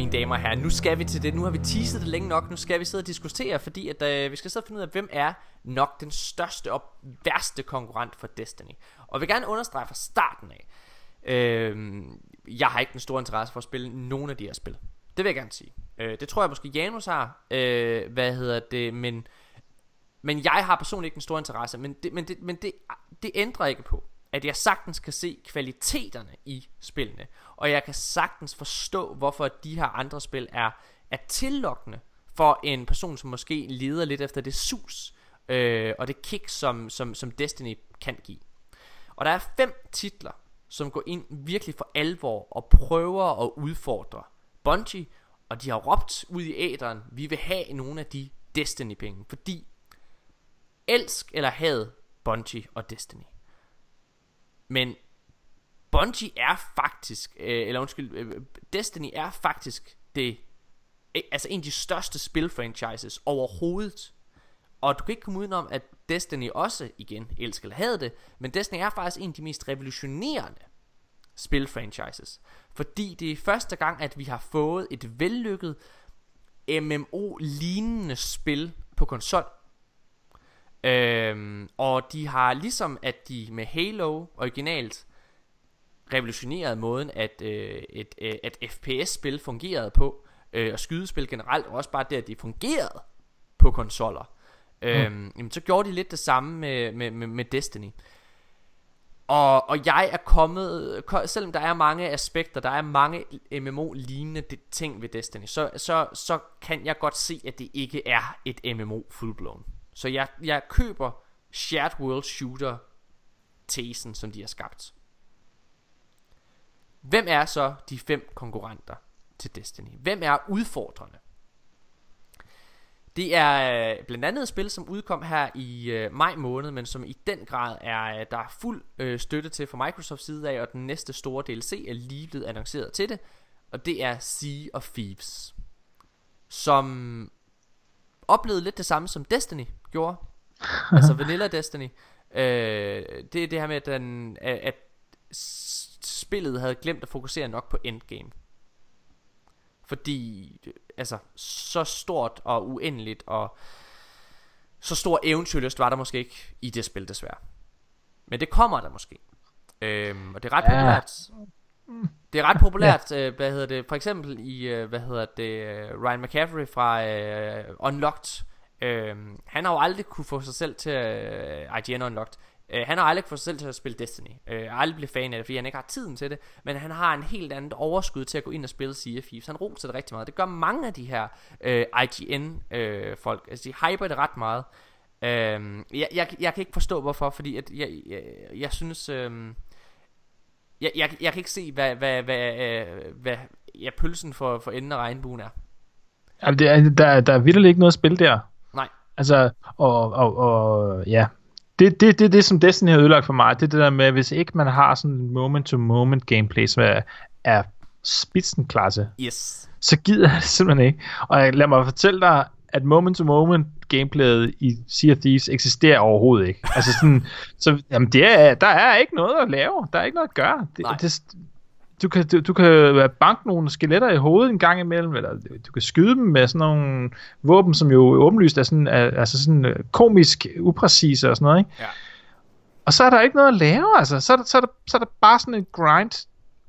mine damer og herrer, nu skal vi til det. Nu har vi teaset det længe nok. Nu skal vi sidde og diskutere, fordi at, øh, vi skal sidde og finde ud af, hvem er nok den største og værste konkurrent for Destiny. Og jeg vil gerne understrege fra starten af, øh, jeg har ikke den store interesse for at spille nogen af de her spil. Det vil jeg gerne sige. øh, Det tror jeg måske Janus har. øh, Hvad hedder det, men Men jeg har personligt ikke den store interesse. Men det, men det, men det, det ændrer ikke på, at jeg sagtens kan se kvaliteterne i spillene. Og jeg kan sagtens forstå, hvorfor de her andre spil er, er tillokkende for en person, som måske leder lidt efter det sus øh, og det kick, som, som, som Destiny kan give. Og der er fem titler, som går ind virkelig for alvor og prøver at udfordre Bungie. Og de har råbt ud i æteren, vi vil have nogle af de Destiny-penge. Fordi elsk eller had Bungie og Destiny. Men Bungie er faktisk øh, Eller undskyld øh, Destiny er faktisk det øh, altså en af de største spilfranchises overhovedet. Og du kan ikke komme udenom at Destiny også, igen, elsk eller had det, men Destiny er faktisk en af de mest revolutionerende spilfranchises. Fordi det er første gang at vi har fået et vellykket M M O-lignende spil på konsol. Øhm, og de har ligesom at de med Halo originalt revolutioneret måden at, øh, et, øh, at F P S-spil fungerede på, øh, og skydespil generelt, og også bare det at de fungerede på konsoller. mm. øhm, jamen, så gjorde de lidt det samme med, med, med, med Destiny. Og, og jeg er kommet, selvom der er mange aspekter, der er mange M M O-lignende ting ved Destiny, så, så, så kan jeg godt se at det ikke er et M M O fullblown. Så jeg, jeg køber Shared World Shooter tesen, som de har skabt. Hvem er så de fem konkurrenter til Destiny? Hvem er udfordrende? Det er blandt andet et spil, som udkom her i øh, maj måned, men som i den grad er der er fuld øh, støtte til fra Microsofts side af, og den næste store D L C er lige blevet annonceret til det, og det er Sea of Thieves, som oplevede lidt det samme som Destiny gjorde. Altså Vanilla Destiny. øh, Det er det her med at, den, at spillet havde glemt at fokusere nok på endgame. Fordi altså så stort og uendeligt og så stor eventyrlyst var der måske ikke i det spil, desværre. Men det kommer der måske. øhm, Og det er ret ja. populært. Det er ret populært, ja. øh, hvad hedder det, for eksempel i øh, hvad hedder det, øh, Ryan McCaffrey fra øh, Unlocked. øh, Han har jo aldrig kunne få sig selv til øh, I G N Unlocked. øh, Han har aldrig kunne få sig selv til at spille Destiny. øh, Jeg har aldrig blevet fan af det, fordi han ikke har tiden til det. Men han har en helt andet overskud til at gå ind og spille Sea of Thieves. Han roser det rigtig meget. Det gør mange af de her øh, I G N øh, folk. Altså de hyper det ret meget. øh, jeg, jeg, jeg kan ikke forstå hvorfor. Fordi at jeg, jeg, jeg synes øh, Jeg, jeg, jeg kan ikke se, hvad, hvad, hvad, hvad, hvad ja, pølsen for, for enden af regnbuen er. Altså, det er, der, der er virkelig ikke noget spil der. Nej. Altså, og, og, og ja. Det, det, det, det, som Destiny har ødelagt for mig, det er det der med, hvis ikke man har sådan en moment-to-moment gameplay, som er, er spidsenklasse, yes. så gider jeg det simpelthen ikke. Og lad mig fortælle dig, at moment-to-moment gameplayet i Sea of Thieves eksisterer overhovedet ikke. Altså sådan, så jamen det er, der er ikke noget at lave. Der er ikke noget at gøre. Det, det, du, kan, du, du kan banke nogle skeletter i hovedet en gang imellem, eller du kan skyde dem med sådan nogle våben, som jo åbenlyst er sådan, altså sådan komisk upræcise og sådan noget, ikke? Ja. Og så er der ikke noget at lave, altså. Så er der, så er der, så er der bare sådan en grind.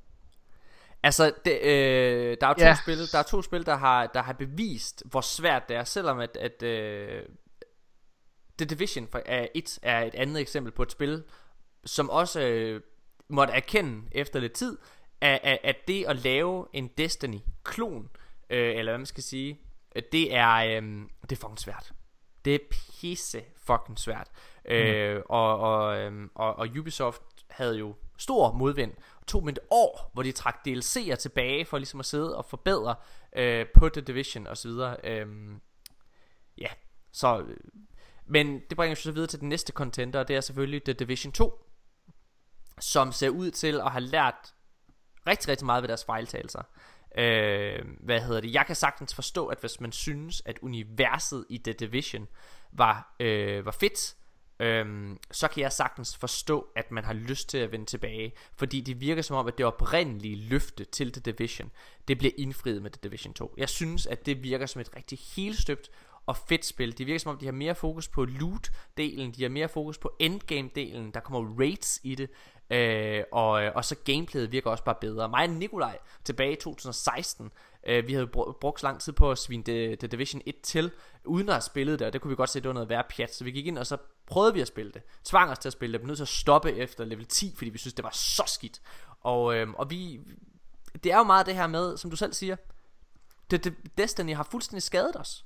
Altså det, øh, der er to ja. spil, der er to spil, der har der har bevist hvor svært det er, selvom at at øh, The Division er et er et andet eksempel på et spil, som også øh, måtte erkende efter lidt tid, at, at, at det at lave en Destiny-klon, øh, eller hvad man skal sige, det er øh, det er fucking svært. Det er pisse fucking svært. Mm. Øh, og, og, øh, og, og Ubisoft havde jo stor modvind, og tog med et år, hvor de trak D L C'er tilbage for ligesom at sidde og forbedre øh, på The Division og så videre. øhm, Ja, så men det bringer os så videre til den næste contender, og det er selvfølgelig The Division to, som ser ud til at have lært rigtig rigtig meget ved deres fejltagelser. øh, Hvad hedder det? Jeg kan sagtens forstå, at hvis man synes at universet i The Division var, øh, var fedt, øhm, så kan jeg sagtens forstå, at man har lyst til at vende tilbage, fordi det virker som om, at det oprindelige løfte til The Division, det bliver indfriet med The Division to. Jeg synes, at det virker som et rigtig helstøbt og fedt spil. Det virker som om, de har mere fokus på loot-delen, de har mere fokus på endgame-delen, der kommer raids i det, øh, og, og så gameplayet virker også bare bedre. Mig og Nikolaj tilbage i to tusind og seksten, øh, vi havde br- brugt så lang tid på at svine The, The Division et til, uden at have spillet det, og det kunne vi godt se, det var noget værre pjat. Så vi gik ind, og så prøvede vi at spille det, tvang os til at spille det, blev nødt til at stoppe efter level ti, fordi vi synes det var så skidt. Og, øh, og vi, det er jo meget det her med, som du selv siger, det, det, Destiny har fuldstændig skadet os.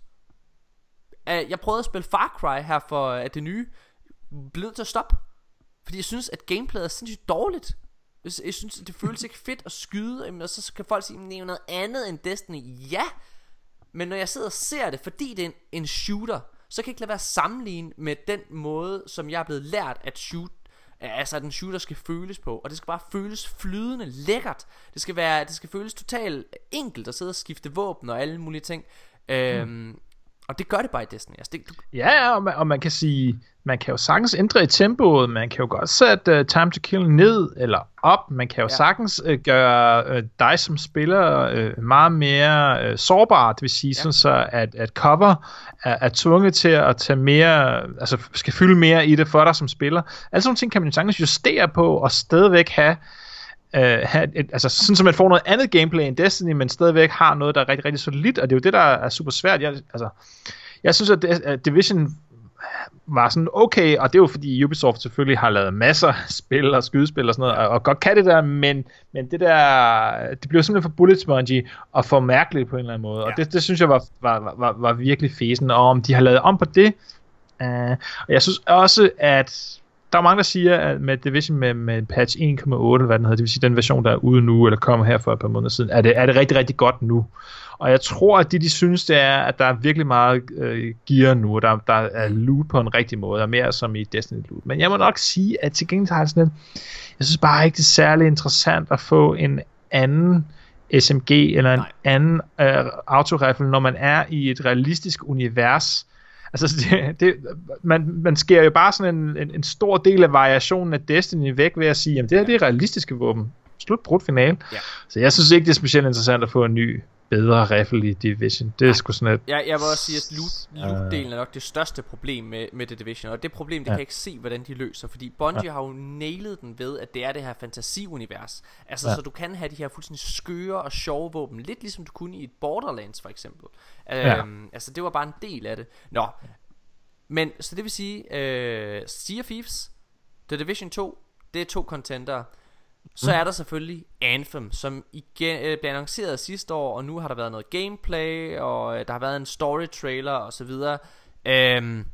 Jeg prøvede at spille Far Cry her for at det nye, blev nødt til at stoppe, fordi jeg synes at gameplayet er sindssygt dårligt. Jeg synes at det føles ikke fedt at skyde, og så kan folk sige, at det er noget andet end Destiny. Ja, men når jeg sidder og ser det, fordi det er en, en shooter, så kan jeg ikke lade være sammenligne med den måde, som jeg er blevet lært at shoot, altså at en shooter skal føles på. Og det skal bare føles flydende lækkert. Det skal være, det skal føles totalt enkelt at sidde og skifte våben og alle mulige ting. mm. øhm, Og det gør det bare i Destiny, altså, det, du... Ja, og man, og man kan sige, man kan jo sagtens ændre i tempoet. Man kan jo godt sætte uh, time to kill ned eller op. Man kan jo ja. sagtens uh, gøre uh, dig som spiller uh, meget mere uh, sårbar. Det vil sige ja. sådan så at, at cover er, er tvunget til at tage mere, altså skal fylde mere i det for dig som spiller. Alle sådan nogle ting kan man jo sagtens justere på og stadigvæk have Uh, have et, altså sådan som man får noget andet gameplay end Destiny, men stadigvæk har noget der er rigtig rigtig solidt, og det er jo det der er super svært. Jeg, altså, jeg synes at, at Division var sådan okay, og det er jo fordi Ubisoft selvfølgelig har lavet masser af spil og skydespil og sådan noget, og, og godt kan det der, men, men det der, det blev simpelthen for bullet spongy og for mærkeligt på en eller anden måde, ja. Og det, det synes jeg var, var, var, var virkelig fesen, og om de har lavet om på det, uh, og jeg synes også at der er mange, der siger, at med Division med, med patch en komma otte, hvad den hedder, det vil sige den version, der er ude nu, eller kommer her for et par måneder siden, er det, er det rigtig, rigtig godt nu. Og jeg tror, at det, de synes, det er, at der er virkelig meget øh, gear nu, og der, der er loot på en rigtig måde, og mere som i Destiny loot. Men jeg må nok sige, at til gengæld har jeg sådan lidt, jeg synes bare ikke, det er særlig interessant at få en anden S M G, eller en Nej. anden øh, autorifle, når man er i et realistisk univers. Altså, det, det, man, man skærer jo bare sådan en, en, en stor del af variationen af Destiny væk ved at sige, jamen det her det er realistiske våben. Slut brudt finale. Ja. Så jeg synes ikke, det er specielt interessant at få en ny, bedre riffle i Division. Det er sgu sådan et... Ja, jeg vil også sige, at loot, loot-delen er nok det største problem med, med The Division. Og det problem, det ja. kan jeg ikke se, hvordan de løser. Fordi Bungie ja. har jo nailet den ved, at det er det her fantasiunivers. Altså, ja. så du kan have de her fuldstændig skøre og sjove våben. Lidt ligesom du kunne i et Borderlands, for eksempel. Ja. Øhm, altså, det var bare en del af det. Nå. Men, så det vil sige, uh, Sea of Thieves, The Division to, det er to contender. Så er der selvfølgelig Anthem, som igen øh, blev annonceret sidste år, og nu har der været noget gameplay, og øh, der har været en story trailer og så videre. Øhm,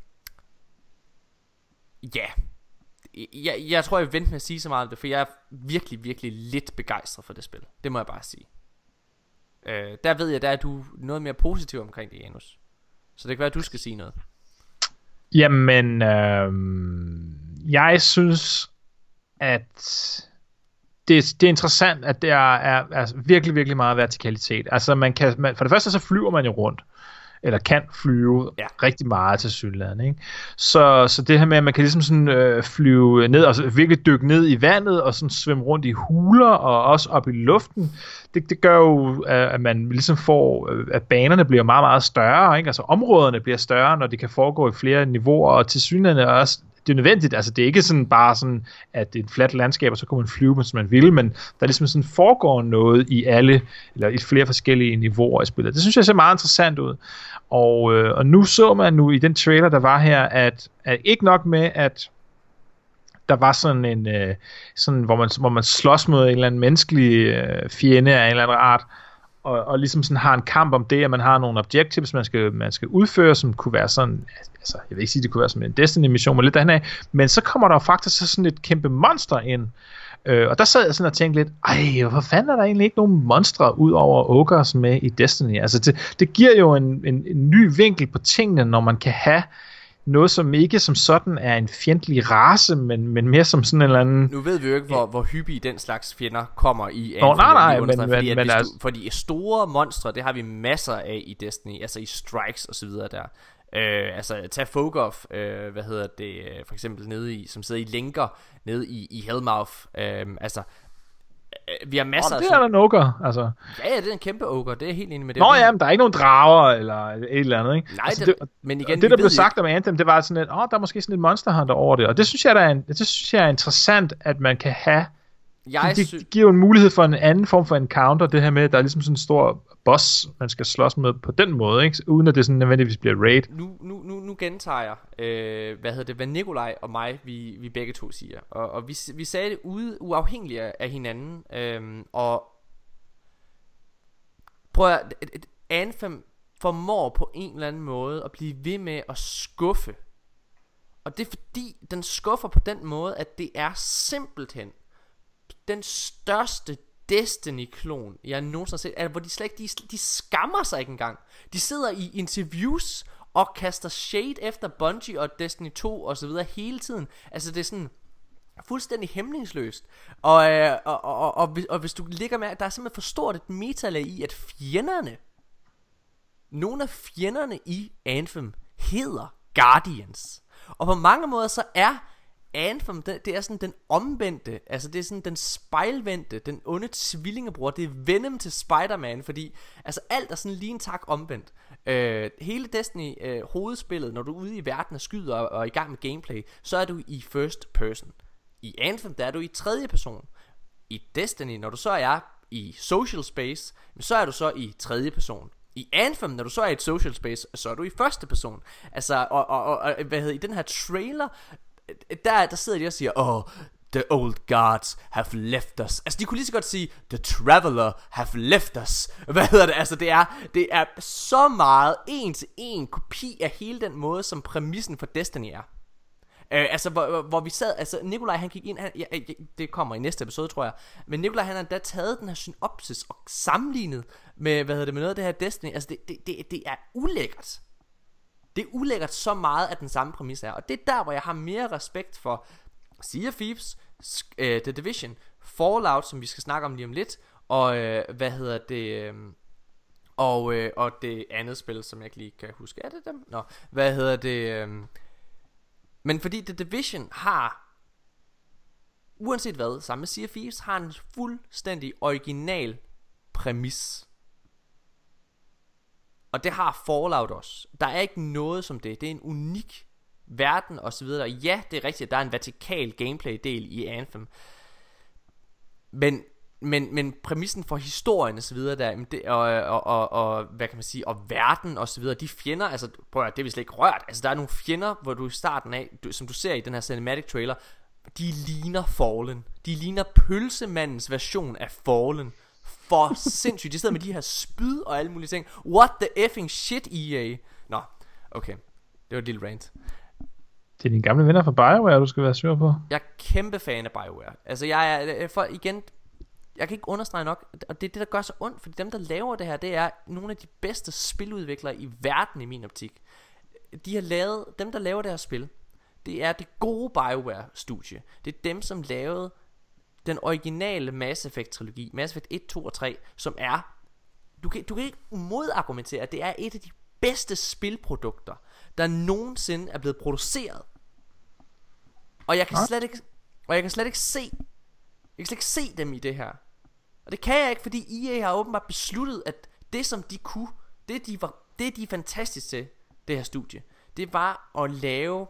ja, jeg, jeg tror jeg vil vente med at sige så meget om det, for jeg er virkelig, virkelig lidt begejstret for det spil. Det må jeg bare sige. øh, Der ved jeg, der er du noget mere positiv omkring det, Janus. Så det kan være, at du skal sige noget. Jamen øh, jeg synes at Det, det er interessant, at der er, er virkelig, virkelig meget vertikalitet. Altså man kan, man, for det første så flyver man jo rundt, eller kan flyve ja. rigtig meget til sydlandet, ikke? Så, så det her med, at man kan ligesom sådan øh, flyve ned, og altså virkelig dykke ned i vandet, og sådan svømme rundt i huler, og også op i luften, det, det gør jo, at man ligesom får, at banerne bliver meget, meget større, ikke? Altså områderne bliver større, når de kan foregå i flere niveauer, og til sydlandet også. Det er nødvendigt, altså det er ikke sådan bare sådan, at det er et fladt landskab, og så kan man flyve, som man vil, men der ligesom sådan foregår noget i alle, eller i flere forskellige niveauer i spillet. Det synes jeg ser meget interessant ud. Og, øh, og nu så man nu i den trailer, der var her, at, at ikke nok med, at der var sådan en, øh, sådan, hvor, man, hvor man slås mod en eller anden menneskelig øh, fjende af en eller anden art, Og, og ligesom sådan har en kamp om det, at man har nogle objectives, man skal, man skal udføre, som kunne være sådan, altså jeg vil ikke sige, det kunne være som en Destiny-mission, men lidt derhen af, men så kommer der jo faktisk sådan et kæmpe monster ind, øh, og der sad jeg sådan og tænkte lidt, ej, hvorfor fanden er der egentlig ikke nogen monstre ud over ogres med i Destiny? Altså det, det giver jo en, en, en ny vinkel på tingene, når man kan have noget, som ikke som sådan er en fjendtlig race, men, men mere som sådan en eller anden... Nu ved vi jo ikke, hvor, hvor hyppige den slags fjender kommer i. Nå, nej, nej, men... Fordi, men, men altså... fordi store monstre, det har vi masser af i Destiny, altså i strikes og så videre der. Øh, altså tag Fogoff, øh, hvad hedder det, øh, for eksempel nede i, som sidder i lænker nede i, i Hellmouth. Øh, altså, øh, vi har masser oh, af... det er der en ogre, altså. Ja, ja, det er en kæmpe ogre, det er helt enig med det. Nå ja, men der er ikke nogen drager eller et eller andet, ikke? Nej, altså, det, det, men igen, det der blev ikke. sagt om Anthem, det var sådan et, åh, oh, der er måske sådan et Monster Hunter over det, og det synes jeg, der er en, det synes jeg er interessant, at man kan have. Jeg det, sy- det giver jo en mulighed for en anden form for encounter, det her med, at der er ligesom sådan en stor boss, man skal slås med på den måde, ikke? Uden at det sådan nødvendigvis bliver raid. Nu, nu, nu, nu gentager jeg, øh, hvad hedder det, hvad Nikolaj og mig, vi, vi begge to siger. Og, og vi, vi sagde det ude, uafhængigt af, af hinanden. Øh, og prøv at, et, et Anthem formår på en eller anden måde at blive ved med at skuffe. Og det er fordi, den skuffer på den måde, at det er simpelthen den største Destiny-klon, jeg nogensinde har set, altså, hvor de slet ikke, de, de skammer sig ikke engang. De sidder i interviews og kaster shade efter Bungie og Destiny to og så videre hele tiden. Altså det er sådan fuldstændig hæmningsløst. Og, øh, og, og, og, og, og hvis du ligger med, der er simpelthen for stort et metalag i, at fjenderne, nogle af fjenderne i Anthem hedder Guardians. Og på mange måder så er Anthem, det, det er sådan den omvendte, altså det er sådan den spejlvendte, den onde tvillingebror, det er Venom til Spider-Man, fordi altså alt er sådan lige en tak omvendt. øh, Hele Destiny øh, hovedspillet, når du er ude i verden og skyder og, og er i gang med gameplay, så er du i first person. I Anthem, der er du i tredje person. I Destiny, når du så er i social space, så er du så i tredje person. I Anthem, når du så er i et social space, så er du i første person. Altså, og, og, og, og hvad hedder i den her trailer, Der, der sidder de og siger, oh, the old gods have left us. Altså de kunne lige så godt sige, the traveler have left us. Hvad hedder det? Altså det er, det er så meget en til en kopi af hele den måde, som præmissen for Destiny er. Uh, altså hvor, hvor vi sad, altså Nikolaj han gik ind, han, ja, ja, det kommer i næste episode tror jeg, men Nikolaj han har da taget den her synopsis og sammenlignet med, hvad hedder det, med noget af det her Destiny. Altså det, det, det, det er ulækkert. Det er ulækkert så meget, at den samme præmis er. Og det er der, hvor jeg har mere respekt for Sea of Thieves, uh, The Division, Fallout, som vi skal snakke om lige om lidt, og uh, hvad hedder det, um, og, uh, og det andet spil, som jeg ikke lige kan huske. Er det dem? Nå, hvad hedder det? Um, men fordi The Division har, uanset hvad, sammen med Sea of Thieves, har en fuldstændig original præmis. Og det har Fallout også. Der er ikke noget som det. Det er en unik verden og så videre. Ja, det er rigtigt, at der er en vertikal gameplay del i Anthem. Men men men præmissen for historien og så videre der, det, og, og, og, og hvad kan man sige, og verden og så videre, de fjender, altså prøv at det er vi slet ikke rørt. Altså der er nogle fjender, hvor du i starten af, du, som du ser i den her cinematic trailer, de ligner Fallen. De ligner pølsemandens version af Fallen. For sindssygt. De sidder med de her spyd og alle mulige ting. What the effing shit, E A. Nå, okay. Det var et lille rant. Det er dine gamle venner fra BioWare, du skal være sur på. Jeg er kæmpe fan af BioWare. Altså jeg er, for igen, jeg kan ikke understrege nok, og det er det der gør så ondt, fordi dem der laver det her, det er nogle af de bedste spiludviklere i verden i min optik. De har lavet, dem der laver det her spil, det er det gode BioWare studie. Det er dem som lavede den originale Mass Effect trilogi, Mass Effect et, to og tre, som er, du kan, du kan ikke modargumentere, at det er et af de bedste spilprodukter, der nogensinde er blevet produceret. Og jeg kan slet ikke, og jeg kan slet ikke se, jeg kan slet ikke se dem i det her. Og det kan jeg ikke, fordi E A har åbenbart besluttet, at det som de kunne, det de var, det de er fantastisk til, det her studie, det var at lave,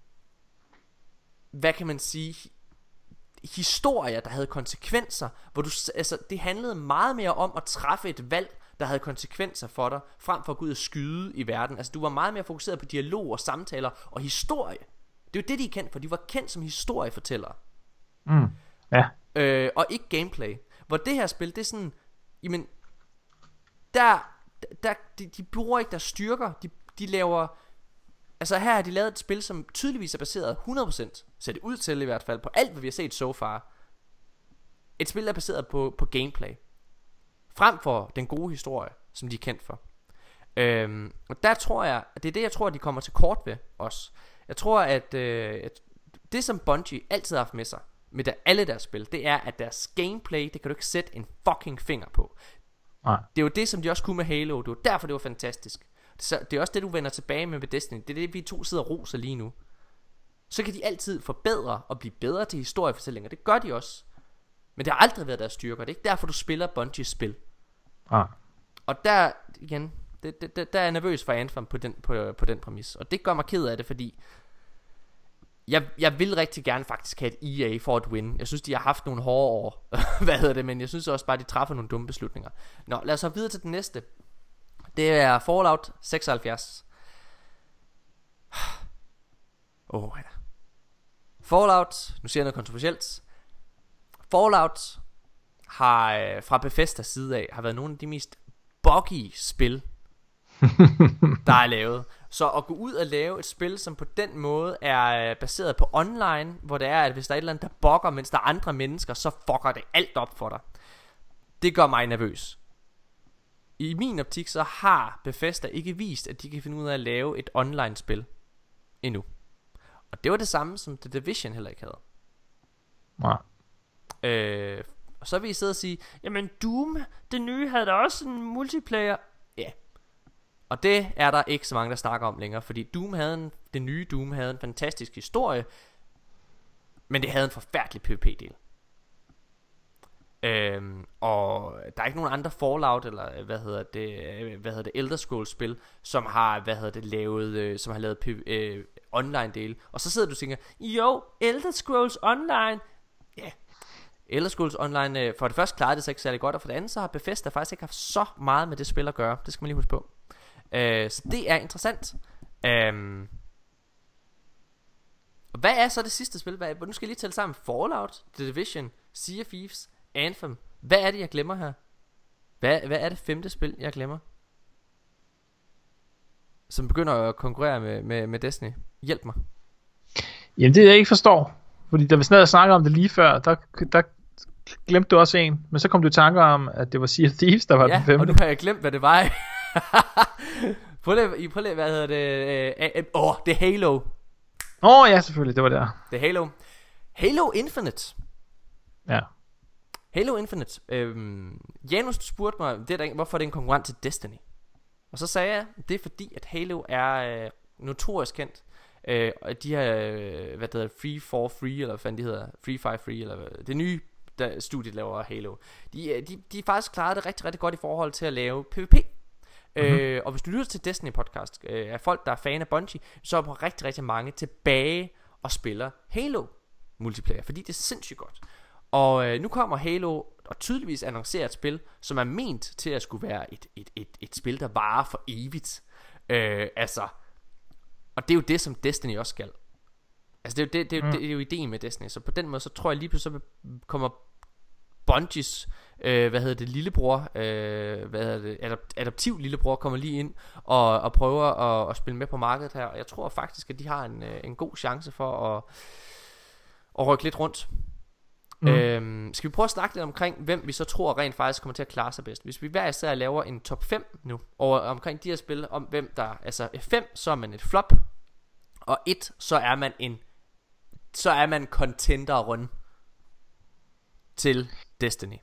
hvad kan man sige, historier, der havde konsekvenser, hvor du, altså, det handlede meget mere om at træffe et valg, der havde konsekvenser for dig, frem for at gå ud og skyde i verden. Altså du var meget mere fokuseret på dialog og samtaler og historie. Det er jo det, de er kendt for. De var kendt som historiefortællere. Mm. Ja. øh, Og ikke gameplay. Hvor det her spil, det er sådan, jamen, der, der de, de bruger ikke deres styrker. De, de laver, altså her har de lavet et spil, som tydeligvis er baseret hundrede procent, ser det ud til i hvert fald, på alt hvad vi har set so far. Et spil der er baseret på, på gameplay, frem for den gode historie, som de er kendt for. øhm, Og der tror jeg, det er det jeg tror de kommer til kort ved os. Jeg tror at, øh, at det som Bungie altid har haft med sig med der, alle deres spil, det er at deres gameplay, det kan du ikke sætte en fucking finger på. Nej. Det er jo det som de også kunne med Halo. Det var derfor det var fantastisk. Så det er også det, du vender tilbage med med Destiny. Det er det, vi to sidder og roser lige nu. Så kan de altid forbedre og blive bedre til historiefortællinger. Det gør de også. Men det har aldrig været deres styrker. Det er ikke derfor, du spiller Bungies spil. Ah. Og der, igen, det, det, det, der er jeg nervøs for Anthem på den, på, på den præmis. Og det gør mig ked af det, fordi jeg, jeg vil rigtig gerne faktisk have et E A for at win. Jeg synes, de har haft nogle hårde år. Hvad hedder det? Men jeg synes også bare, de træffer nogle dumme beslutninger. Nå, lad os så videre til den næste. Det er Fallout seksoghalvfjerds. Åh oh, ja. Fallout, nu siger jeg noget kontroversielt. Fallout har øh, fra Bethesdas side af har været nogle af de mest buggy spil der er lavet. Så at gå ud og lave et spil som på den måde er øh, baseret på online, hvor det er at hvis der er et eller andet der bugger, mens der er andre mennesker, så fucker det alt op for dig. Det gør mig nervøs. I min optik så har Bethesda ikke vist at de kan finde ud af at lave et online spil endnu. Og det var det samme som The Division heller ikke havde. Nej. Øh, og så vil I sidde og sige, jamen Doom, det nye havde da også en multiplayer. Ja. Yeah. Og det er der ikke så mange der snakker om længere, fordi Doom havde en, det nye Doom havde en fantastisk historie, men det havde en forfærdelig PvP-del. Øhm, og der er ikke nogen andre Fallout eller hvad hedder det, hvad hedder det Elder Scrolls spil, som har hvad hedder det lavet, øh, som har lavet P- øh, online del. Og så sidder du og tænker, jo, Elder Scrolls Online. Ja. Yeah. Elder Scrolls Online øh, for det første klarede det sig ikke særlig godt, og for det andet så har Bethesda faktisk ikke haft så meget med det spil at gøre. Det skal man lige huske på. øh, Så det er interessant. øhm, Og hvad er så det sidste spil? Hvad er, nu skal jeg lige tælle sammen. Fallout, The Division, Sea of Thieves, Anthem. Hvad er det jeg glemmer her? Hvad, hvad er det femte spil jeg glemmer, som begynder at konkurrere med, med, med Destiny? Hjælp mig. Jamen det jeg ikke forstår, fordi da vi snart snakkede om det lige før, der, der glemte du også en, men så kom du i tanker om at det var Sea of Thieves der var ja, den femte. og nu har jeg glemt hvad det var. Prøv lige, prøv lige, hvad hedder det? Åh, oh, det er Halo. Åh oh, ja selvfølgelig, det var der. Det er Halo. Halo Infinite. Ja. Halo Infinite. øhm, Janus spurgte mig det er der, hvorfor er det en konkurrent til Destiny. Og så sagde jeg, det er fordi at Halo er øh, notorisk kendt. øh, Og de her øh, hvad det hedder, Free for Free, eller hvad fanden de hedder, Free Fire Free, eller hvad, det nye der studiet laver Halo. De, de, de faktisk klaret det rigtig rigtig godt i forhold til at lave PvP. Mm-hmm. øh, Og hvis du lytter til Destiny podcast øh, af folk der er fan af Bungie, så er der rigtig rigtig mange tilbage og spiller Halo multiplayer, fordi det er sindssygt godt. Og øh, nu kommer Halo og tydeligvis annoncerer et spil, som er ment til at skulle være et, et, et, et spil, der varer for evigt. øh, Altså. Og det er jo det, som Destiny også skal. Altså det er jo, det, det, er jo, mm. det er jo ideen med Destiny. Så på den måde, så tror jeg lige pludselig, så kommer Bungies øh, hvad hedder det, lillebror, øh, hvad hedder det, adop- adoptiv lillebror kommer lige ind og, og prøver at, at spille med på markedet her. Og jeg tror faktisk, at de har en, en god chance for at, at rykke lidt rundt. Mm. Øhm, skal vi prøve at snakke lidt omkring hvem vi så tror rent faktisk kommer til at klare sig bedst. Hvis vi hver især laver en top fem nu og omkring de her spil, om hvem der, altså fem, så er man et flop, og et, så er man en så er man contender run til Destiny.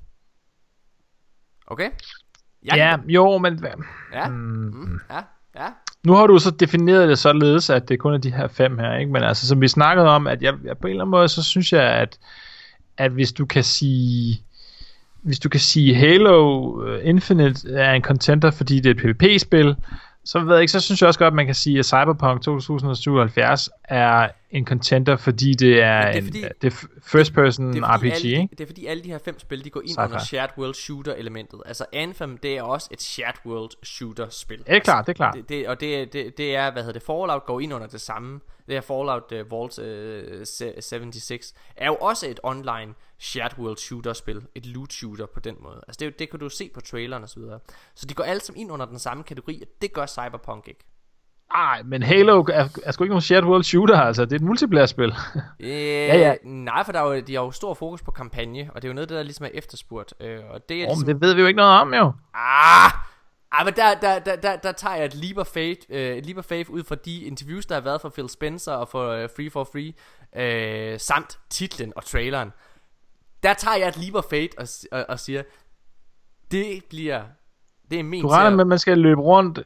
Okay? Jeg Ja, jo, men Ja. mm. Mm. Ja. Ja. Nu har du så defineret det således, at det kun er de her fem her, ikke? Men altså, som vi snakkede om, at jeg, jeg på en eller anden måde, så synes jeg, at at hvis du kan sige hvis du kan sige Halo Infinite er en contender, fordi det er et PvP-spil, så ved jeg ikke, så synes jeg også godt, at man kan sige, at Cyberpunk tyve syvoghalvfjerds er en contender, fordi det er, det er, fordi, en, det er first person det er R P G, alle, ikke? Det er fordi alle de her fem spil, de går ind Sci-fi. under shared world shooter elementet. Altså Anthem, det er også et shared world shooter spil. Det er klart, det er klart. Det, det, og det, det, det er, hvad hedder det, Fallout går ind under det samme. Det her Fallout uh, Vault uh, seventy-six er jo også et online shared world shooter spil, et loot shooter på den måde. Altså det, det kan du se på traileren og så videre. Så de går alle sammen ind under den samme kategori, og det gør Cyberpunk ikke. Ej, men Halo er, er sgu ikke nogen shared world shooter, altså. Det er et multiplayer-spil. øh, ja, ja. Nej, for der er jo, de har jo stor fokus på kampagne, og det er jo noget, der ligesom er efterspurgt. Øh, og det er Åh, ligesom... men det ved vi jo ikke noget om, jo. Ah! Ah, men der, der, der, der, der tager jeg et leap of faith, uh, leap of faith ud fra de interviews, der har været fra Phil Spencer og for uh, Free for Free, uh, samt titlen og traileren. Der tager jeg et leap of faith og, og, og siger, det bliver, det er ment Du regner til med, at man skal løbe rundt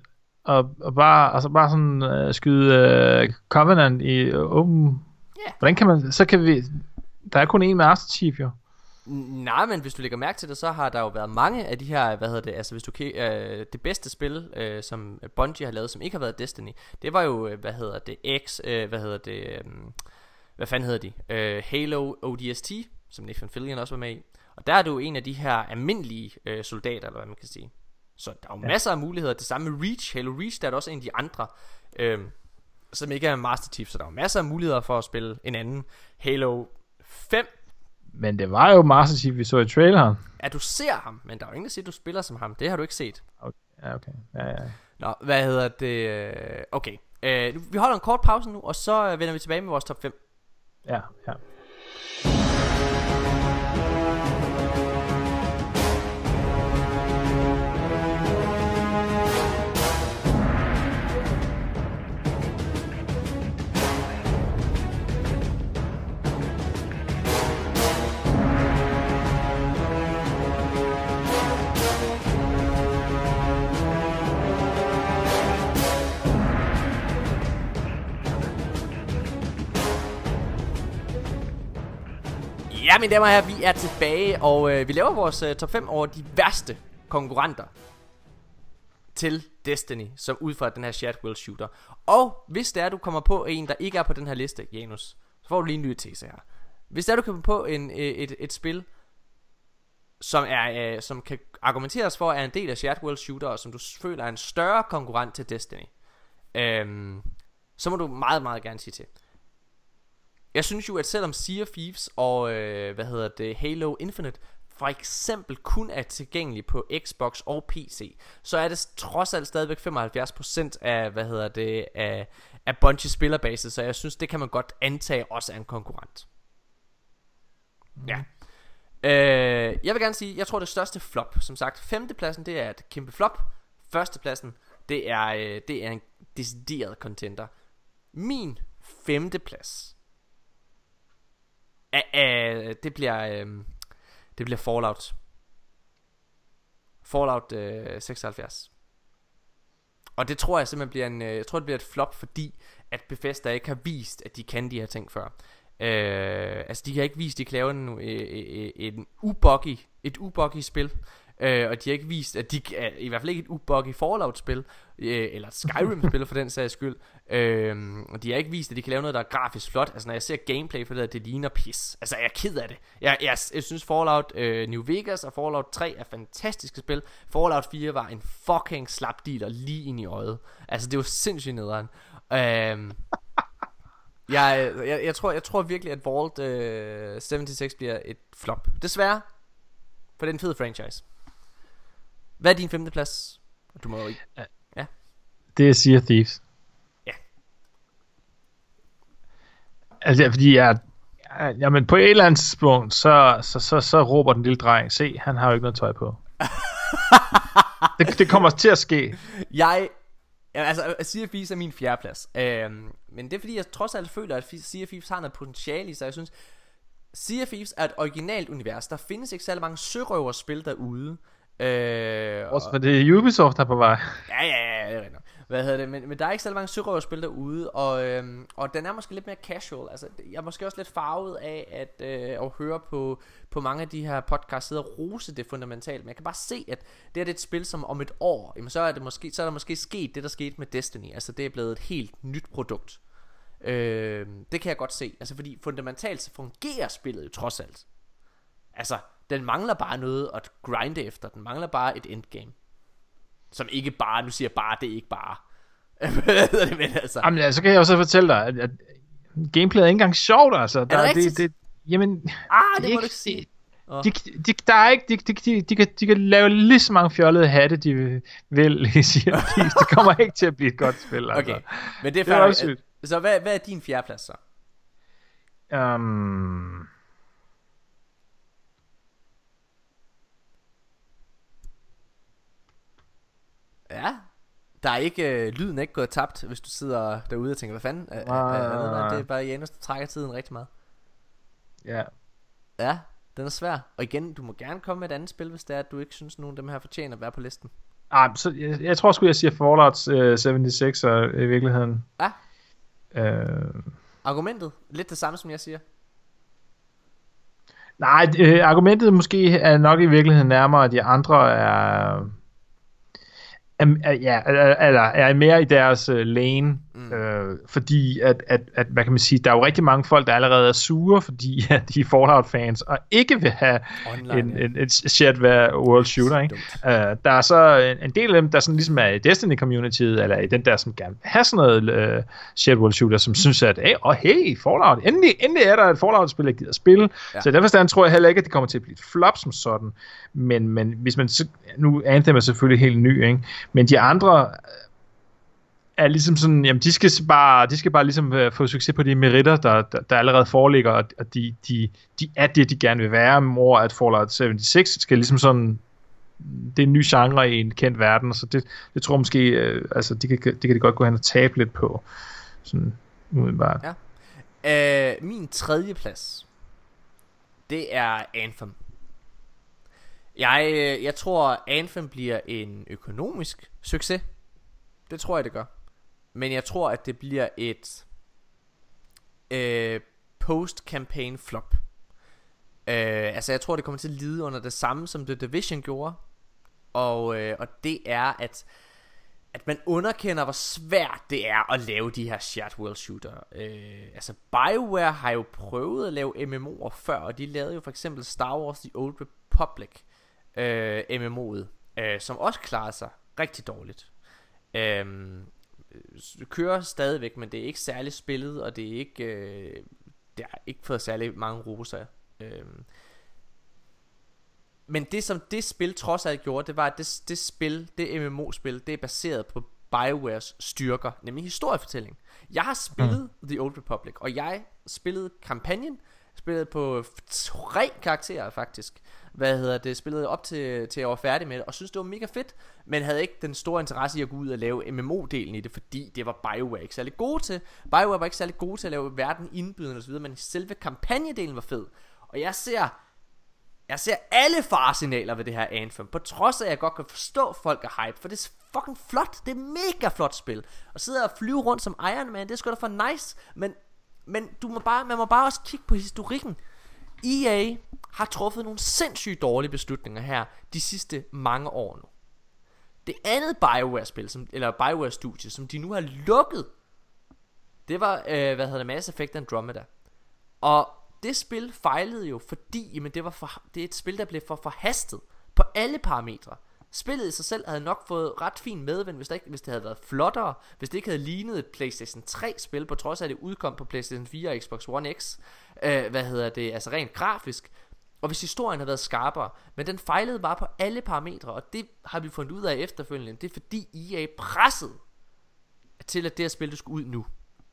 og, og bare, altså bare sådan øh, skyde øh, Covenant i åben. Ja. Hvordan kan man, så kan vi, der er kun én Master Chief jo. Nej, men hvis du lægger mærke til det, så har der jo været mange af de her, hvad hedder det, altså hvis du kan, øh, det bedste spil, øh, som Bungie har lavet, som ikke har været Destiny, det var jo, øh, hvad hedder det, X, øh, hvad hedder det, øh, hvad fanden hedder de, øh, Halo O D S T, som Nathan Fillion også var med i, og der er du en af de her almindelige øh, soldater, eller hvad man kan sige. Så der er jo ja. masser af muligheder. Det samme med Reach, Halo Reach, der er der også en af de andre, øh, som ikke er Master Chief, så der er jo masser af muligheder for at spille en anden. Halo fem. Men det var jo Master Chief, vi så i traileren. Ja, du ser ham, men der er jo ingen, der siger, at du spiller som ham. Det har du ikke set. Okay, ja, okay. Ja, ja. Nå, hvad hedder det? Okay, uh, vi holder en kort pause nu, og så vender vi tilbage med vores top fem. Ja, ja. Ja, mine damer og herrer, vi er tilbage, og øh, vi laver vores øh, top fem over de værste konkurrenter til Destiny, som ud fra den her shared world shooter. Og hvis det er, du kommer på en, der ikke er på den her liste, Janus, så får du lige en ny tese her. Hvis det er, du kommer på en, et, et, et spil, som, er, øh, som kan argumenteres for, at er en del af shared world shooter, og som du føler er en større konkurrent til Destiny, øh, så må du meget, meget gerne sige til. Jeg synes jo, at selvom Sea of Thieves og øh, hvad hedder det, Halo Infinite for eksempel kun er tilgængelig på Xbox og P C, så er det trods alt stadigvæk femoghalvfjerds procent af, hvad hedder det, af, af Bungie spillerbase, så jeg synes, det kan man godt antage også er en konkurrent. Mm. Ja. Øh, jeg vil gerne sige, jeg tror det største flop, som sagt, femtepladsen det er et kæmpe flop. Førstepladsen, det er, øh, det er en decideret contender. Min femteplads, Uh, uh, det bliver uh, det bliver Fallout Fallout uh, seksoghalvfjerds. Og det tror jeg simpelthen bliver en uh, jeg tror det bliver et flop, fordi at Bethesda ikke har vist at de kan de her ting før. uh, Altså de har ikke vist de kan lave en, uh, en ubuggy et ubuggy spil. Uh, og de har ikke vist at de uh, i hvert fald ikke et ubuggy Fallout spil, uh, eller et Skyrim spil for den sags skyld. uh, Og de har ikke vist at de kan lave noget der er grafisk flot. Altså når jeg ser gameplay for det, det ligner pis. Altså jeg er ked af det. Jeg, jeg, jeg synes Fallout uh, New Vegas og Fallout tre er fantastiske spil. Fallout fire var en fucking slap dealer lige ind i øjet. Altså det var sindssygt nederen. uh, jeg, jeg, jeg, tror, jeg tror virkelig at Vault uh, seventy-six bliver et flop. Desværre. For det er en fed franchise. Hvad er din femte plads? Du må jo ikke. Ja. Det er Sea of Thieves. Ja. Altså fordi jeg, jeg jamen på et eller andet tidspunkt så, så, så, så råber den lille dreng, se, han har jo ikke noget tøj på. det, det kommer til at ske. Jeg altså Sea of Thieves er min fjerde plads. øhm, Men det er fordi jeg trods alt føler at Sea of Thieves har noget potentiale i sig. Jeg synes Sea of Thieves er et originalt univers. Der findes ikke særlig mange sørøverspil derude. Øh, Også for det er Ubisoft der på vej. Ja, ja, ja, det er rigtigt. Hvad hedder det? Men, men der er ikke så mange sørøverspil derude, og, øhm, og den er måske lidt mere casual. Altså, jeg er måske også lidt farvet af at, øh, at høre på, på mange af de her podcasts sidde og rose det fundamentalt. Men jeg kan bare se, at det er et spil, som om et år, jamen, så, er det måske, så er der måske sket det, der skete med Destiny. Altså, det er blevet et helt nyt produkt. Øh, det kan jeg godt se. Altså, fordi fundamentalt så fungerer spillet jo trods alt. Altså, den mangler bare noget at grinde efter. Den mangler bare et endgame. Som ikke bare, nu siger jeg bare, det er ikke bare. det men, altså. Jamen, ja, så kan jeg også fortælle dig, at, at gameplayet er ikke engang sjovt, altså. Der, er det det, det, jamen, ah, det, det må ikke, du ikke sige. De, de, de, der er ikke, de, de, de, de, kan, de kan lave lige så mange fjollede hatte, de vil i Sea of Thieves. Det kommer ikke til at blive et godt spil, altså. Okay, men det er, det er også sygt. Så hvad, hvad er din fjerdeplads så? Um... Ja, der er ikke øh, lyden er ikke gået tabt, hvis du sidder derude og tænker, hvad fanden er, er, er, er, det er bare Janus, der trækker tiden rigtig meget. Ja. Ja, den er svær. Og igen, du må gerne komme med et andet spil, hvis det er, at du ikke synes, nogen af dem her fortjener at være på listen. Ah, så jeg, jeg tror sgu, jeg siger Fallout øh, seventy-six er i virkeligheden. Ja. Øh, Argumentet, lidt det samme som jeg siger. nej, øh, argumentet måske er nok i virkeligheden nærmere, at de andre er... Er, er, ja, eller er mere i deres uh, lane, mm. øh, fordi at, at, at, hvad kan man sige, der er jo rigtig mange folk, der allerede er sure, fordi at de er Fallout-fans, og ikke vil have Online, en, ja. en, en shared world shooter, ikke? Uh, der er så en, en del af dem, der sådan ligesom er i Destiny-communityet, eller i den der, som gerne vil have sådan noget uh, shared world shooter, som synes, at hey, oh, hey, Fallout, endelig, endelig er der et Fallout-spil, jeg gider at spille, ja. Så i den forstand tror jeg heller ikke, at det kommer til at blive et flop som sådan, men, men hvis man, nu Anthem er selvfølgelig helt ny, ikke? Men de andre er ligesom sådan, jamen de skal bare, de skal bare ligesom få succes på de meritter, der, der, der allerede foreligger, og de, de, de er det, de gerne vil være, hvor at Fallout seventy-six skal ligesom sådan, det er en ny genre i en kendt verden, så det, det tror jeg måske, øh, altså det kan, det kan de godt gå hen og tabe lidt på, sådan umiddelbart. Ja. Øh, min tredje plads, det er Anthem. Jeg, jeg tror Anthem bliver en økonomisk succes. Det tror jeg det gør. Men jeg tror at det bliver et øh, post-campaign flop. øh, Altså jeg tror det kommer til at lide under det samme som The Division gjorde. Og, øh, og det er at At man underkender hvor svært det er at lave de her shared world shooter. øh, Altså BioWare har jo prøvet at lave M M O'er før, og de lavede jo for eksempel Star Wars The Old Republic, øh, M M O'et, øh, som også klarer sig rigtig dårligt. øh, Det kører stadigvæk, men det er ikke særlig spillet, og det er ikke øh, det har ikke fået særlig mange roser. øh, Men det som det spil trods alt gjorde, det var at det, det spil, det M M O-spil, det er baseret på BioWares styrker, nemlig historiefortælling. Jeg har spillet mm. The Old Republic, og jeg spillede kampagnen, spillede på tre karakterer faktisk. Hvad hedder det? Spillede op til, til jeg var færdig med det, og synes det var mega fedt, men havde ikke den store interesse i at gå ud og lave M M O-delen i det, fordi det var BioWare ikke særlig gode til. BioWare var ikke særlig gode til at lave verden indbydende og så videre, men selve kampagnedelen var fed. Og jeg ser Jeg ser alle faresignaler ved det her Anthem, på trods af at jeg godt kan forstå folk er hype, for det er fucking flot. Det er mega flot spil. Og sidde og flyve rundt som Iron Man, det er sgu da for nice. Men, men du må bare, man må bare også kigge på historikken. E A har truffet nogle sindssygt dårlige beslutninger her de sidste mange år nu. Det andet BioWare-spil, som, eller BioWare-studie, som de nu har lukket, det var, øh, hvad hedder det, Mass Effect Andromeda. Og det spil fejlede jo, fordi jamen, det, var for, det er et spil, der blev for forhastet på alle parametre. Spillet i sig selv havde nok fået ret fin medvind, hvis det, ikke, hvis det havde været flottere, hvis det ikke havde lignet et PlayStation tre spil, på trods af at det udkom på PlayStation fire og Xbox One X. øh, Hvad hedder det, altså rent grafisk. Og hvis historien havde været skarpere. Men den fejlede bare på alle parametre, og det har vi fundet ud af efterfølgende. Det er fordi E A pressede til at det her spil, du skulle ud nu.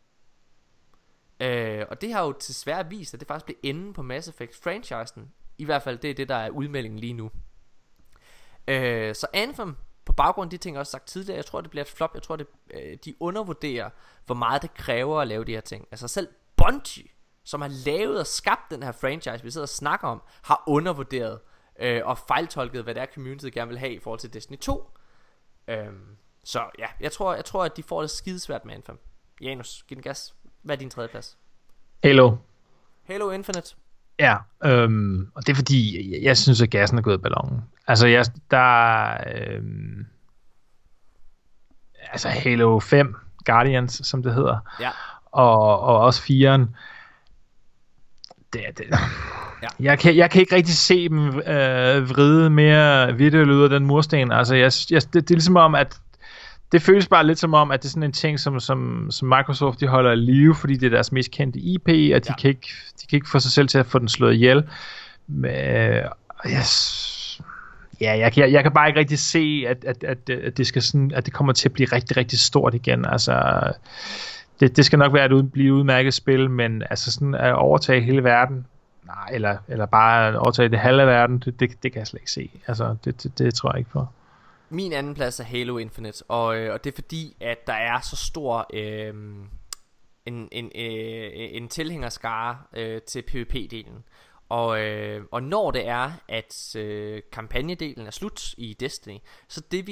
Øh, og det har jo desværre vist, at det faktisk blev enden på Mass Effect-franchisen. I hvert fald det er det, der er udmeldingen lige nu. øh, Så Anthem, på baggrund af de ting jeg også sagt tidligere, jeg tror det bliver et flop. Jeg tror det, øh, de undervurderer hvor meget det kræver at lave de her ting. Altså selv Bungie, som har lavet og skabt den her franchise vi sidder og snakker om, har undervurderet øh, og fejltolket hvad det er community gerne vil have i forhold til Destiny to. øh, Så ja, jeg tror, jeg tror at de får det skidesvært med Anthem. Janus, giv den gas. Hvad er din tredje plads? Halo. Halo Infinite. Ja, øhm, og det er fordi jeg, jeg synes at gassen er gået i ballonen. Altså jeg, der øhm, altså Halo fem Guardians som det hedder. Ja. Og, og også firen. Det, det, ja. jeg, kan, jeg kan ikke rigtig se dem øh, vride mere virtuelt ud af den mursten. Altså jeg, jeg, det, det er ligesom om at det føles bare lidt som om, at det er sådan en ting, som, som, som Microsoft de holder i live, fordi det er deres mest kendte I P, og de, ja. kan ikke, de kan ikke få sig selv til at få den slået ihjel. Men, yes. Ja, jeg, jeg, jeg kan bare ikke rigtig se, at, at, at, at, det skal sådan, at det kommer til at blive rigtig, rigtig stort igen. Altså, det, det skal nok være et ud, blive et udmærket spil, men altså sådan at overtage hele verden, nej, eller, eller bare at overtage det halve verden, det, det, det kan jeg slet ikke se. Altså, det, det, det tror jeg ikke på. Min anden plads er Halo Infinite, og, øh, og det er fordi at der er så stor øh, en, en, øh, en tilhængerskare øh, til PvP-delen. Og, øh, og når det er at øh, kampagnedelen er slut i Destiny, så det vi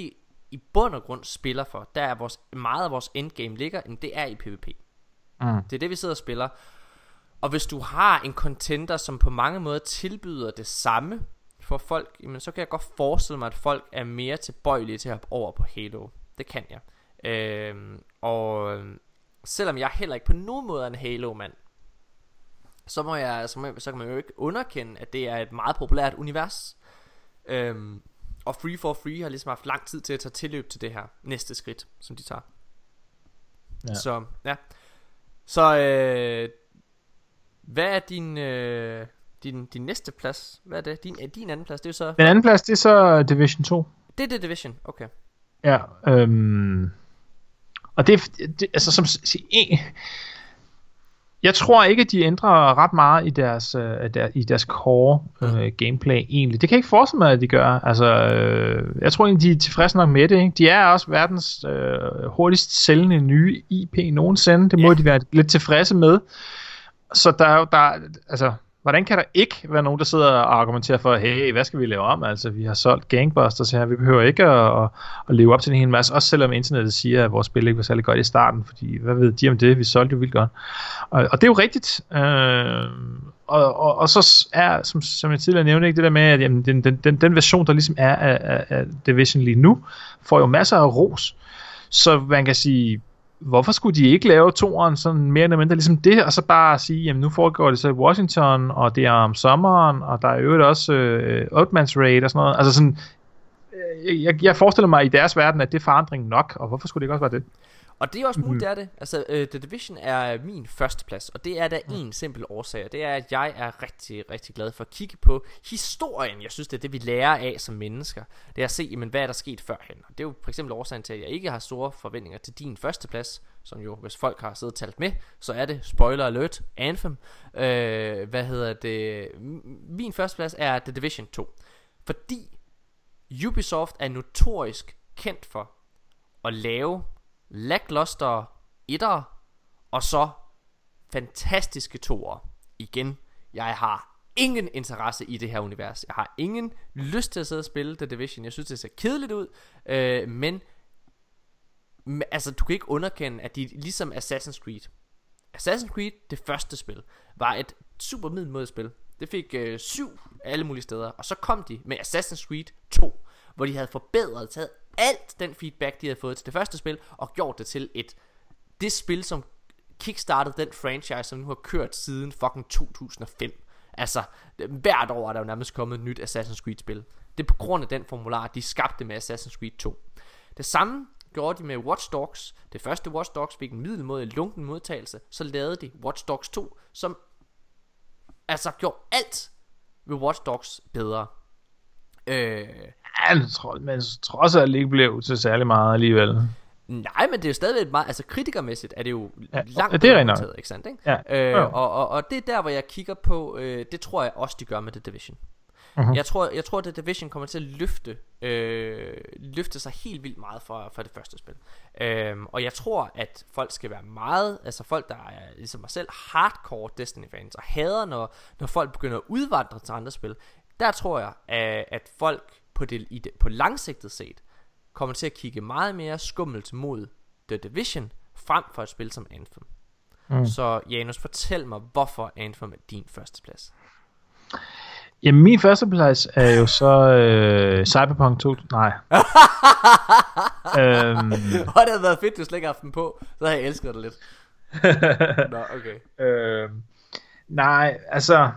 i bund og grund spiller for, der er vores, meget af vores endgame ligger, det er i PvP. Mm. Det er det, vi sidder og spiller. Og hvis du har en contender, som på mange måder tilbyder det samme for folk, jamen, så kan jeg godt forestille mig, at folk er mere tilbøjelige til at hoppe over på Halo. Det kan jeg. øhm, Og selvom jeg heller ikke på nogen måde er en Halo-mand, så, må jeg, så, må jeg, så kan man jo ikke underkende, at det er et meget populært univers. øhm, Og Free for Free har ligesom haft lang tid til at tage tilløb til det her næste skridt, som de tager. Ja. Så ja. Så øh, hvad er din, øh, din din næste plads? Hvad er det? Din, din anden plads, det er jo så... Den anden plads, det er så Division to. Det er det Division, okay. Ja, øhm, og det er, det, altså som en, jeg tror ikke, at de ændrer ret meget i deres, uh, der, i deres core uh, gameplay egentlig. Det kan jeg ikke forestille mig, at de gør. Altså, øh, jeg tror egentlig, de er tilfredse nok med det. Ikke? De er også verdens øh, hurtigst sælgende nye I P nogensinde. Det må yeah. de være lidt tilfredse med. Så der er jo, der, altså, hvordan kan der ikke være nogen, der sidder og argumenterer for, hey, hvad skal vi lave om? Altså, vi har solgt gangbusters her, vi behøver ikke at, at, at leve op til en hel masse, også selvom internettet siger, at vores spil ikke var særlig godt i starten, fordi hvad ved de om det? Vi solgte jo vildt godt. Og, og det er jo rigtigt. Øh, og, og, og så er, som, som jeg tidligere nævnte, ikke, det der med, at jamen, den, den, den, den version, der ligesom er af, af Division lige nu, får jo masser af ros. Så man kan sige, hvorfor skulle de ikke lave toeren sådan mere eller mindre ligesom det, og så bare sige, jamen nu foregår det så i Washington, og det er om sommeren, og der er jo også øh, Oatman's Raid og sådan noget. Altså sådan, øh, jeg, jeg forestiller mig i deres verden, at det er forandring nok, og hvorfor skulle det ikke også være det? Og det er også muligt, mm. det er det. Altså, uh, The Division er min første plads, og det er der mm. en simpel årsag, og det er, at jeg er rigtig, rigtig glad for at kigge på historien. Jeg synes, det er det, vi lærer af som mennesker. Det er at se, jamen, hvad er der sket førhen. Og det er jo for eksempel årsagen til, at jeg ikke har store forventninger til din første plads, som jo, hvis folk har siddet og talt med, så er det, spoiler alert, Anthem. Uh, hvad hedder det? Min første plads er The Division to. Fordi Ubisoft er notorisk kendt for at lave lackluster etter og så fantastiske toer. Igen, jeg har ingen interesse i det her univers. Jeg har ingen lyst til at sidde og spille The Division. Jeg synes det ser kedeligt ud, øh, men altså du kan ikke underkende, at de ligesom Assassin's Creed. Assassin's Creed, det første spil, var et super middelmådigt spil. Det fik øh, syv alle mulige steder. Og så kom de med Assassin's Creed to, hvor de havde forbedret, taget alt den feedback de havde fået til det første spil, og gjort det til et det spil som kickstartede den franchise, som nu har kørt siden fucking to tusind og fem. Altså hvert år er der jo nærmest kommet et nyt Assassin's Creed spil. Det er på grund af den formular de skabte med Assassin's Creed to. Det samme gjorde de med Watch Dogs. Det første Watch Dogs fik en middelmådig lunken modtagelse. Så lavede de Watch Dogs to, som altså gjorde alt ved Watch Dogs bedre. Øh, Ja, jeg tror, men trods alt ikke blev til særlig meget alligevel. Nej, men det er jo stadigvæk meget, altså kritikermæssigt er det jo ja, langt bedre modtaget, ikke sandt, ikke? Ja. Øh, og, og, og det er der, hvor jeg kigger på, øh, det tror jeg også, de gør med The Division. Uh-huh. Jeg tror, jeg tror, at The Division kommer til at løfte, øh, løfte sig helt vildt meget fra, fra det første spil. Øh, og jeg tror, at folk skal være meget, altså folk, der er ligesom mig selv, hardcore Destiny-fans, og hader, når, når folk begynder at udvandre til andre spil. Der tror jeg, at, at folk på, det, i det, på langsigtet set kommer til at kigge meget mere skummelt mod The Division frem for et spil som Anthem. Mm. Så Janus, fortæl mig, hvorfor Anthem er din første plads. Jamen min første plads er jo så øh, Cyberpunk to. Nej. øhm. Og det havde været fedt, hvis du slet ikke haft den på. Så havde jeg elsket det lidt. Nå, okay. øhm. Nej, altså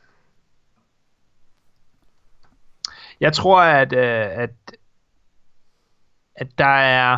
jeg tror, at, øh, at, at der er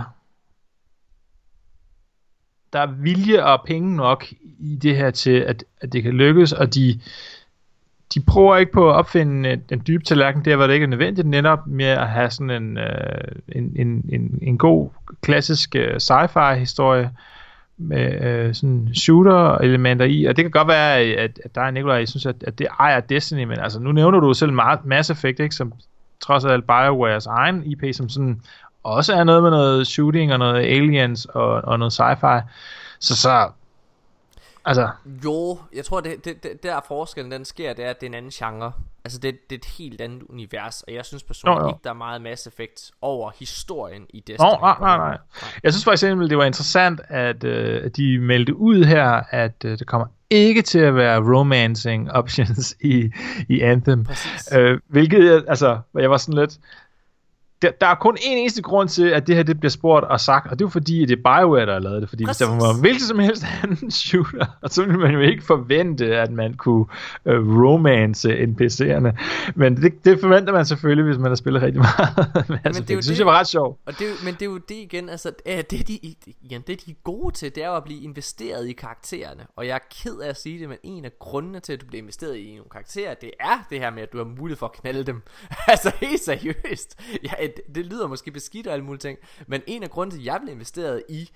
der er vilje og penge nok i det her til, at, at det kan lykkes, og de, de prøver ikke på at opfinde en, en dyb tallerken der, hvor det ikke er nødvendigt, netop med at have sådan en, øh, en, en, en, en god, klassisk øh, sci-fi historie, med øh, sådan shooter-elementer i, og det kan godt være, at, at der er Nikolaj, jeg synes, at, at det ejer Destiny, men altså, nu nævner du selv Mass Effect, ikke, som trods alt BioWares egen I P, som sådan også er noget med noget shooting og noget aliens og, og noget sci-fi, så så Altså, Jo, jeg tror det, det, det der forskellen den sker, det er at det er en anden genre. Altså det, det er et helt andet univers. Og jeg synes personligt jo, jo. ikke der er meget Mass Effect over historien i Destiny. Nå, nej, nej, nej. Jeg synes for eksempel det var interessant at, øh, at de meldte ud her, at øh, det kommer ikke til at være romancing options i, i Anthem. øh, Hvilket jeg, altså jeg var sådan lidt der, der er kun en eneste grund til, at det her det bliver spurgt og sagt, og det er fordi, at det er BioWare, der har lavet det. Fordi Præcis. Hvis der var en hvilket som helst anden shooter, og så ville man jo ikke forvente, at man kunne uh, romance N P C'erne. Men det, det forventer man selvfølgelig, hvis man har spillet rigtig meget. Men altså, det, det synes det, jeg var ret sjovt. Og det, men det er jo det igen, altså, det, de, igen, det de er gode til, det er jo at blive investeret i karaktererne. Og jeg er ked af at sige det, men en af grundene til, at du bliver investeret i nogle karakterer, det er det her med, at du har mulighed for at knalde dem. Altså helt seriøst. Ja, det, det lyder måske beskidt og alle mulige ting, men en af grunden til at jeg blev investeret i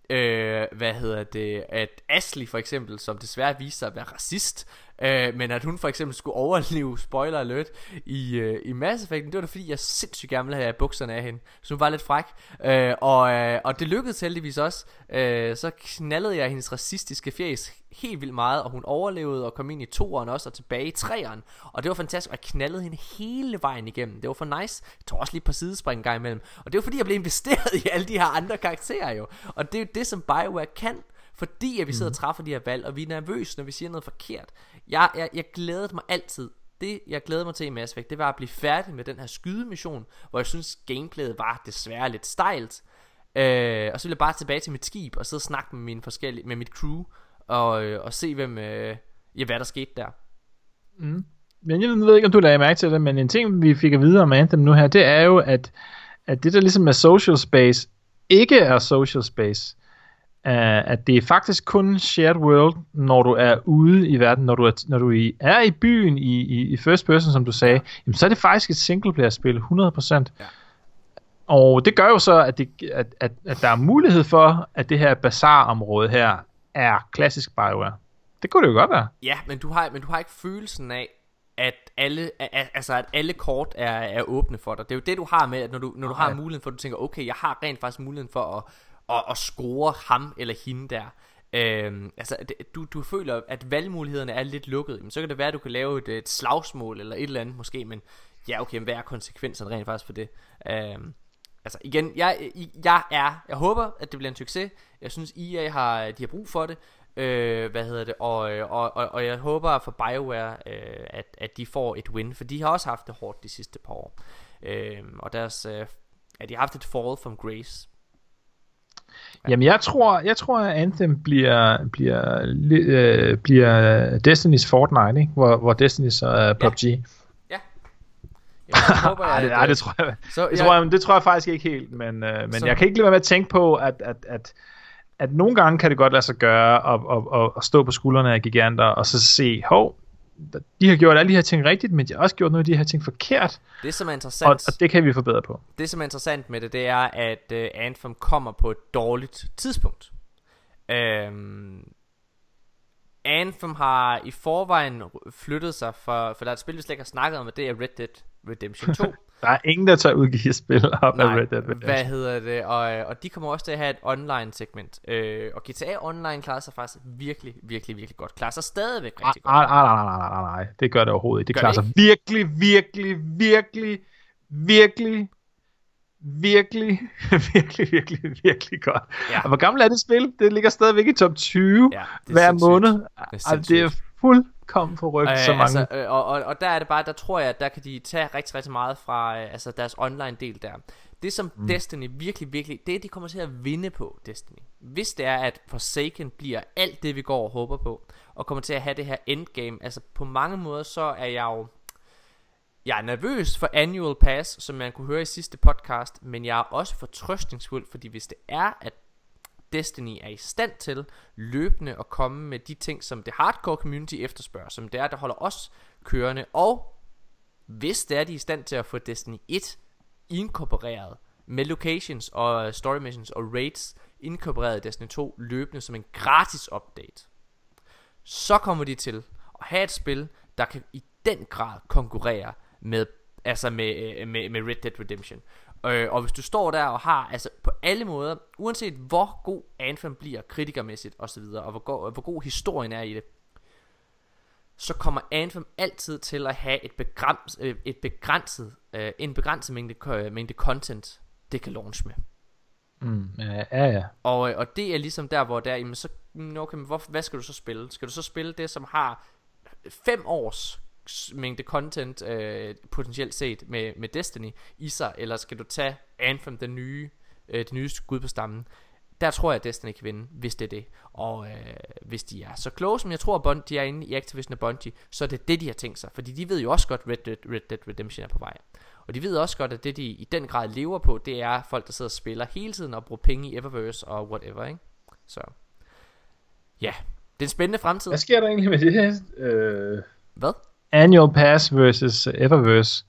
øh, hvad hedder det, at Ashley for eksempel, som desværre viste sig at være racist, øh, men at hun for eksempel skulle overleve, spoiler alert, i, øh, i Mass Effect, det var da fordi jeg sindssygt gerne ville have bukserne af hende, så hun var lidt fræk, øh, og, øh, og det lykkedes heldigvis også. øh, Så knaldede jeg hendes racistiske fjes helt vildt meget, og hun overlevede og kom ind i toeren også, og tilbage i treeren, og det var fantastisk, og jeg knaldede hende hele vejen igennem. Det var for nice. Jeg tog også lige et par sidespring en gang imellem, og det var fordi jeg blev investeret i alle de her andre karakterer jo. Og det er jo det som BioWare kan, fordi at vi sidder og træffer de her valg, og vi er nervøse når vi siger noget forkert. Jeg, jeg, jeg glædede mig altid. Det jeg glædede mig til i Mass Effect, det var at blive færdig med den her skydemission, hvor jeg synes gameplayet var desværre lidt stejlt. øh, Og så ville jeg bare tilbage til mit skib og sidde og snakke med mine forskellige, med mit crew, Og, og se hvem øh, ja, hvad der skete der. Mm. Men jeg ved ikke om du lagde mærke til det, men en ting vi fik at vide om Anthem nu her, det er jo at, at det der ligesom er social space ikke er social space. uh, At det er faktisk kun shared world, når du er ude i verden. Når du er, når du er i byen i, i, i first person, som du sagde, jamen, så er det faktisk et singleplayer spil hundrede procent. Ja. Og det gør jo så at, det, at, at, at der er mulighed for at det her bazar-område her er klassisk BioWare. Det kunne det jo godt være. Ja, men du har, men du har ikke følelsen af at alle, at, altså at alle kort er, er åbne for dig. Det er jo det du har med, at når du, når du har muligheden for, at du tænker, okay, jeg har rent faktisk muligheden for at, at, at score ham eller hende der. Øhm, altså det, du, du føler at valgmulighederne er lidt lukket. Jamen, så kan det være at du kan lave et, et slagsmål eller et eller andet måske. Men ja, okay, men hvad er konsekvenserne rent faktisk for det? øhm, Altså igen, jeg, jeg er jeg håber at det bliver en succes. Jeg synes E A har, de har brug for det. øh, Hvad hedder det og, og, og, og jeg håber for BioWare øh, at, at de får et win, for de har også haft det hårdt de sidste par år. øh, Og deres øh, ja, de har haft et fall from grace. Ja. Jamen jeg tror Jeg tror at Anthem bliver Bliver, øh, bliver Destiny's Fortnite, ikke? Hvor, hvor Destiny så er P U B G. Ja. Jamen, håber jeg, Ej, det, at, ej, det tror jeg. så, det, jeg, tror jeg det tror jeg faktisk ikke helt, men øh, men så, jeg kan ikke lade være med at tænke på at at at at nogle gange kan det godt lade sig gøre at, at, at, at stå på skuldrene af giganter og så se, hov, de har gjort alle de her ting rigtigt, men de har også gjort nogle af de her ting forkert. Det som er interessant, og, og det kan vi forbedre på. Det som er interessant med det, det er at uh, Anthem kommer på et dårligt tidspunkt. øhm, Anthem har i forvejen flyttet sig for, for der er et spil vi slet ikke har snakket om, og det er Red Dead Redemption to. Der er ingen der tager udgive spil op af Red Dead Redemption. Hvad hedder det? Og, og de kommer også til at have et online segment. øh, Og G T A Online klarer sig faktisk virkelig, virkelig, virkelig godt. Klarer sig stadigvæk rigtig ah, godt. Nej, nej, nej, nej, nej, det gør det overhovedet ikke. Det gør klarer det sig virkelig, virkelig, virkelig, virkelig, virkelig, virkelig, virkelig, virkelig godt. Ja. Og hvor gammel er det spil? Det ligger stadigvæk i top tyve ja, hver sindssygt. måned. Det er, altså, det er fuldkommen forrygt øh, så mange. altså, øh, og, og, og der er det bare, der tror jeg at der kan de tage rigtig, rigtig meget fra øh, altså deres online del der. Det som mm. Destiny virkelig, virkelig, det de kommer til at vinde på Destiny, hvis det er at Forsaken bliver alt det vi går og håber på, og kommer til at have det her endgame. Altså på mange måder så er jeg jo Jeg er nervøs for Annual Pass, som man kunne høre i sidste podcast, men jeg er også fortrøstningsfuld, fordi hvis det er at Destiny er i stand til løbende at komme med de ting som det hardcore community efterspørger, som det er der holder os kørende, og hvis det er de er i stand til at få Destiny et inkorporeret med locations og story missions og raids inkorporeret i Destiny to løbende som en gratis update, så kommer de til at have et spil der kan i den grad konkurrere med altså med, med, med Red Dead Redemption. øh, Og hvis du står der og har, altså på alle måder, uanset hvor god Anthem bliver kritikermæssigt og så videre, og hvor god, hvor god historien er i det, så kommer Anthem altid til at have et begrænset, et begrænset øh, en begrænset mængde, mængde content, det kan launch med. Mm, ja, ja, ja. Og, og det er ligesom der, hvor der, jamen så, okay, men hvor, hvad skal du så spille? Skal du så spille det, som har fem års mængde content, øh, potentielt set, med, med Destiny i sig, eller skal du tage Anthem, den nye, øh, det nye skud på stammen? Der tror jeg, at Destiny kan vinde, hvis det er det. Og øh, hvis de er så kloge, som jeg tror, at Bund, de er inde i Activision og Bungie, så er det det, de har tænkt sig. Fordi de ved jo også godt, at Red Dead, Red Dead Redemption er på vej. Og de ved også godt, at det, de i den grad lever på, det er folk, der sidder og spiller hele tiden og bruger penge i Eververse og whatever, ikke? Så ja, det er en spændende fremtid. Hvad sker der egentlig med det her? Øh... Hvad? Annual Pass versus Eververse.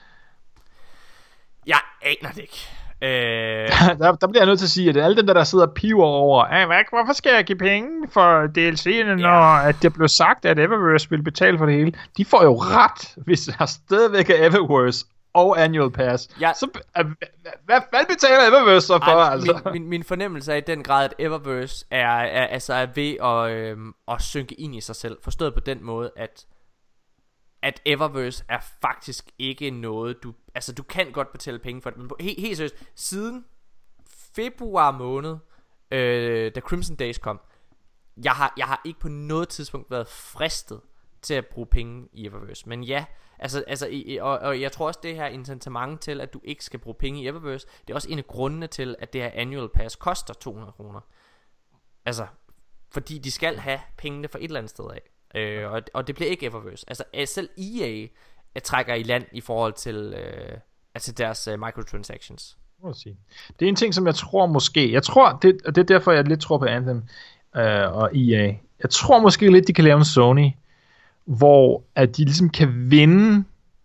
Jeg aner det ikke. Øh... der, der bliver jeg nødt til at sige, at alle dem der, der sidder og piver over, hvad, hvorfor skal jeg give penge for D L C'erne, når ja. at det blev sagt, at Eververse vil betale for det hele? De får jo ret, hvis der stadigvæk er Eververse og Annual Pass. Ja. Så øh, hvad fanden betaler Eververse så for? Ej, altså? min, min, min fornemmelse er i den grad, at Eververse er, er, altså er ved at, øh, at synke ind i sig selv. Forstået på den måde, at at Eververse er faktisk ikke noget du, altså du kan godt betale penge for det, men helt, helt seriøst, siden februar måned, øh, da Crimson Days kom, jeg har, jeg har ikke på noget tidspunkt været fristet til at bruge penge i Eververse. Men ja, altså, altså i, og, og jeg tror også det her incitament til, at du ikke skal bruge penge i Eververse, det er også en af grundene til, at det her Annual Pass koster to hundrede kroner. Altså, fordi de skal have pengene fra et eller andet sted af. Øh, og, og det bliver ikke Eververse. Altså selv E A trækker i land i forhold til øh, altså deres øh, microtransactions. Det er en ting, som jeg tror måske, jeg tror, det, og det er derfor jeg lidt tror på Anthem øh, og E A. Jeg tror måske lidt de kan lave en Sony, hvor at de ligesom kan vinde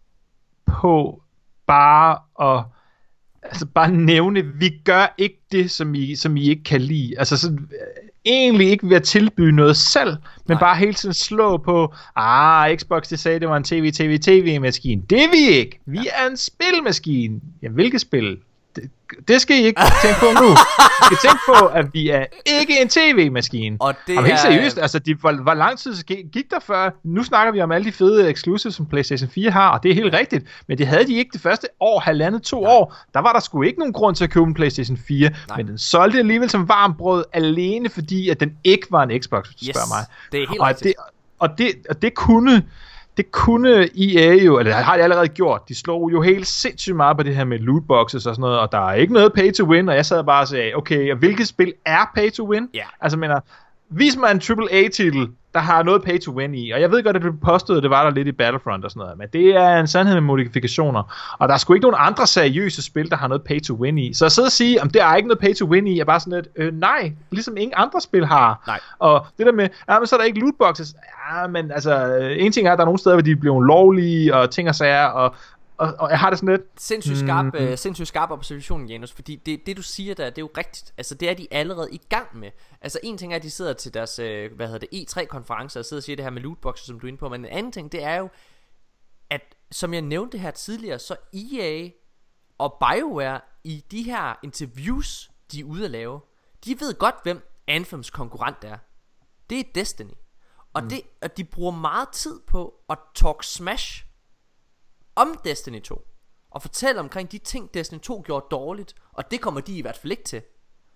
på bare at altså bare nævne, vi gør ikke det, som I, som I ikke kan lide. Altså sådan, egentlig ikke ved at tilbyde noget selv, men Nej. bare hele tiden slå på, ah, Xbox, det sagde, det var en tv, tv, tv-maskine. Det er vi ikke. Vi ja. er en spilmaskine. Ja, hvilket spil? Det, det skal I ikke tænke på nu. I skal tænke på, at vi er ikke en tv-maskine. Og det er... helt seriøst, altså, de, hvor, hvor lang tid gik der før? Nu snakker vi om alle de fede exclusives, som PlayStation fire har, og det er helt rigtigt. Men det havde de ikke det første år, halvandet, to Nej. år. Der var der sgu ikke nogen grund til at købe en PlayStation fire. Nej. Men den solgte alligevel som varmt brød, alene fordi, at den ikke var en Xbox, hvis du yes, spørger mig. Det er helt og rigtigt. Det, og, det, og det kunne... Det kunne E A jo, eller har de allerede gjort. De slog jo helt sindssygt meget på det her med lootboxes og sådan noget, og der er ikke noget pay to win, og jeg sad bare og sagde, okay, hvilket spil er pay to win? Yeah. Altså, mener, vis mig en triple A-titel, der har noget pay to win i, og jeg ved godt, at det blev påstået, at det var der lidt i Battlefront og sådan noget, men det er en sandhed med modifikationer, og der er sgu ikke nogen andre seriøse spil, der har noget pay to win i. Så at sidde og sige, om det er ikke noget pay to win i, er bare sådan lidt, øh, nej, ligesom ingen andre spil har. Nej. Og det der med, ja, men så er der ikke lootboxes, ja, men altså, en ting er, at der er nogle steder, hvor de bliver ulovlige, og ting og sager, og Og, og jeg har det sådan lidt sindssygt skarp, mm. øh, sindssygt skarp observation, Janus. Fordi det, det du siger der, det er jo rigtigt. Altså det er de allerede i gang med. Altså en ting er, at de sidder til deres øh, hvad hedder det, E tre konferencer og sidder og siger det her med lootboxer, som du er inde på. Men en anden ting, det er jo, at som jeg nævnte her tidligere, så E A og BioWare i de her interviews, de er ude at lave, de ved godt, hvem Anthems konkurrent er. Det er Destiny. Og, mm. det, og de bruger meget tid på at talk smash om Destiny to, og fortælle omkring de ting Destiny to gjorde dårligt, og det kommer de i hvert fald ikke til.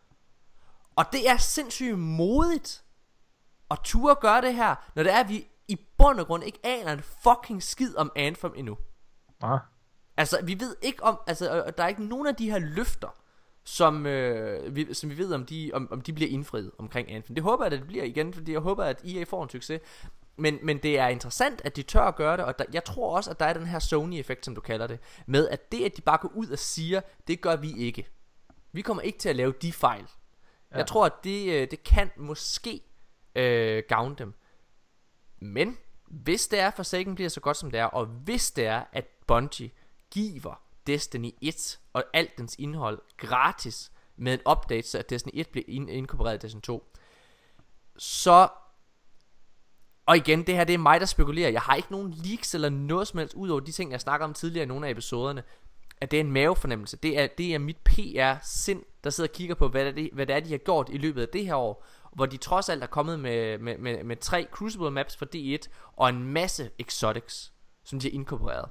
Og det er sindssygt modigt at turde gøre det her, når det er at vi i bund og grund ikke aner en fucking skid om Anthem endnu. Ah. Altså vi ved ikke om, altså der er ikke nogen af de her løfter, som, øh, vi, som vi ved om de, om, om de bliver indfriet omkring Anthem. Det håber jeg at det bliver igen, fordi jeg håber at E A får en succes. Men, men det er interessant, at de tør at gøre det, og der, jeg tror også, at der er den her Sony-effekt, som du kalder det, med at det, at de bare går ud og siger, det gør vi ikke. Vi kommer ikke til at lave de fejl. Ja. Jeg tror, at det, det kan måske øh, gavne dem. Men hvis det er, at Forsaken bliver så godt, som det er, og hvis det er, at Bungie giver Destiny et og alt dens indhold gratis med en update, så at Destiny et bliver inkorporeret i Destiny to, så... Og igen, det her det er mig der spekulerer. Jeg har ikke nogen leaks eller noget som helst ud over de ting jeg snakker om tidligere i nogle af episoderne. at det er en mavefornemmelse. Det er, det er mit P R-sind, der sidder og kigger på, hvad det, er, hvad det er, de har gjort i løbet af det her år. Hvor de trods alt er kommet med, med, med, med tre Crucible maps for D et og en masse exotics, som de har inkorporeret.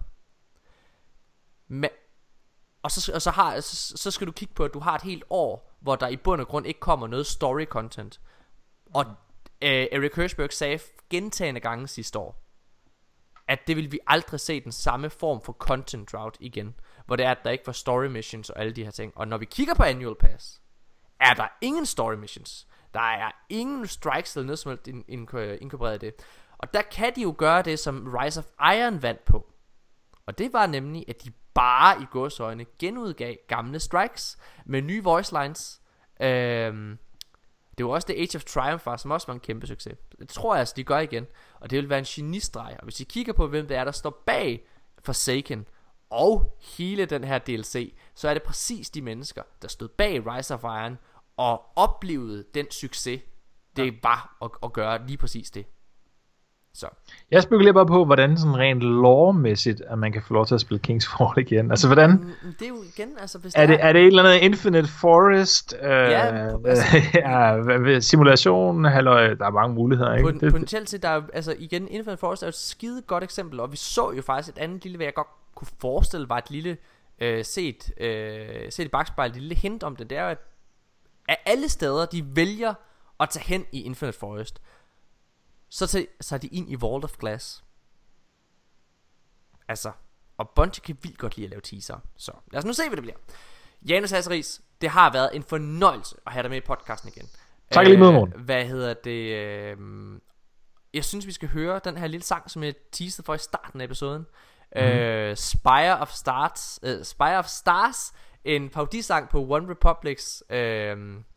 Ma- og så, og så, har, så, så skal du kigge på, at du har et helt år, hvor der i bund og grund ikke kommer noget story content. Og øh, Eric Hirschberg sagde gentagne gange sidste år, at det vil vi aldrig se den samme form for content drought igen, hvor det er, at der ikke var story missions og alle de her ting. Og når vi kigger på Annual Pass, er der ingen story missions. Der er ingen strikes eller noget som helst in- in- inkorporeret i det. Og der kan de jo gøre det, som Rise of Iron vandt på. Og det var nemlig, at de bare i gåseøjne genudgav gamle strikes med nye voice lines. Øhm, det var også det Age of Triumph var, som også var en kæmpe succes. Det tror jeg altså, de gør igen. Og det vil være en genistreg. Og hvis I kigger på, hvem det er, der står bag Forsaken og hele den her D L C, så er det præcis de mennesker, der stod bag Rise of Iron og oplevede den succes, det ja. var at, at gøre lige præcis det. Så. Jeg spekulerer bare på, hvordan sådan rent lore-mæssigt, at man kan få lov til at spille Kingsfall igen. Altså, hvordan... Det er jo igen, altså, hvis er, det, er... er det et eller andet Infinite Forest? Øh, ja, altså... ja, simulation, halløj, der er mange muligheder, ikke? På, potentielt set, der er altså igen, Infinite Forest er et skide godt eksempel, og vi så jo faktisk et andet lille, hvad jeg godt kunne forestille var et lille, øh, set, øh, set i bagspejlet, et lille hint om det, det er jo, at af alle steder, de vælger at tage hen i Infinite Forest, så tager, så de ind i Vault of Glass. Altså, og Bungie kan vildt godt lide at lave teaser. Så lad os nu se, hvad det bliver. Janus Hasseris, det har været en fornøjelse at have dig med i podcasten igen. Tak lige med, morgen. Hvad hedder det? Øh, jeg synes, vi skal høre den her lille sang, som jeg teasede for i starten af episoden. Mm. Øh, Spire of Stars, øh, Spire of Stars, en parodisang på One Republics øh,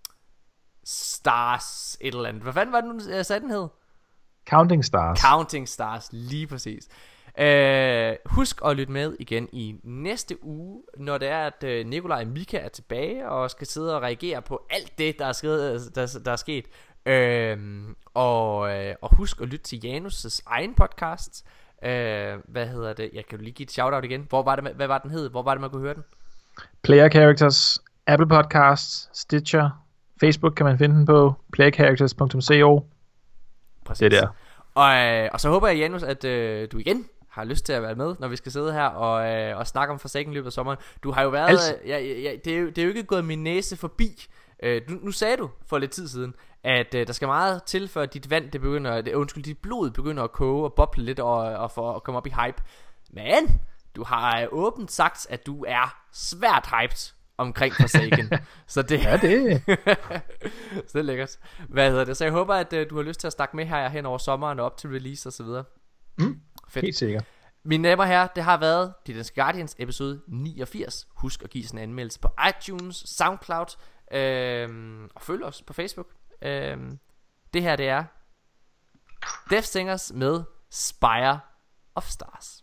Stars et eller andet. Hvad fanden var det nu, jeg sagde den hed? Counting Stars. Counting Stars, lige præcis. øh, Husk at lytte med igen i næste uge, når det er, at øh, Nikolaj og Mika er tilbage og skal sidde og reagere på alt det, der er, sket, der, der er sket. øh, og, øh, og husk at lytte til Janus' egen podcast. øh, Hvad hedder det? Jeg kan jo lige give et shoutout igen. Hvor var det, hvad var den hed? Hvor var det, man kunne høre den? Player Characters, Apple Podcasts, Stitcher, Facebook kan man finde den på player characters punktum co. Præcis. Det der. Og, øh, og så håber jeg, Janus, at øh, du igen har lyst til at være med, når vi skal sidde her og, øh, og snakke om Forsaken i løbet af sommeren. Du har jo været øh, ja, ja, det, er jo, det er jo ikke gået min næse forbi. øh, nu, nu sagde du for lidt tid siden, at øh, der skal meget til, før dit vand det begynder, det, undskyld, dit blod begynder at koge og boble lidt og, og for at komme op i hype. Men du har øh, åbent sagt, at du er svært hyped omkring Forsaken. Så det ja, det så det er lækkert. Hvad hedder det? Så jeg håber, at uh, du har lyst til at snakke med her hen over sommeren og op til release og så videre. Mm, helt sikkert. Mine damer og herrer, det har været The Danske Guardians episode niogfirs. Husk at give os en anmeldelse på iTunes, SoundCloud, øhm, og følg os på Facebook. øhm, Det her det er Death Singers med Spire of Stars.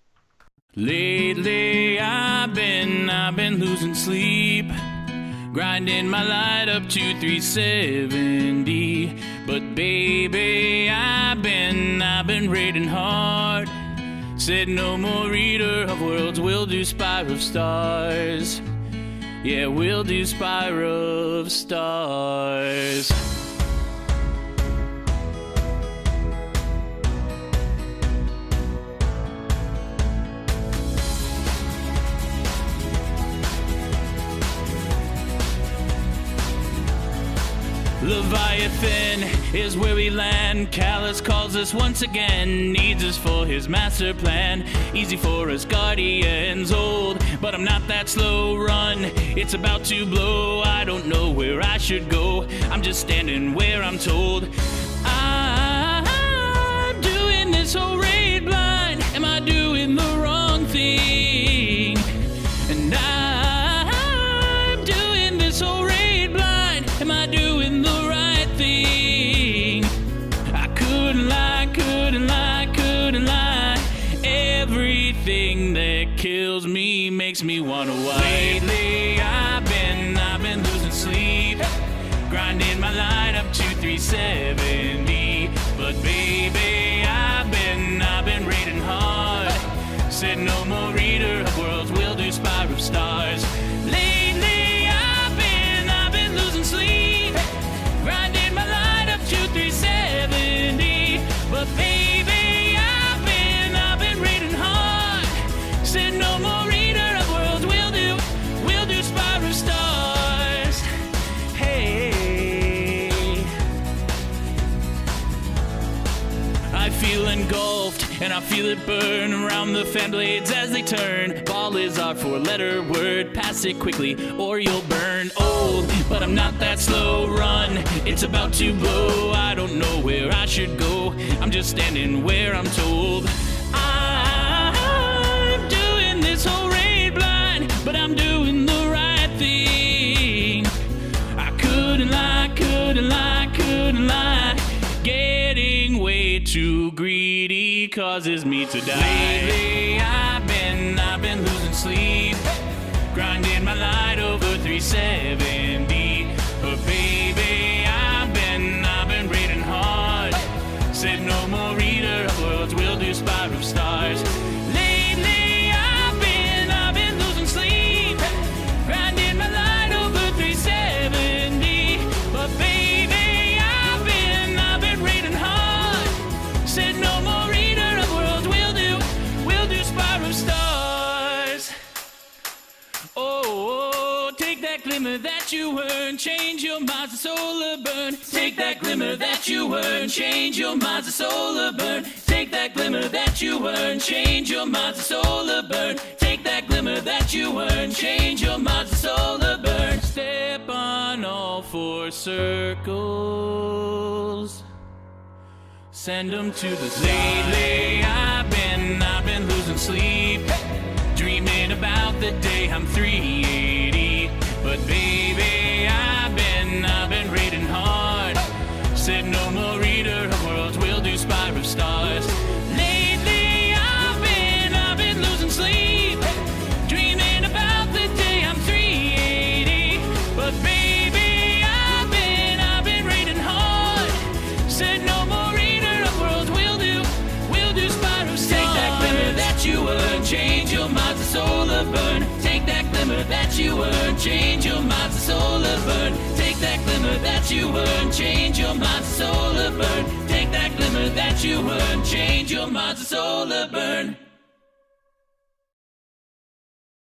Lately I've been, I've been losing sleep, grinding my light up to three seventy. But baby, I've been, I've been raiding hard. Said no more reader of worlds, we'll do Spire of Stars. Yeah, we'll do Spire of Stars. Leviathan is where we land. Callus calls us once again, needs us for his master plan. Easy for us guardians, old, but I'm not that slow. Run, it's about to blow. I don't know where I should go, I'm just standing where I'm told. I'm doing this whole raid blind. Am I doing the wrong thing? And I'm doing this whole raid blind. Am I doing the right thing? I couldn't lie, couldn't lie, couldn't lie. Everything that kills me makes me wanna wipe. Lately I've been, I've been losing sleep, grinding my light up to three seventy. But baby, I've been, I've been raiding hard. Said no more reader of worlds, we'll do Spire of I feel engulfed, and I feel it burn around the fan blades as they turn. Ball is our four-letter word, pass it quickly or you'll burn. Old, but I'm not that slow. Run, it's about to blow. I don't know where I should go. I'm just standing where I'm told. I'm doing this whole raid blind, but I'm doing the right thing. I couldn't lie, couldn't lie, couldn't lie. Getting way too greedy causes me to die. Lately I've been, I've been losing sleep, grinding my light over three seventy. But baby, I've been, I've been raiding hard. Said no more reader of worlds, we'll do Spire of Stars. Lately I've been, I've been losing sleep, grinding my light over three seventy. But baby, said no more reader of worlds, we'll do, we'll do Spire of Stars. Oh, oh, take that glimmer that you earned, change your minds to solar burn. Take that glimmer that you earned, change your minds to solar burn. Take that glimmer that you earned, change your minds to solar burn. Take that glimmer that you earned, change your minds to solar burn. Step on all four circles, send them to the sun. Lately I've been, I've been losing sleep, dreaming about the day I'm three eighty. But baby, I've been, I've been raiding hard. Said no more reader of worlds, we'll do Spire of Stars. Lately I've been, I've been losing sleep, dreaming about the day I'm three eighty. But baby, I've been, I've been raiding hard. Said no more reader of worlds, we'll do, we'll do Spire of Stars. Take that glimmer that you earned, change your minds to solar burn. Take that glimmer that you earned, change your minds to solar burn. Take that glimmer that you earned, change your minds to solar burn. Take that glimmer that you earned, change your minds to solar burn.